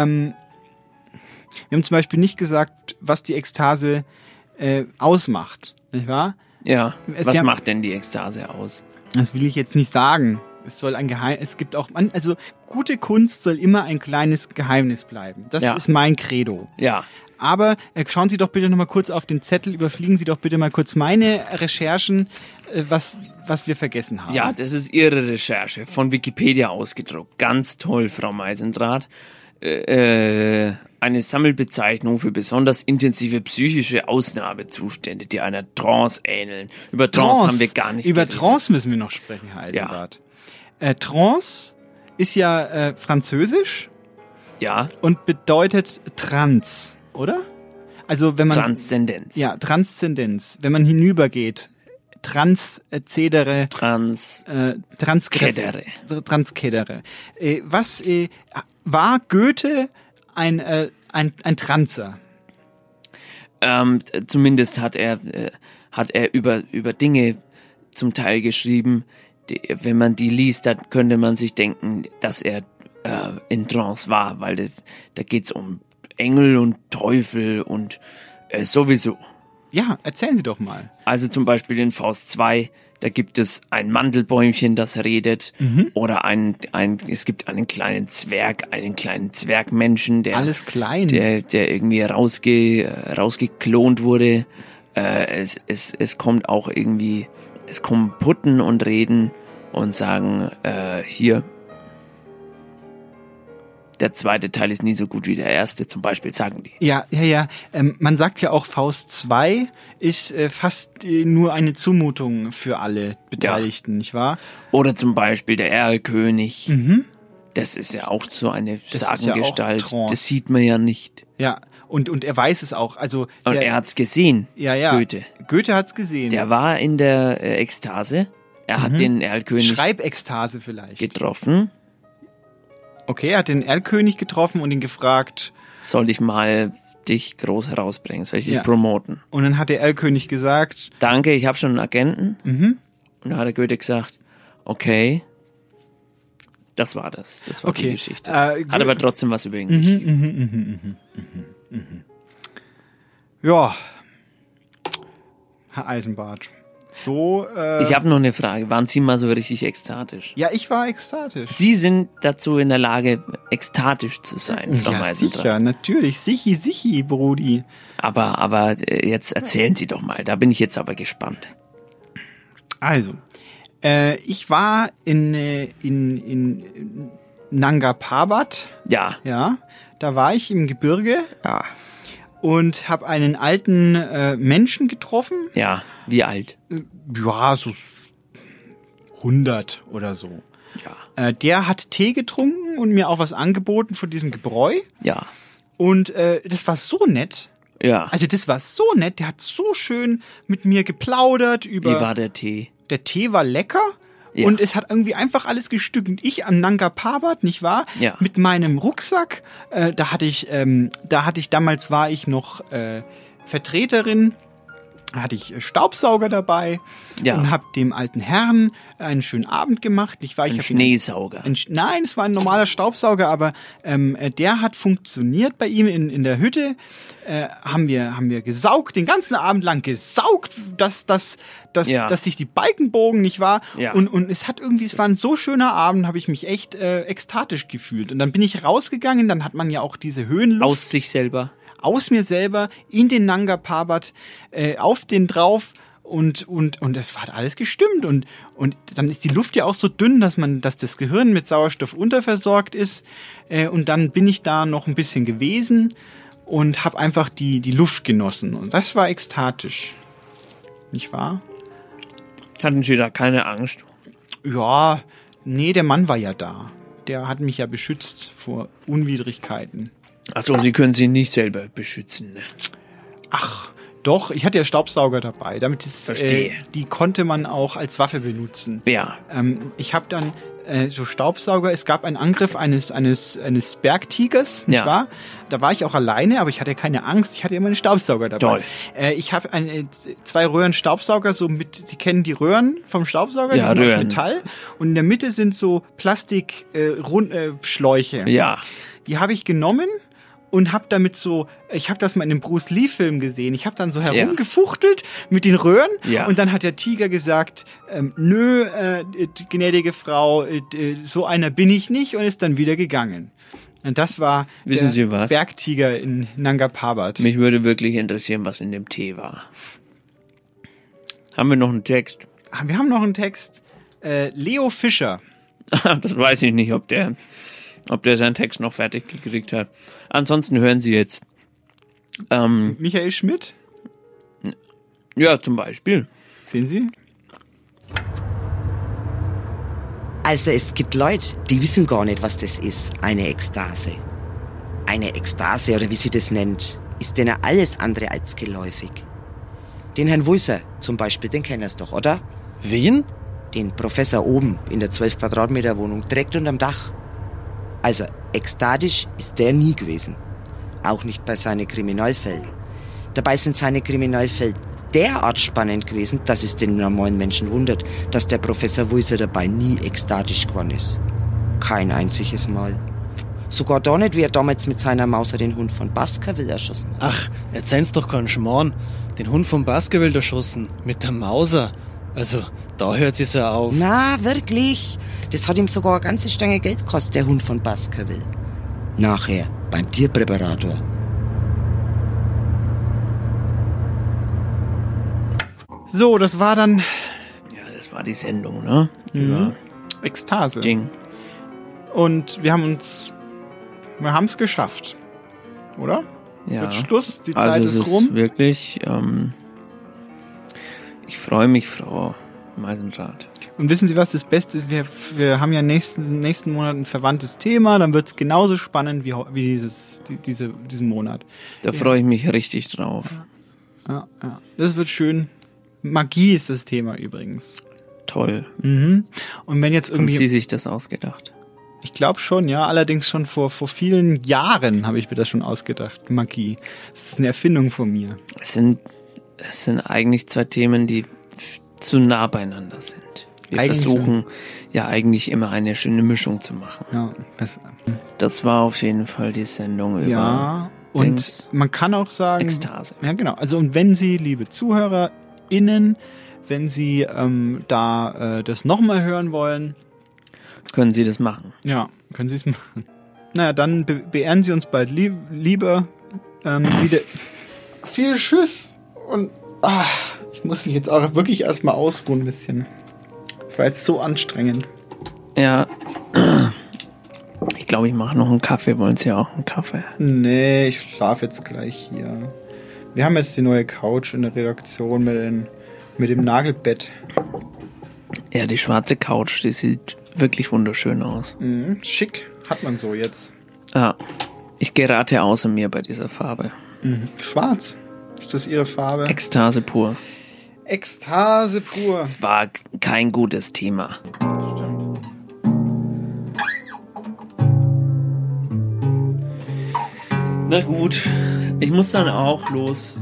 was die Ekstase ausmacht. Nicht wahr? Ja, was macht denn die Ekstase aus? Das will ich jetzt nicht sagen. Es gibt auch, also gute Kunst soll immer ein kleines Geheimnis bleiben. Das ist mein Credo. Ja. Aber schauen Sie doch bitte noch mal kurz auf den Zettel, überfliegen Sie doch bitte mal kurz meine Recherchen, was wir vergessen haben. Ja, das ist Ihre Recherche, von Wikipedia ausgedruckt. Ganz toll, Frau Meisendrath. Eine Sammelbezeichnung für besonders intensive psychische Ausnahmezustände, die einer Trance ähneln. Über Trance haben wir gar nicht Über geredet. Trance müssen wir noch sprechen, Herr Eisenbart. Ja. Trance ist ja französisch. Ja. Und bedeutet Trans, oder? Also wenn man Transzendenz. Ja, Transzendenz. Wenn man hinübergeht. Transcedere. Transcedere. War Goethe ein Transer? Zumindest hat er über Dinge zum Teil geschrieben, wenn man die liest, dann könnte man sich denken, dass er in Trance war, weil da geht's um Engel und Teufel und sowieso. Ja, erzählen Sie doch mal. Also zum Beispiel in Faust 2, da gibt es ein Mandelbäumchen, das redet, oder es gibt einen kleinen Zwergmenschen, der alles klein, der irgendwie rausgeklont wurde. Es kommt auch irgendwie, es kommen Putten und reden und sagen, hier, der zweite Teil ist nie so gut wie der erste, zum Beispiel, sagen die. Ja. Man sagt ja auch, Faust 2 ist fast nur eine Zumutung für alle Beteiligten, nicht wahr? Oder zum Beispiel der Erlkönig. Das ist ja auch so eine Sagengestalt. Ja, das sieht man ja nicht. Ja, und er weiß es auch. Also und er hat's gesehen, Goethe. Goethe hat's gesehen. Der war in der Ekstase. Er hat den Erlkönig Schreibekstase vielleicht getroffen. Okay, er hat den Erlkönig getroffen und ihn gefragt, soll ich mal dich groß herausbringen, soll ich dich promoten. Und dann hat der Erlkönig gesagt, danke, ich habe schon einen Agenten. Mhm. Und dann hat der Goethe gesagt, okay, das war das. Das war die Geschichte. Hat aber trotzdem was über ihn geschrieben. Ja, Herr Eisenbart. So, ich habe noch eine Frage. Waren Sie mal so richtig ekstatisch? Ja, ich war ekstatisch. Sie sind dazu in der Lage, ekstatisch zu sein, Frau Meisendrath. Sicher, natürlich. Sichi, Brudi. Aber jetzt erzählen Sie doch mal. Da bin ich jetzt aber gespannt. Also, ich war in Nanga Parbat. Ja. Ja, da war ich im Gebirge. Ja. Und habe einen alten Menschen getroffen. Ja, wie alt? Ja, so 100 oder so. Ja. Der hat Tee getrunken und mir auch was angeboten von diesem Gebräu. Ja. Und das war so nett. Ja. Also das war so nett. Der hat so schön mit mir geplaudert über... Wie war der Tee? Der Tee war lecker. Ja. Und es hat irgendwie einfach alles gestückt. Ich am Nanga Parbat, nicht wahr? Ja. Mit meinem Rucksack. Damals war ich noch Vertreterin. Da hatte ich Staubsauger dabei und habe dem alten Herrn einen schönen Abend gemacht. Ein Schneesauger? Nein, es war ein normaler Staubsauger, aber der hat funktioniert bei ihm in der Hütte. Haben wir gesaugt, den ganzen Abend lang gesaugt, dass sich die Balken bogen, nicht wahr? Ja. Und es war ein so schöner Abend, habe ich mich echt ekstatisch gefühlt. Und dann bin ich rausgegangen, dann hat man ja auch diese Höhenluft. Aus sich selber? Aus mir selber, in den Nanga Parbat, auf den drauf und es hat alles gestimmt und dann ist die Luft ja auch so dünn, dass das Gehirn mit Sauerstoff unterversorgt ist und dann bin ich da noch ein bisschen gewesen und habe einfach die Luft genossen und das war ekstatisch. Nicht wahr? Hatten Sie da keine Angst? Ja, nee, der Mann war ja da. Der hat mich ja beschützt vor Unwidrigkeiten. Achso, Sie können sich nicht selber beschützen. Ne? Ach, doch, ich hatte ja Staubsauger dabei. Verstehe. Die konnte man auch als Waffe benutzen. Ja. Ich habe dann so Staubsauger, es gab einen Angriff eines Bergtigers, nicht wahr? Da war ich auch alleine, aber ich hatte keine Angst, ich hatte immer einen Staubsauger dabei. Toll. Ich habe 2 Röhren Staubsauger, Sie kennen die Röhren vom Staubsauger, ja, die sind Röhren. aus Metall und in der Mitte sind so Plastik Schläuche. Ja. Die habe ich genommen und habe damit ich habe das mal in einem Bruce Lee Film gesehen. Ich habe dann so herumgefuchtelt mit den Röhren und dann hat der Tiger gesagt, nö, gnädige Frau, so einer bin ich nicht und ist dann wieder gegangen. Und das war der Bergtiger in Nanga Parbat. Mich würde wirklich interessieren, was in dem Tee war. Haben wir noch einen Text? Wir haben noch einen Text. Leo Fischer. Das weiß ich nicht, ob der seinen Text noch fertig gekriegt hat. Ansonsten hören Sie jetzt Michael Schmidt? Ja, zum Beispiel. Sehen Sie? Also es gibt Leute, die wissen gar nicht, was das ist, eine Ekstase. Eine Ekstase, oder wie sie das nennt, ist denen alles andere als geläufig. Den Herrn Wulser zum Beispiel, den kennen Sie doch, oder? Wen? Den Professor oben in der 12 Quadratmeter Wohnung, direkt unterm Dach. Also ekstatisch ist der nie gewesen. Auch nicht bei seinen Kriminalfällen. Dabei sind seine Kriminalfälle derart spannend gewesen, dass es den normalen Menschen wundert, dass der Professor Wulser dabei nie ekstatisch geworden ist. Kein einziges Mal. Sogar da nicht, wie er damals mit seiner Mauser den Hund von Baskerville erschossen hat. Ach, erzählen's doch keinen Schmarrn. Den Hund von Baskerville erschossen. Mit der Mauser. Also, da hört sie ja auf. Na, wirklich. Das hat ihm sogar eine ganze Stange Geld gekostet, der Hund von Baskerville. Nachher, beim Tierpräparator. So, das war dann... Ja, das war die Sendung, ne? Ekstase. Ding. Und wir haben es geschafft. Oder? Ja. Jetzt Schluss, die Zeit ist rum. Wirklich, ich freue mich, Frau Meisendrath. Und wissen Sie, was das Beste ist? Wir haben ja nächsten Monat ein verwandtes Thema, dann wird es genauso spannend wie diesen Monat. Da freue ich mich richtig drauf. Ja. Das wird schön. Magie ist das Thema übrigens. Toll. Mhm. Und wenn jetzt irgendwie... Haben Sie sich das ausgedacht? Ich glaube schon, ja. Allerdings schon vor vielen Jahren habe ich mir das schon ausgedacht. Magie. Das ist eine Erfindung von mir. Es sind eigentlich zwei Themen, die zu nah beieinander sind. Wir versuchen ja eigentlich immer eine schöne Mischung zu machen. Ja, das war auf jeden Fall die Sendung über. Ja, und man kann auch sagen. Ekstase. Ja, genau. Also, und wenn Sie, liebe ZuhörerInnen, wenn Sie das nochmal hören wollen, können Sie das machen. Ja, können Sie es machen. Naja, dann beehren Sie uns bald lieber wieder. Viel Tschüss und ich muss mich jetzt auch wirklich erstmal ausruhen ein bisschen. Das war jetzt so anstrengend. Ja. Ich glaube, ich mache noch einen Kaffee. Wollen Sie auch einen Kaffee? Nee, ich schlafe jetzt gleich hier. Wir haben jetzt die neue Couch in der Redaktion mit dem Nagelbett. Ja, die schwarze Couch, die sieht wirklich wunderschön aus. Mhm, schick, hat man so jetzt. Ja, ich gerate außer mir bei dieser Farbe. Mhm. Schwarz, ist das Ihre Farbe? Ekstase pur. Ekstase pur. Es war kein gutes Thema. Stimmt. Na gut, ich muss dann auch los.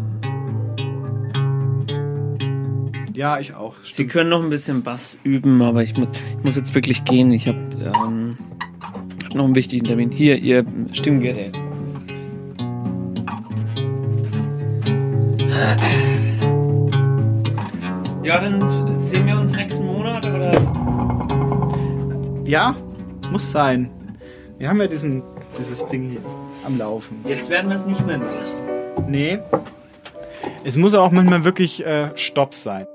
Ja, ich auch. Stimmt. Sie können noch ein bisschen Bass üben, aber ich muss jetzt wirklich gehen. Ich habe noch einen wichtigen Termin. Hier, Ihr Stimmgerät. Ja, dann sehen wir uns nächsten Monat, oder? Ja, muss sein. Wir haben ja dieses Ding hier am Laufen. Jetzt werden wir es nicht mehr los. Nee. Es muss auch manchmal wirklich Stopp sein.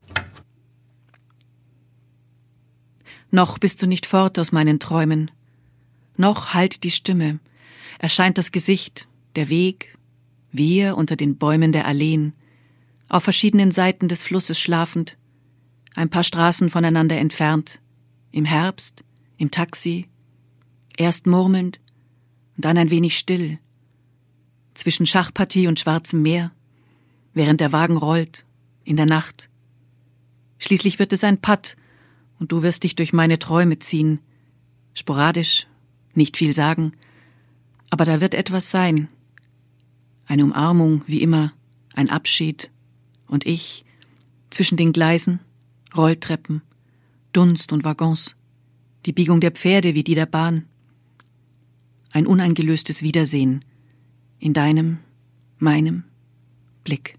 Noch bist du nicht fort aus meinen Träumen. Noch hallt die Stimme. Erscheint das Gesicht, der Weg, wir unter den Bäumen der Alleen, auf verschiedenen Seiten des Flusses schlafend, ein paar Straßen voneinander entfernt, im Herbst, im Taxi, erst murmelnd, dann ein wenig still, zwischen Schachpartie und schwarzem Meer, während der Wagen rollt, in der Nacht. Schließlich wird es ein Patt, und du wirst dich durch meine Träume ziehen, sporadisch, nicht viel sagen, aber da wird etwas sein. Eine Umarmung, wie immer, ein Abschied, und ich, zwischen den Gleisen, Rolltreppen, Dunst und Waggons, die Biegung der Pferde wie die der Bahn. Ein uneingelöstes Wiedersehen in deinem, meinem Blick.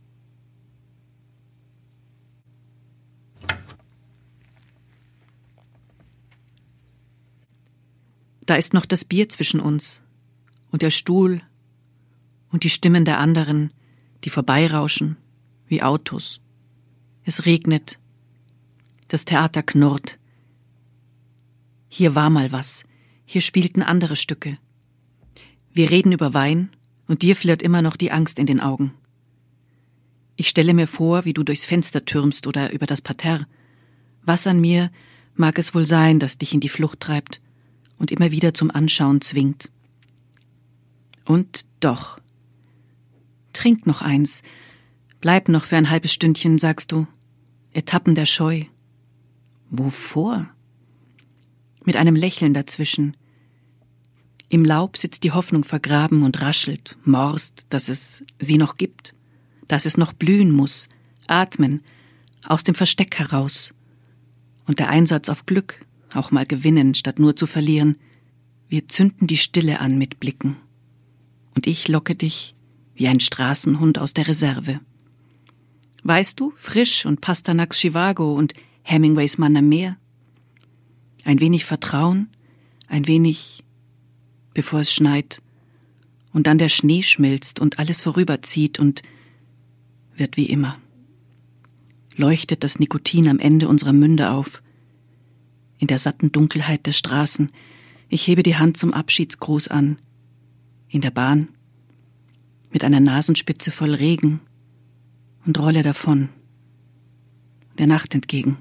Da ist noch das Bier zwischen uns und der Stuhl und die Stimmen der anderen, die vorbeirauschen wie Autos. Es regnet. Das Theater knurrt. Hier war mal was. Hier spielten andere Stücke. Wir reden über Wein und dir flirrt immer noch die Angst in den Augen. Ich stelle mir vor, wie du durchs Fenster türmst oder über das Parterre. Was an mir mag es wohl sein, das dich in die Flucht treibt und immer wieder zum Anschauen zwingt. Und doch. Trink noch eins. Bleib noch für ein halbes Stündchen, sagst du. Etappen der Scheu. Wovor? Mit einem Lächeln dazwischen. Im Laub sitzt die Hoffnung vergraben und raschelt, morst, dass es sie noch gibt, dass es noch blühen muss, atmen, aus dem Versteck heraus. Und der Einsatz auf Glück, auch mal gewinnen, statt nur zu verlieren. Wir zünden die Stille an mit Blicken. Und ich locke dich wie ein Straßenhund aus der Reserve. Weißt du, Frisch und Pasternaks Chivago und Hemingways Mann am Meer? Ein wenig Vertrauen, ein wenig, bevor es schneit, und dann der Schnee schmilzt und alles vorüberzieht und wird wie immer. Leuchtet das Nikotin am Ende unserer Münde auf. In der satten Dunkelheit der Straßen, ich hebe die Hand zum Abschiedsgruß an. In der Bahn, mit einer Nasenspitze voll Regen, und rolle davon, der Nacht entgegen.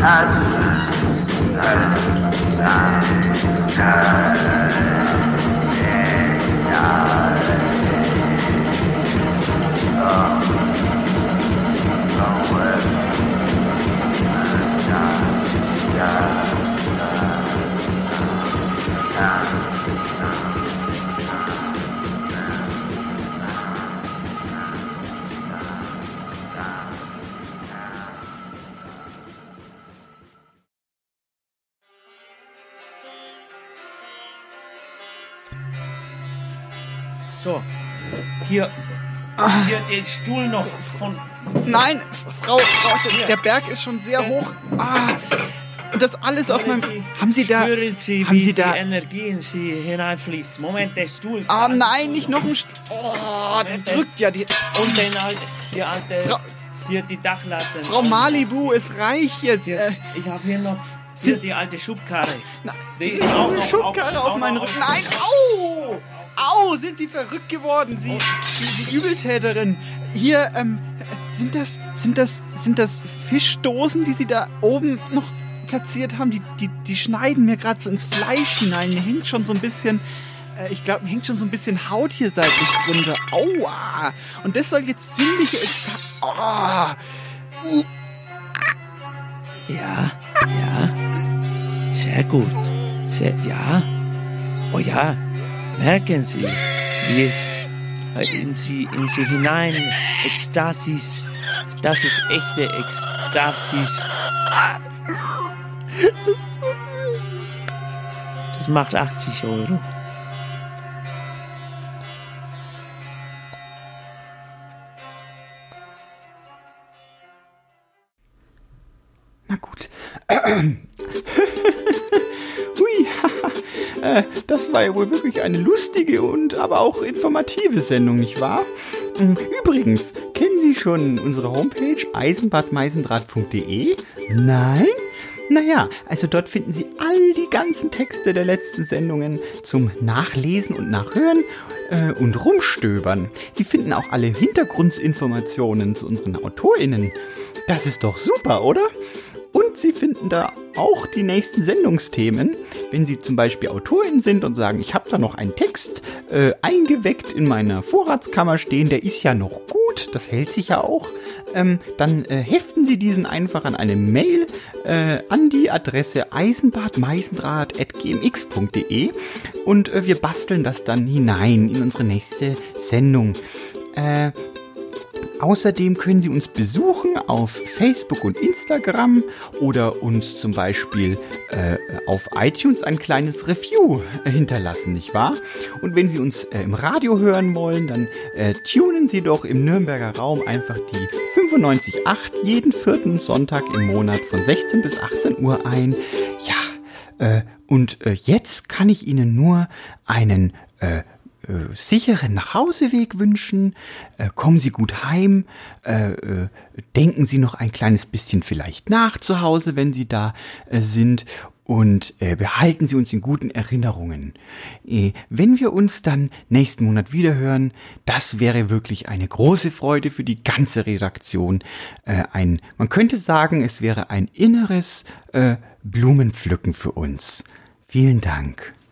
So, hier den Stuhl noch von... Nein, Frau, der Berg ist schon sehr hoch. Und das alles auf meinem... Haben Sie da... Spüren Sie, wie die Energie in Sie hineinfließt. Moment, der Stuhl... nein, nicht noch ein Stuhl. Oh, der drückt ja die... Und die alte... Die Dachlatte. Frau Malibu, es reicht jetzt. Ich habe hier noch... die alte Schubkarre. Die Schubkarre auf meinen Rücken. Nein, au! Au, sind Sie verrückt geworden, Sie Übeltäterin. Hier, sind das Fischdosen, die Sie da oben noch platziert haben? Die schneiden mir gerade so ins Fleisch hinein. Mir hängt schon so ein bisschen, ich glaube, mir hängt schon so ein bisschen Haut hier seitlich drunter. Aua! Und das soll jetzt sinnliche Ja. Sehr gut. Ja. Oh ja. Merken Sie, wie es in Sie hinein Ekstasis. Das ist echte Ekstasis. Das macht 80 €. Na gut. Hui, das war ja wohl wirklich eine lustige und aber auch informative Sendung, nicht wahr? Übrigens, kennen Sie schon unsere Homepage eisenbadmeisendraht.de? Nein? Naja, also dort finden Sie all die ganzen Texte der letzten Sendungen zum Nachlesen und Nachhören und Rumstöbern. Sie finden auch alle Hintergrundinformationen zu unseren AutorInnen. Das ist doch super, oder? Und Sie finden da auch die nächsten Sendungsthemen. Wenn Sie zum Beispiel AutorInnen sind und sagen, ich habe da noch einen Text eingeweckt in meiner Vorratskammer stehen, der ist ja noch gut, das hält sich ja auch, dann heften Sie diesen einfach an eine Mail an die Adresse eisenbadmeisendraht@gmx.de und wir basteln das dann hinein in unsere nächste Sendung. Außerdem können Sie uns besuchen auf Facebook und Instagram oder uns zum Beispiel auf iTunes ein kleines Review hinterlassen, nicht wahr? Und wenn Sie uns im Radio hören wollen, dann tunen Sie doch im Nürnberger Raum einfach die 95.8 jeden 4. Sonntag im Monat von 16 bis 18 Uhr ein. Ja, und jetzt kann ich Ihnen nur einen sicheren Nachhauseweg wünschen. Kommen Sie gut heim. Denken Sie noch ein kleines bisschen vielleicht nach zu Hause, wenn Sie da sind. Und behalten Sie uns in guten Erinnerungen. Wenn wir uns dann nächsten Monat wieder hören, das wäre wirklich eine große Freude für die ganze Redaktion. Man könnte sagen, es wäre ein inneres Blumenpflücken für uns. Vielen Dank.